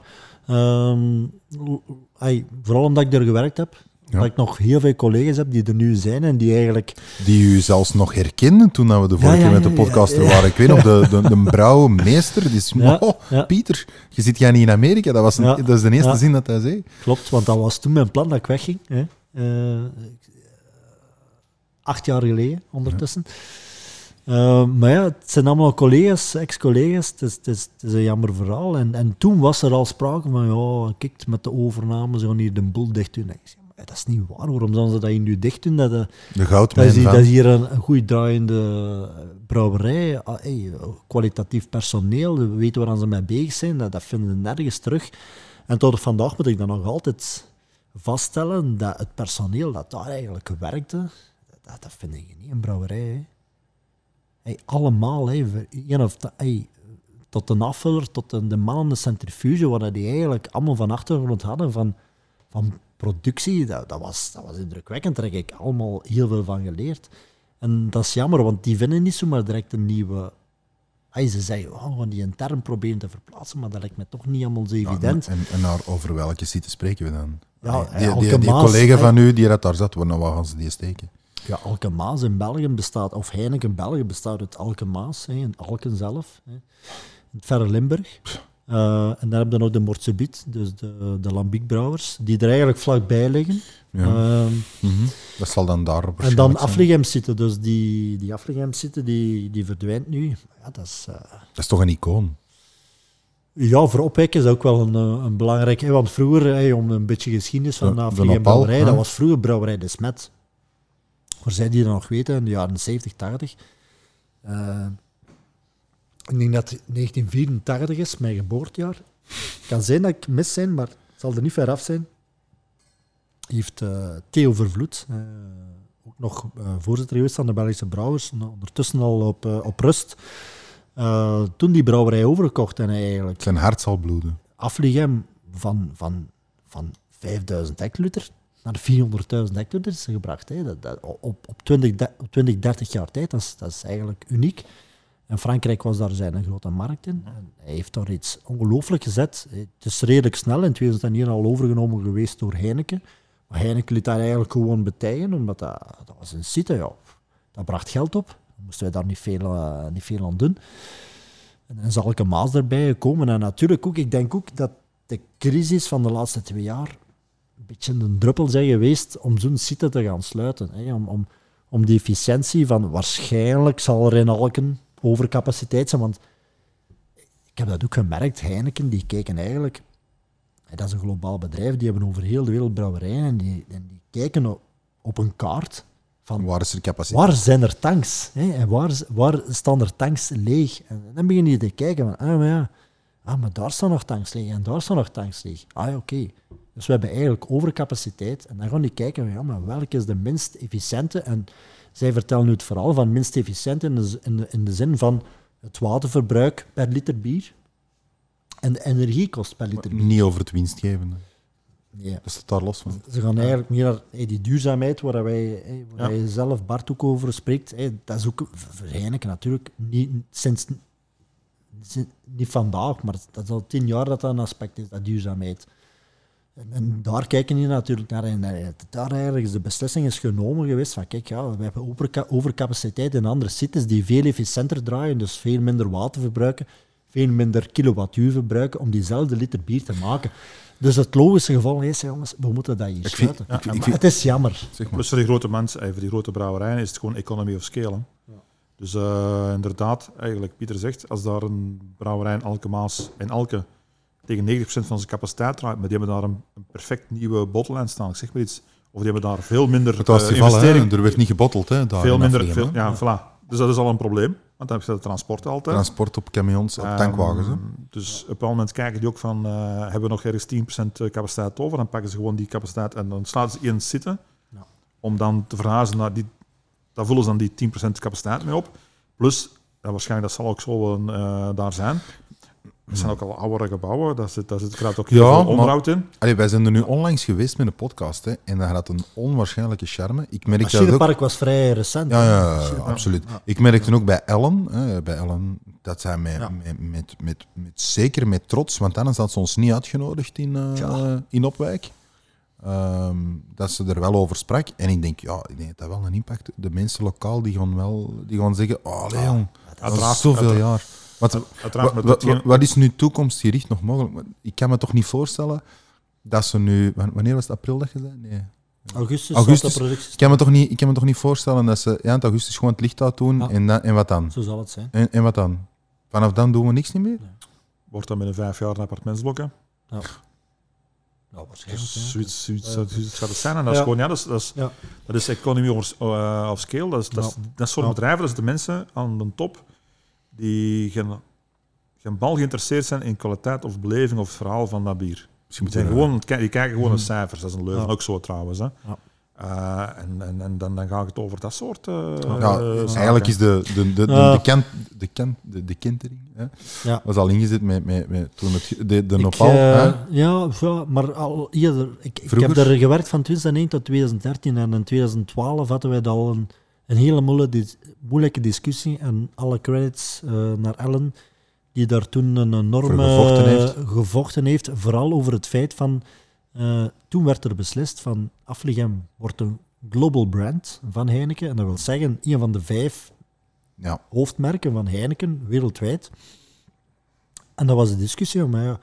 Vooral omdat ik er gewerkt heb. Ja. Dat ik nog heel veel collega's heb die er nu zijn en die eigenlijk... Die u zelfs nog herkenden toen we de vorige keer met de podcast er waren. Ik weet nog, de brouwmeester, die is... Pieter, je zit jij niet in Amerika? Dat is de eerste zin dat hij zei. Klopt, want dat was toen mijn plan dat ik wegging. 8 jaar geleden, ondertussen. Maar ja, het zijn allemaal collega's, ex-collega's. Het is een jammer verhaal. En toen was er al sprake van, kijk, met de overname, ze gaan hier de boel dicht doen. Ik zeg, dat is niet waar. Waarom zouden ze dat hier nu dicht doen? De goudmijn dat is hier een goed draaiende brouwerij. Kwalitatief personeel. We weten waar ze mee bezig zijn. Dat vinden we nergens terug. En tot vandaag moet ik dan nog altijd vaststellen dat het personeel dat daar eigenlijk werkte, dat vind ik niet een brouwerij. Allemaal, tot de afvuller, tot de man in de centrifuge, waar die eigenlijk allemaal van achtergrond hadden van productie, dat was indrukwekkend. Daar heb ik allemaal heel veel van geleerd. En dat is jammer, want die vinden niet zomaar direct een nieuwe... Ze zeggen, we gaan die intern proberen te verplaatsen, maar dat lijkt me toch niet allemaal zo evident. En over welke site spreken we dan? Ja, die collega van u die daar zat, waar gaan ze die steken? Ja, Alkemaas in België bestaat, of Heineken België bestaat uit Alkemaas, in Alken zelf, in het verre Limburg. En dan heb je nog de Mortsebiet, dus de Lambiekbrouwers, die er eigenlijk vlakbij liggen. Ja. Dat zal dan daar en dan Affligem zitten, dus die Affligem zitten, die verdwijnt nu. Ja, dat is toch een icoon? Ja, voor Opwijk is dat ook wel een belangrijk... want vroeger, om een beetje geschiedenis van de Affligem brouwerij, dat was vroeger Brouwerij de Smet. Voor zij die dat nog weten, in de jaren 70, 80. Ik denk dat 1984 is, mijn geboortejaar. Het kan zijn dat ik mis zijn, maar het zal er niet ver af zijn. Heeft Theo Vervloed, ook nog voorzitter geweest van de Belgische Brouwers, ondertussen al op rust. Toen die brouwerij overgekocht en eigenlijk... Zijn hart zal bloeden. Affligem van 5000 hectoliter naar 400.000 hectoliter is gebracht. Op 20, 30 jaar tijd, dat is eigenlijk uniek. En Frankrijk was daar zijn grote markt in. En hij heeft daar iets ongelooflijk gezet. Het is redelijk snel, in 2001 al overgenomen geweest door Heineken. Maar Heineken liet daar eigenlijk gewoon betijgen, omdat dat was een site, dat bracht geld op. Daar moesten wij daar niet veel aan doen. En dan is Alkemaas erbij gekomen. En natuurlijk ook, ik denk ook dat de crisis van de laatste 2 jaar een beetje een druppel zijn geweest om zo'n site te gaan sluiten. Om die efficiëntie van waarschijnlijk zal er in Alken overcapaciteit zijn, want ik heb dat ook gemerkt, Heineken, die kijken eigenlijk, dat is een globaal bedrijf, die hebben over heel de wereld brouwerijen en die kijken op een kaart van waar is er capaciteit? Waar zijn er tanks? En waar staan er tanks leeg? En dan begin je te kijken van, maar daar staan nog tanks leeg en daar staan nog tanks leeg. Oké. Dus we hebben eigenlijk overcapaciteit. En dan gaan die kijken, van, ja, maar welke is de minst efficiënte? En zij vertellen nu het verhaal van minst efficiënt in de zin van het waterverbruik per liter bier en de energiekost per liter bier. Niet over het winstgevende. Nee. Dat staat daar los van. Ze gaan eigenlijk meer naar die duurzaamheid, waar je zelf, Bart, ook over spreekt. Dat is ook voor Heineken natuurlijk niet vandaag, maar dat is al 10 jaar dat een aspect is, dat duurzaamheid. En daar kijken die natuurlijk naar. En daar eigenlijk is de beslissing is genomen geweest van kijk, ja, we hebben overcapaciteit in andere sites die veel efficiënter draaien, dus veel minder water verbruiken, veel minder kilowattuur verbruiken om diezelfde liter bier te maken. Dus het logische geval is, jongens, we moeten dat hier sluiten. Het is jammer. Plus voor die grote mensen, voor die grote brouwerijen, is het gewoon economy of scale. Hè. Ja. Dus inderdaad, eigenlijk Pieter zegt, als daar een brouwerij in elke Maas en elke tegen 90% van zijn capaciteit draait, maar die hebben daar een perfect nieuwe bottlijn staan, ik zeg maar iets. Of die hebben daar veel minder het was investering. Er werd niet gebotteld, hè? Daar veel minder, voilà. Dus dat is al een probleem, want dan heb je het transport altijd. Transport op camions, op tankwagens. Dus op een bepaald moment kijken die ook van, hebben we nog ergens 10% capaciteit over, dan pakken ze gewoon die capaciteit en dan sluiten ze in zitten, om dan te verhuizen naar die, daar vullen ze dan die 10% capaciteit mee op. Plus, waarschijnlijk dat zal ook zo daar zijn. Het zijn ook al oudere gebouwen, daar zit graag ook heel veel onderhoud in. Wij zijn er nu onlangs geweest met een podcast, hè, en dat had een onwaarschijnlijke charme. Het Machinepark was vrij recent. Ja, absoluut. Ja. Ik merkte ook bij Ellen, dat zij zeker met trots, want anders had ze ons niet uitgenodigd in Opwijk, dat ze er wel over sprak. En ik denk dat dat wel een impact. De mensen lokaal die gaan zeggen, jong, dat is zoveel jaar. Wat is nu toekomstgericht nog mogelijk? Ik kan me toch niet voorstellen dat ze nu... Wanneer was het? April dat je zei? Nee. Augustus. Ik kan me toch niet voorstellen dat ze in augustus gewoon het licht uit doen en wat dan? Zo zal het zijn. En wat dan? Vanaf dan doen we niks niet meer? Nee. Wordt dat binnen 5 jaar een appartementsblok, hè? Ja. Nou, waarschijnlijk. Dus zoiets gaat het zijn. En dat is gewoon, dat is economy of scale. Dat is soort bedrijven, dat is de mensen aan de top die geen bal geïnteresseerd zijn in kwaliteit of beleving of het verhaal van dat bier. Die kijken gewoon naar cijfers. Dat is een Leuven ook zo trouwens. Hè. Ja. En dan gaat het over dat soort eigenlijk is de kentering was al ingezet met toen de Nopal. Maar al eerder. Ik heb daar gewerkt van 2001 tot 2013 en in 2012 hadden wij al een hele moeilijke discussie en alle credits naar Ellen, die daar toen een enorme gevochten heeft, vooral over het feit van, toen werd er beslist van Affligem wordt een global brand van Heineken, en dat wil zeggen, een van de 5 hoofdmerken van Heineken wereldwijd. En dat was de discussie, maar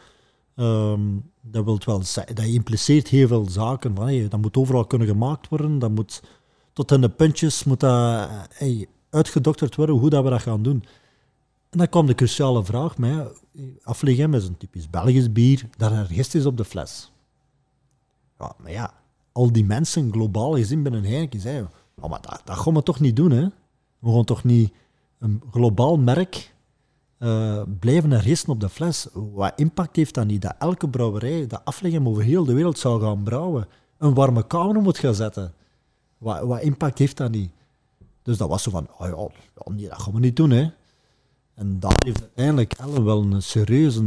dat wil wel zeggen, dat impliceert heel veel zaken, van, dat moet overal kunnen gemaakt worden, dat moet tot in de puntjes moet dat uitgedokterd worden, hoe dat we dat gaan doen. En dan kwam de cruciale vraag, maar Affligem is een typisch Belgisch bier, dat regist is op de fles. Ja, maar al die mensen globaal gezien binnen Heineken zeiden, maar dat gaan we toch niet doen, hè? We gaan toch niet een globaal merk blijven registen op de fles. Wat impact heeft dat niet? Dat elke brouwerij, dat Affligem over heel de wereld zou gaan brouwen, een warme kamer moet gaan zetten. Wat impact heeft dat niet? Dus dat was zo van, nee, dat gaan we niet doen, hè. En daar heeft uiteindelijk Ellen wel een serieuze,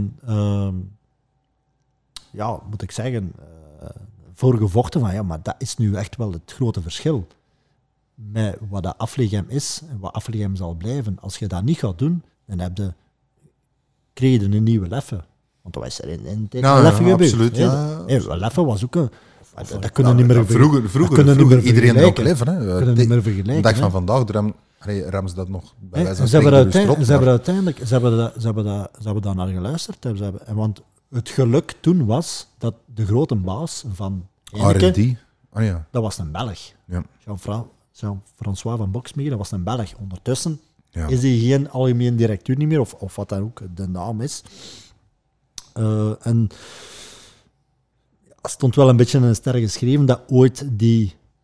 moet ik zeggen, voor gevochten van, maar dat is nu echt wel het grote verschil met wat dat Affligem is en wat Affligem zal blijven. Als je dat niet gaat doen, dan kreeg je een nieuwe Leffe. Want dat was er in tijd een Leffe gebeurd. Absoluut, Leffe was ook een... Dat kunnen niet meer vroeger iedereen ook leven. Kunnen niet meer vergelijken. De dag van vandaag rammen ze dat nog bij wijze van ze hebben daar naar geluisterd. Want het geluk toen was dat de grote baas van Heineken, dat was een Belg. Ja. Jean-François van Boxmeer, dat was een Belg. Ondertussen is hij geen algemeen directeur niet meer, of wat dan ook de naam is. En het stond wel een beetje in een ster geschreven dat ooit die...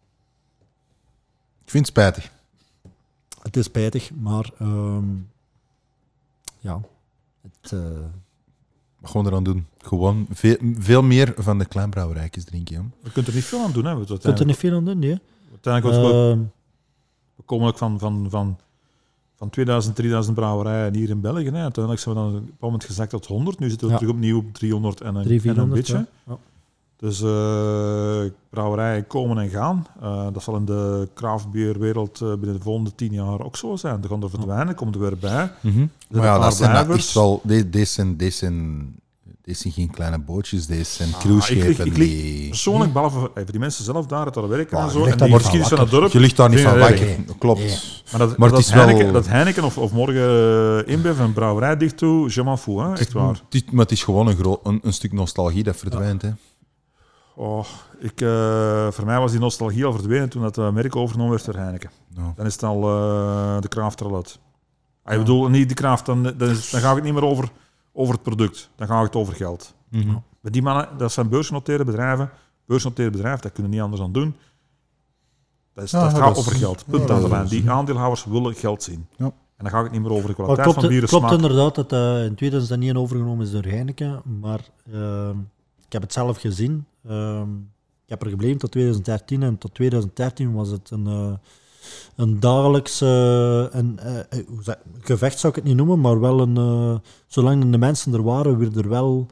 Ik vind het spijtig. Het is spijtig, maar Wat gaan we eraan doen? Gewoon veel meer van de kleinbrouwerijtjes drinken. Hè? Je kunt er niet veel aan doen. Hè. Je kunt er niet veel aan doen, nee. Uiteindelijk we komen ook van 2000, 3000 brouwerijen hier in België. Hè. Uiteindelijk zijn we dan op een bepaald moment gezakt tot 100. Nu zitten we terug opnieuw op 300 en een beetje. Ja. Dus brouwerijen komen en gaan. Dat zal in de craftbeerwereld binnen de volgende 10 jaar ook zo zijn. Er gaan er verdwijnen, komt er weer bij. Maar ja, dat zijn echt wel... Deze zijn geen kleine bootjes, deze zijn cruiseschepen. Ik persoonlijk, behalve voor die mensen zelf daar werken en zo, en die geschiedenis van het dorp... Je ligt daar niet van wakker, klopt. Nee. Maar dat is wel... Dat Heineken of morgen InBev een brouwerij dicht toe, je m'en fous, hè? Echt waar. Maar het is gewoon een stuk nostalgie dat verdwijnt. Hè. Oh, voor mij was die nostalgie al verdwenen toen dat merk overgenomen werd door Heineken. Ja. Dan is het al de craft er al uit. Ik bedoel, niet de craft, dan gaat het niet meer over het product. Dan gaat het over geld. Mm-hmm. Bij die mannen, dat zijn beursgenoteerde bedrijven. Beursgenoteerde bedrijven, dat kunnen niet anders aan doen. Dat gaat over geld. Punt aan de lijn. Die aandeelhouders willen geld zien. Ja. En dan gaat het niet meer over de kwaliteit van bieren, klopt smaak. Inderdaad dat in 2001 overgenomen is door Heineken, maar ik heb het zelf gezien. Ik heb er gebleven tot 2013 en tot 2013 was het een dagelijks gevecht, zou ik het niet noemen, maar wel zolang de mensen er waren, weer er wel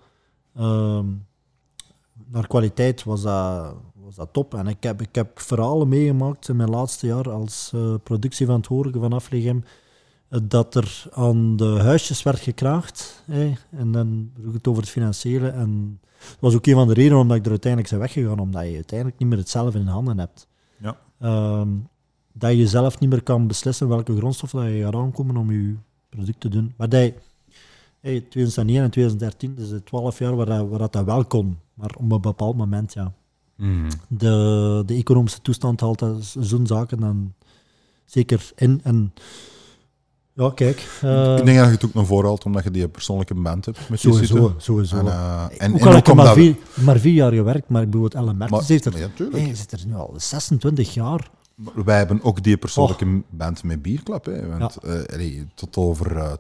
naar kwaliteit was dat top. En ik heb verhalen meegemaakt in mijn laatste jaar als productieverantwoordelijke van Aflegem, dat er aan de huisjes werd gekraagd. En dan vroeg het over het financiële. En dat was ook een van de redenen waarom ik er uiteindelijk ben weggegaan, omdat je uiteindelijk niet meer het zelf in handen hebt. Ja. Dat je zelf niet meer kan beslissen welke grondstoffen dat je gaat aankomen om je product te doen. Maar 2001 en 2013, dus 12 jaar waar dat wel kon. Maar op een bepaald moment, ja. De economische toestand haalt zo'n zaken dan zeker in. En ja, kijk. Ik denk dat je het ook naar voren haalt, omdat je die persoonlijke band hebt met je zitten. Sowieso. En ook al heb ik maar 4 jaar gewerkt, maar ik bedoel, het LMR zit er nu al 26 jaar. Wij hebben ook die persoonlijke band met Bierklap. Hè, want tot over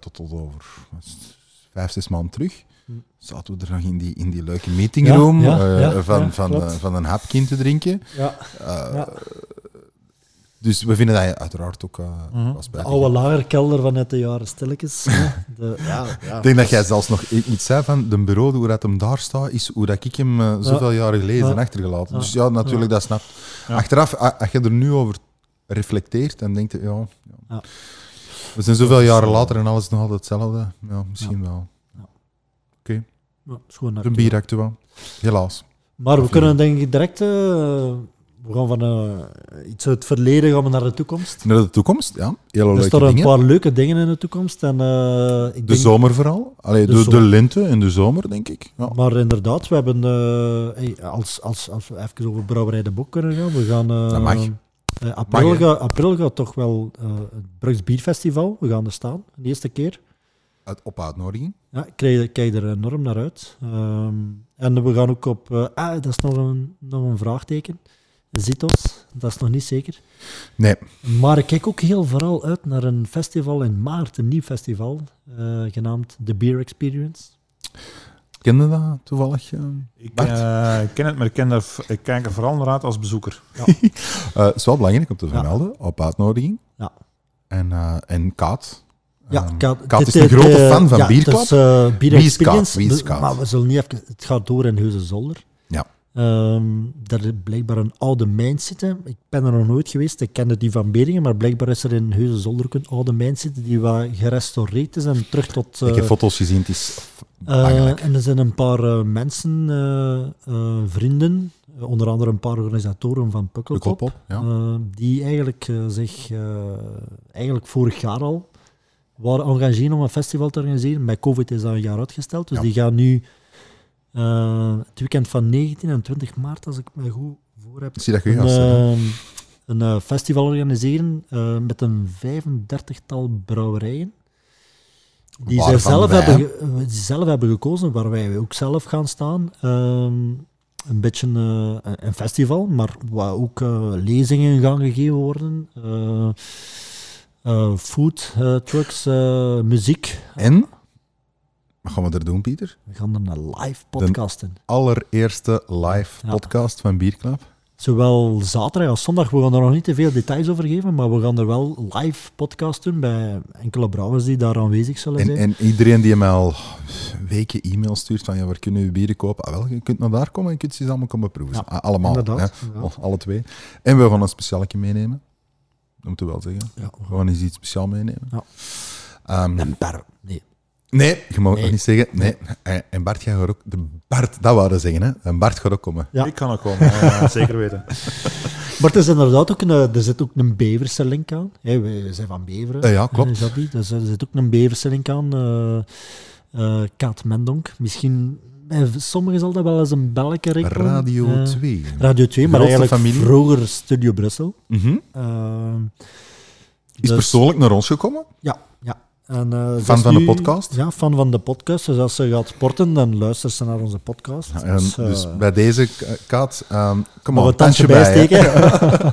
5-6 maanden terug zaten we er nog in die leuke meetingroom van een hapje te drinken. Ja. Dus we vinden dat uiteraard ook de oude lagerkelder vanuit de jaren stilletjes. Ik denk dat jij zelfs nog iets zei van de bureau, hoe dat hem daar staat, is hoe dat ik hem zoveel jaren geleden heb achtergelaten. Dus ja, natuurlijk, dat snapt. Ja. Achteraf, als je er nu over reflecteert, dan denk je, we zijn zoveel jaren later en alles is nog altijd hetzelfde. Ja, misschien wel. Oké. Een bieractueel. Helaas. Maar we kunnen denk ik direct... we gaan van iets uit het verleden gaan we naar de toekomst. Naar de toekomst, ja. Hele leuke er staan dingen. een paar leuke dingen in de toekomst. En, de zomer vooral. Allee, de lente in de zomer, denk ik. Ja. Maar inderdaad, we hebben... als we even over Brouwerij de Bok kunnen gaan, we gaan... dat mag. April gaat toch wel het Brugs Bierfestival. We gaan er staan, de eerste keer. Op uitnodiging. Ja, ik kijk er enorm naar uit. En we gaan ook op... dat is nog een vraagteken. Zitos, dat is nog niet zeker. Nee. Maar ik kijk ook heel vooral uit naar een festival in maart, een nieuw festival, genaamd The Beer Experience. Ken je dat toevallig? Ik ken het, maar ik kijk er vooral naar uit als bezoeker. Ja. Het is wel belangrijk om te vermelden, op uitnodiging. Ja. En Kaat. Kaat is een grote fan van Bierklap. Het is Beer Experience, Wie is Kaat? maar we zullen niet even... Het gaat door in Heusden-Zolder. Ja. Daar is blijkbaar een oude mijn zitten. Ik ben er nog nooit geweest. Ik kende die van Beringen, maar blijkbaar is er in Heusden-Zolder ook een oude mijn zitten die wat gerestaureerd is en terug tot... ik heb foto's gezien, het is bangelijk. En er zijn een paar mensen, vrienden, onder andere een paar organisatoren van Pukkelpop, die eigenlijk zich eigenlijk vorig jaar al waren engageren om een festival te organiseren. Bij COVID is dat een jaar uitgesteld, dus die gaan nu het weekend van 19 en 20 maart, als ik me goed voor heb, zie dat je een festival organiseren met een 35-tal brouwerijen. Die zij zelf hebben gekozen, waar wij ook zelf gaan staan. Een beetje een festival, maar waar ook lezingen gaan gegeven worden. Food trucks, muziek. En Wat gaan we er doen, Pieter? We gaan er een live podcast in. Allereerste live Ja. podcast van Bierklap. Zowel zaterdag als zondag, we gaan er nog niet te veel details over geven, maar we gaan er wel live podcast doen bij enkele brouwers die daar aanwezig zullen zijn. En iedereen die mij al weken e-mail stuurt van waar kunnen we bieren kopen? Ah, wel, je kunt naar daar komen en je kunt ze allemaal komen proeven. Ja, Allemaal, inderdaad, hè. ja. Alle twee. En we gaan een specialetje meenemen. Dat moeten we wel zeggen. Ja, We gaan eens iets speciaal meenemen. Ja. Ehm, Nee. nee, je mag het Nee. nog niet zeggen. Nee. En Bart gaat ook... Bart, dat wou je zeggen, hè. En Bart gaat ook komen. Ja. Ik kan ook komen, zeker weten. Maar er is inderdaad ook er zit ook een Beverse link aan. Hey, we zijn van Beveren. Ja, klopt. Is dat niet? Dus er zit ook een Beverse link aan. Kaat Mendonk. Misschien, bij sommigen zal dat wel eens een belletje rinkelen. Radio 2. Radio 2, maar Grootste eigenlijk familie. vroeger Studio Brussel. Mhm. Is Dus- persoonlijk naar ons gekomen. Ja, ja. En, ze Fan is van de nu- podcast? Ja, fan van de podcast. Dus als ze gaat sporten, dan luistert ze naar onze podcast. Ja, en dus eh, bij deze Kaat, kom nog maar, een tandje bij. hè. bijsteken.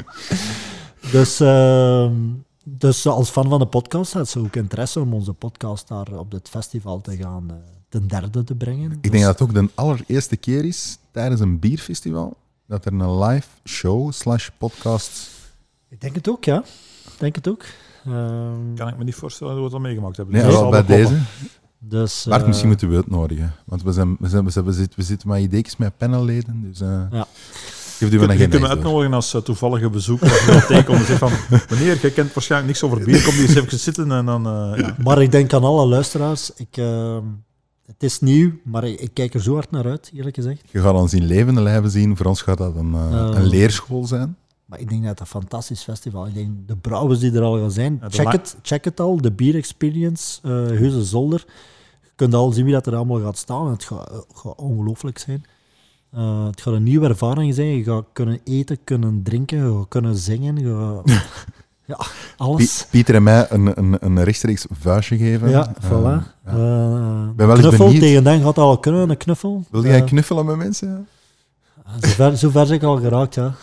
Dus als fan van de podcast had ze ook interesse om onze podcast daar op dit festival te gaan ten derde te brengen. Ik denk dat het ook de allereerste keer is tijdens een bierfestival dat er een live show / podcast... Ik denk het ook, ja. Ik denk het ook. Kan ik me niet voorstellen dat we het al meegemaakt hebben. Nee, Dus wel, dat bij zal wel deze. Dus, Bart, misschien moeten we uitnodigen. Want we zitten met ideeën met panelleden. Dus Ja. geef u Je een kunt me agenda. uitnodigen als toevallige bezoeker. Als je wilt tegenkomen en zegt van... Meneer, jij kent waarschijnlijk niks over bier. Kom die eens even zitten en dan... ja. Maar ik denk aan alle luisteraars. Het is nieuw, maar ik kijk er zo hard naar uit, eerlijk gezegd. Je gaat ons in levende lijven zien. Voor ons gaat dat een leerschool zijn. Maar ik denk dat het een fantastisch festival is. Ik denk de brouwers die er al gaan zijn, Ja, de check het al. De Beer Experience, Heuse Zolder. Je kunt al zien wie dat er allemaal gaat staan. Het gaat ongelooflijk zijn. Het gaat een nieuwe ervaring zijn. Je gaat kunnen eten, kunnen drinken, je gaat kunnen zingen. Ja, alles. Pieter en mij een rechtstreeks vuistje geven. Ja, voilà. ben wel eens Knuffel, benieuwd. tegen den gaat al kunnen, een knuffel. Wil jij knuffelen met mensen? Zover ben ik al geraakt, ja.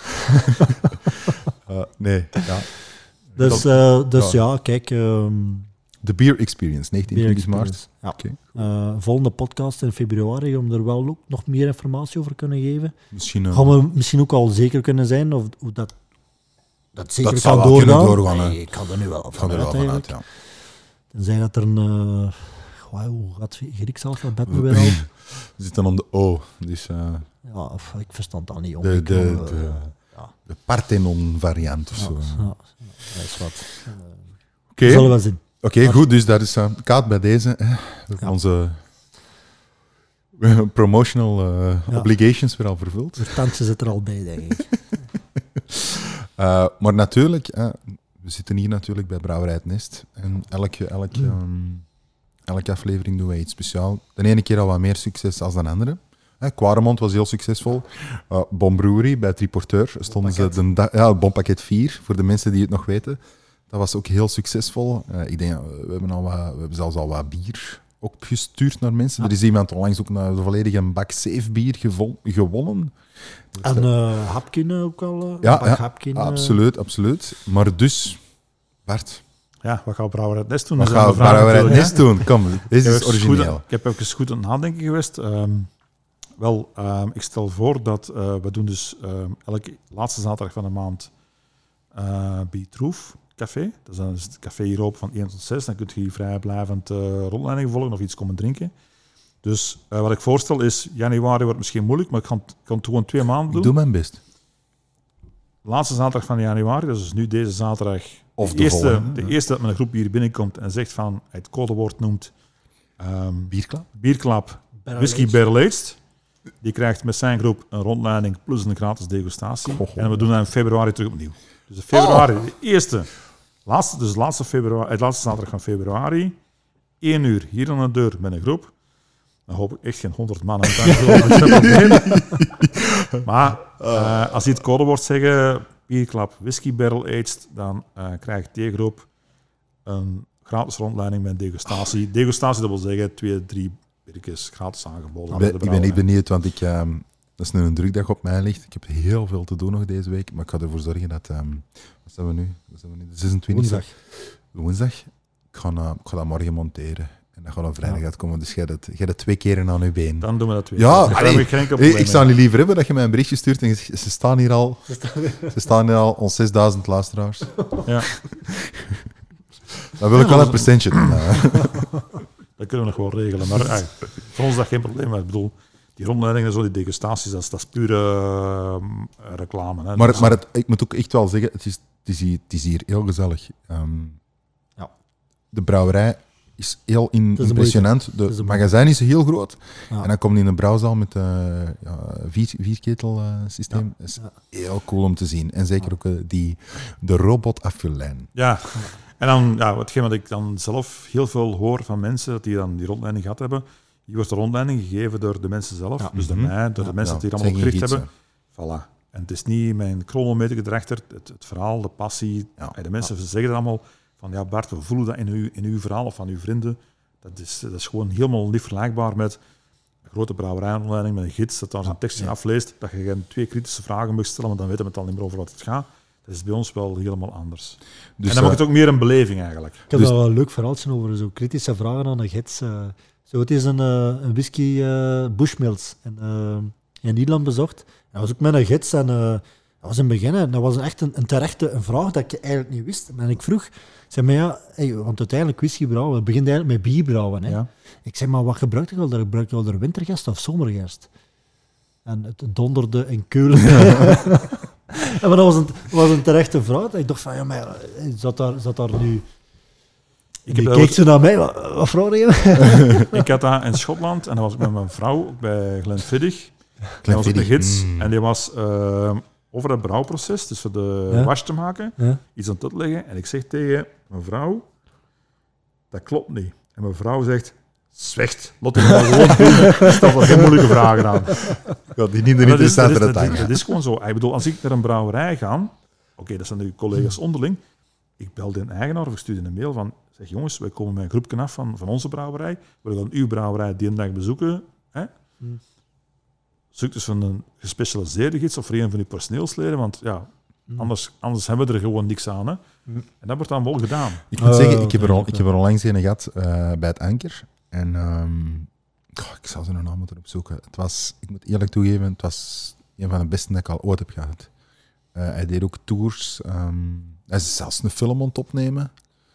Nee. Ja. Dus ja, kijk... The Beer Experience, 19 Beer maart. Experience, ja. Oké. Volgende podcast in februari, om er wel ook nog meer informatie over kunnen geven. Misschien, Gaan we misschien ook al zeker kunnen zijn of hoe dat zeker dat zou kan wel kunnen doorgaan. doorgaan. Hè. Nee, ik ga er nu wel Ik ga van er wel uit, vanuit, eigenlijk. ja. Tenzij dat er een... hoe gaat het Grieks alfabet nu weer al? We zitten om de O. Dus Ja, ik verstand dat niet. de Parthenon variant of zo. Dat is wat. Oké, We zullen wel zien. goed. Dus dat is Kaat bij deze. Onze promotional obligations weer al vervuld. Het tandje zit er al bij, denk ik. Maar natuurlijk, we zitten hier natuurlijk bij Brouwerij Het Nest. En elke aflevering doen wij iets speciaals. De ene keer al wat meer succes dan de andere. Quaremont was heel succesvol. Bon Brewery bij Triporteur stonden ze Bonpakket 4, voor de mensen die het nog weten. Dat was ook heel succesvol. Ik denk, we hebben zelfs al wat bier ook gestuurd naar mensen. Er is iemand onlangs ook naar de volledige bak safe bier gewonnen. Dus En Hapkin ook al. Hapkin, absoluut. Maar dus, Bart, Ja, wat gaat Brouwer het Nest doen? wat Dat is gaan een we vraag Brouwerij Het natuurlijk, Nest doen? Kom, dit hè. is origineel. Ik heb even goed aan het nadenken geweest. Ik stel voor dat we doen dus elke laatste zaterdag van de maand Biertroef Café. Dat is dan het café hierop van 1 tot 6. Dan kun je hier vrijblijvend rondleidingen volgen of iets komen drinken. Dus wat ik voorstel is, januari wordt misschien moeilijk, maar ik kan het gewoon 2 maanden Ik doen. doe mijn best. Laatste zaterdag van januari, dat is dus nu deze zaterdag. Of de de volgende, de ja. eerste dat met een groep hier binnenkomt en zegt van, het codewoord noemt Bierklap? Bierklap Whisky Barrel Aged. Die krijgt met zijn groep een rondleiding plus een gratis degustatie. En we doen dat in februari terug opnieuw. Dus in februari, de laatste zaterdag van februari, 1 uur hier aan de deur met een groep. Dan hoop ik echt geen 100 man aan het Maar als die het codewoord zeggen, Bierklap Whisky Barrel Aged, dan krijgt die groep een gratis rondleiding met degustatie. Degustatie, dat wil zeggen 2-3 birkjes gratis aangeboden. Ik ben niet benieuwd, want dat is nu een drukdag op mij ligt. Ik heb heel veel te doen nog deze week, maar ik ga ervoor zorgen dat... wat zijn we nu? De 26e? Woensdag. Woensdag. Ik ga dat morgen monteren. En dat gaat op vrijdag uitkomen, dus jij hebt 2 keren aan je been. Dan doen we dat weer. Ja, Daar allee, heb ik geen enkel probleem ik zou mee. niet liever hebben dat je mij een berichtje stuurt en ze staan hier al. Ze staan hier al, ons 6000 luisteraars. Ja, Dan wil ik wel een percentje doen. dat kunnen we nog wel regelen. Maar voor ons is dat geen probleem. Maar ik bedoel, die rondleidingen en zo, die degustaties, dat is pure reclame. Hè. Dus- Maar ik moet ook echt wel zeggen, het is hier heel gezellig. Ja. De brouwerij is heel is de impressionant. is Het de magazijn is heel groot. Ja. En dan kom je in een brouwzaal met een vierketel-systeem. Dat is heel cool om te zien. En zeker ook de robot-afvullijn. Ja, en dan, hetgeen wat ik dan zelf heel veel hoor van mensen, dat die dan die rondleiding gehad hebben, hier wordt de rondleiding gegeven door de mensen zelf, Ja. dus door mij, door de mensen die hier het allemaal zijn geen opgericht hebben. Voilà. En het is niet mijn chronometer erachter, het verhaal, de passie. Ja. De mensen zeggen het allemaal van, ja Bart, we voelen dat in uw verhaal of van uw vrienden. Dat is gewoon helemaal niet vergelijkbaar met een grote brouwerijrondleiding, met een gids dat daar zijn tekstje afleest, dat je geen 2 kritische vragen mag stellen, maar dan weten we het al niet meer over wat het gaat. Dat is bij ons wel helemaal anders. Dus, en dan wordt het ook meer een beleving eigenlijk. Ik heb Dus- daar wel een leuk verhaaltje over, zo kritische vragen aan de gids. Zo, het is een whisky Bushmills in Nederland bezocht. Dat was ook met een gids en dat was in het begin. En dat was echt een terechte een vraag dat ik eigenlijk niet wist. En ik vroeg, ik zei, maar ja, want uiteindelijk whisky brouwen, het begint eigenlijk met bier brouwen. Hè. Ja. Ik zei, maar wat gebruik je al? Gebruik je al wintergest of zomergest? En het donderde en keulde. En maar dat was een terechte vraag. Ik dacht van, ja, maar zat daar nu... Ik Die heb keek ze naar mij, wat vraag je? Ik had dat in Schotland en dat was ik met mijn vrouw ook bij Glenfiddich. Dat was ook een gids en die was over het brouwproces, dus voor de was te maken, iets aan het uitleggen. En ik zeg tegen mijn vrouw, dat klopt niet. En mijn vrouw zegt, zwicht, laat hem maar gewoon doen. Stel er geen moeilijke vragen aan. Ja, die niet Maar interessantere dat tang. is gewoon zo. Ik bedoel, als ik naar een brouwerij ga, oké, dat zijn nu collega's onderling, ik bel de eigenaar of ik stuur een mail van, zeg jongens, wij komen met een groepje af van onze brouwerij, we gaan uw brouwerij die een dag bezoeken. Hè? Zoek dus van een gespecialiseerde gids of voor een van die personeelsleden, want ja, anders hebben we er gewoon niks aan. Hè? En dat wordt dan wel gedaan. Ik moet zeggen, ik oké. heb er onlangs een gehad bij het Anker. En ik zou zijn naam moeten opzoeken. Ik moet eerlijk toegeven, het was een van de beste dat ik al ooit heb gehad. Hij deed ook tours. Hij is zelfs een film aan het opnemen.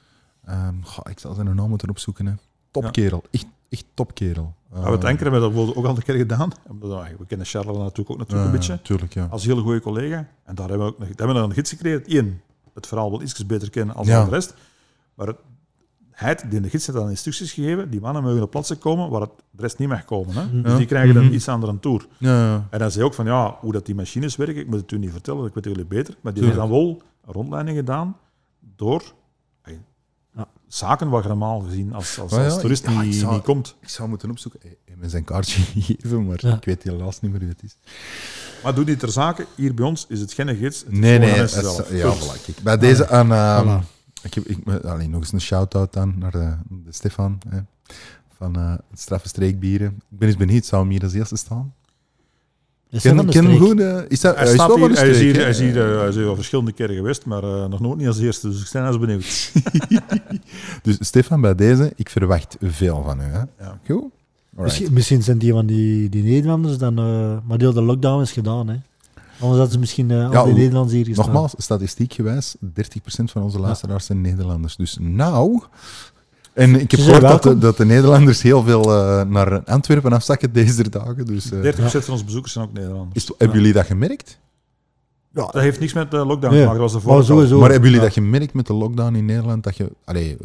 Ik zal zijn naam moeten opzoeken. Hè. Topkerel. Echt topkerel. Maar het Anker hebben we dat ook al een keer gedaan. We kennen Charles natuurlijk een beetje. Tuurlijk, ja. Als een hele goede collega. En daar hebben we ook een gids gekregen. Eén, het verhaal wel iets beter kennen als de rest. Maar de gids heeft dan instructies gegeven. Die mannen mogen op plaatsen komen waar de rest niet mag komen. Hè? Dus die krijgen dan iets andere tour. Ja. En dan zei ook van, hoe dat die machines werken, ik moet het u niet vertellen, dat weet jullie beter. Maar die hebben dan wel een rondleiding gedaan door zaken waar je normaal gezien als toerist niet komt. Ik zou moeten opzoeken. Hij heeft me zijn kaartje gegeven, maar ik weet helaas niet meer wie het is. Maar doe niet ter zake, hier bij ons is het geen gids. Het is Nee, gewoon de dat mensen is, zelf. ja, Dus- voilà. Kijk, bij deze aan... Voilà. nog eens een shout-out aan naar de Stefan van het Straffe Streekbieren. Ik ben eens benieuwd, zou hem hier als eerste staan? Is hij van de Ken hem streek? goed? Is dat, Hij is staat wel van hier, de hij is streek, hier, hè? hij is hier al verschillende keren geweest, maar nog nooit niet als eerste, dus ik ben eens benieuwd. Dus Stefan, bij deze, ik verwacht veel van u. Hè? Ja. Goed? Alright. Misschien zijn die van die Nederlanders dan... maar deel de lockdown is gedaan, hè. Anders hadden ze misschien al die Nederlanders hier gestaan. Nogmaals, statistiekgewijs, 30% van onze luisteraars zijn Nederlanders. Dus nou... En ik heb Ze zijn gehoord welkom. dat de Nederlanders heel veel naar Antwerpen afzakken deze dagen. Dus, 30% van onze bezoekers zijn ook Nederlanders. hebben jullie dat gemerkt? Ja, Dat heeft niks met de lockdown Nee. te maken, dat was de maar vorige. sowieso. Maar hebben jullie dat gemerkt met de lockdown in Nederland? Dat je...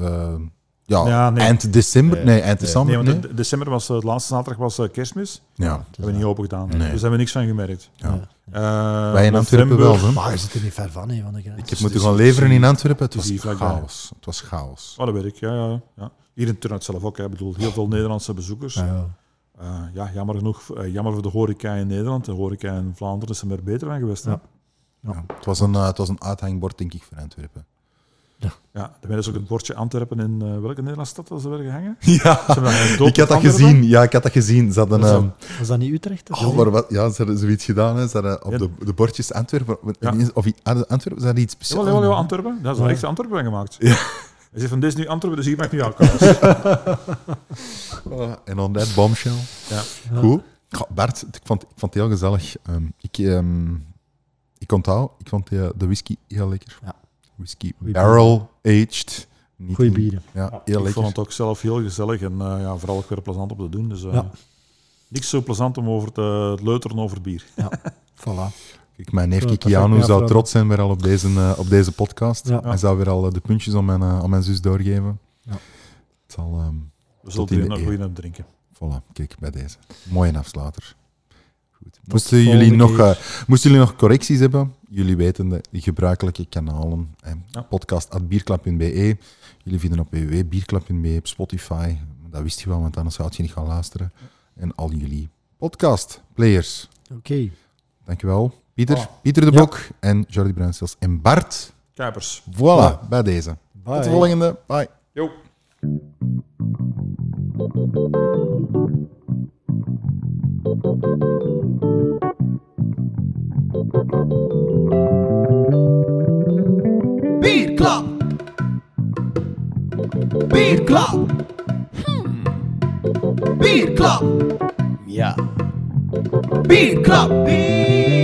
Ja, nee. Eind december? Nee, eind december. Nee, Nee, want december was, de laatste zaterdag was kerstmis. Ja. Dat hebben we niet open gedaan. Nee. Dus daar hebben we niks van gemerkt. Ja. Wij in Antwerpen wel, hè? Maar je zit er niet ver van, hè, van de grens. Ik heb moeten gaan leveren in Antwerpen. Het het is was hier vlakbij. chaos. Het was chaos. Oh, dat weet ik, ja. Hier in Turnhout zelf ook. Hè. Ik bedoel, heel veel Nederlandse bezoekers. Ja. Jammer genoeg, jammer voor de horeca in Nederland. De horeca in Vlaanderen is er meer beter aan geweest. Hè? Ja. Ja. Het was een uithangbord, denk ik, voor Antwerpen. Ja, er is ook het bordje Antwerpen in welke Nederlandse stad was er weer gehangen? Ja, Ze hebben een doop ik had dat Antwerpen. gezien. Ja, ik had dat gezien. Ze hadden... Was was dat niet Utrecht? Of maar wat, ja, ze hadden zoiets gedaan. Hè. Ze hadden op Ja. de bordjes Antwerpen... Ja. Of Antwerpen, ze hadden iets speciaals. Ja, Antwerpen. Dat is een echte Antwerpen gemaakt. Ja. Hij zegt van, dit is nu Antwerpen, dus hier mag nu alcohol. En on that bombshell. Ja. Goed. Goh, Bart, ik vond het heel gezellig. Ik onthoud, ik vond de whisky heel lekker. Ja. Whisky Goeie barrel-aged. Niet Goeie in- bieren. Ja, Ik heel lekker. vond het ook zelf heel gezellig en vooral ook weer plezant om te doen. Dus Ja. niks zo plezant om over te leuteren over bier. Voilà. Kijk, mijn neef Zo, Kikiano perfect, zou ja, trots zijn weer al op deze podcast. Ja. Hij zou weer al de puntjes aan mijn zus doorgeven. Ja. Het zal... We zullen in de er nog eer. goeie aan drinken. Voilà, kijk, bij deze. Mooie afsluiter. Goed. de Moesten volgende jullie nog correcties hebben? Jullie weten de gebruikelijke kanalen. Ja. Podcast@bierklap.be. Jullie vinden op www.bierklap.be, op Spotify. Dat wist je wel, want anders zou je niet gaan luisteren. En al jullie podcastplayers. Oké. Dankjewel. Pieter, Oh. Pieter de Ja. Bok en Jordi Bruinstels en Bart. Kuipers. Voilà, bij deze. Bye. Tot de volgende. Bye. Jo. Bierklap. Bierklap. Bierklap. Ja. Bierklap. Bierklap.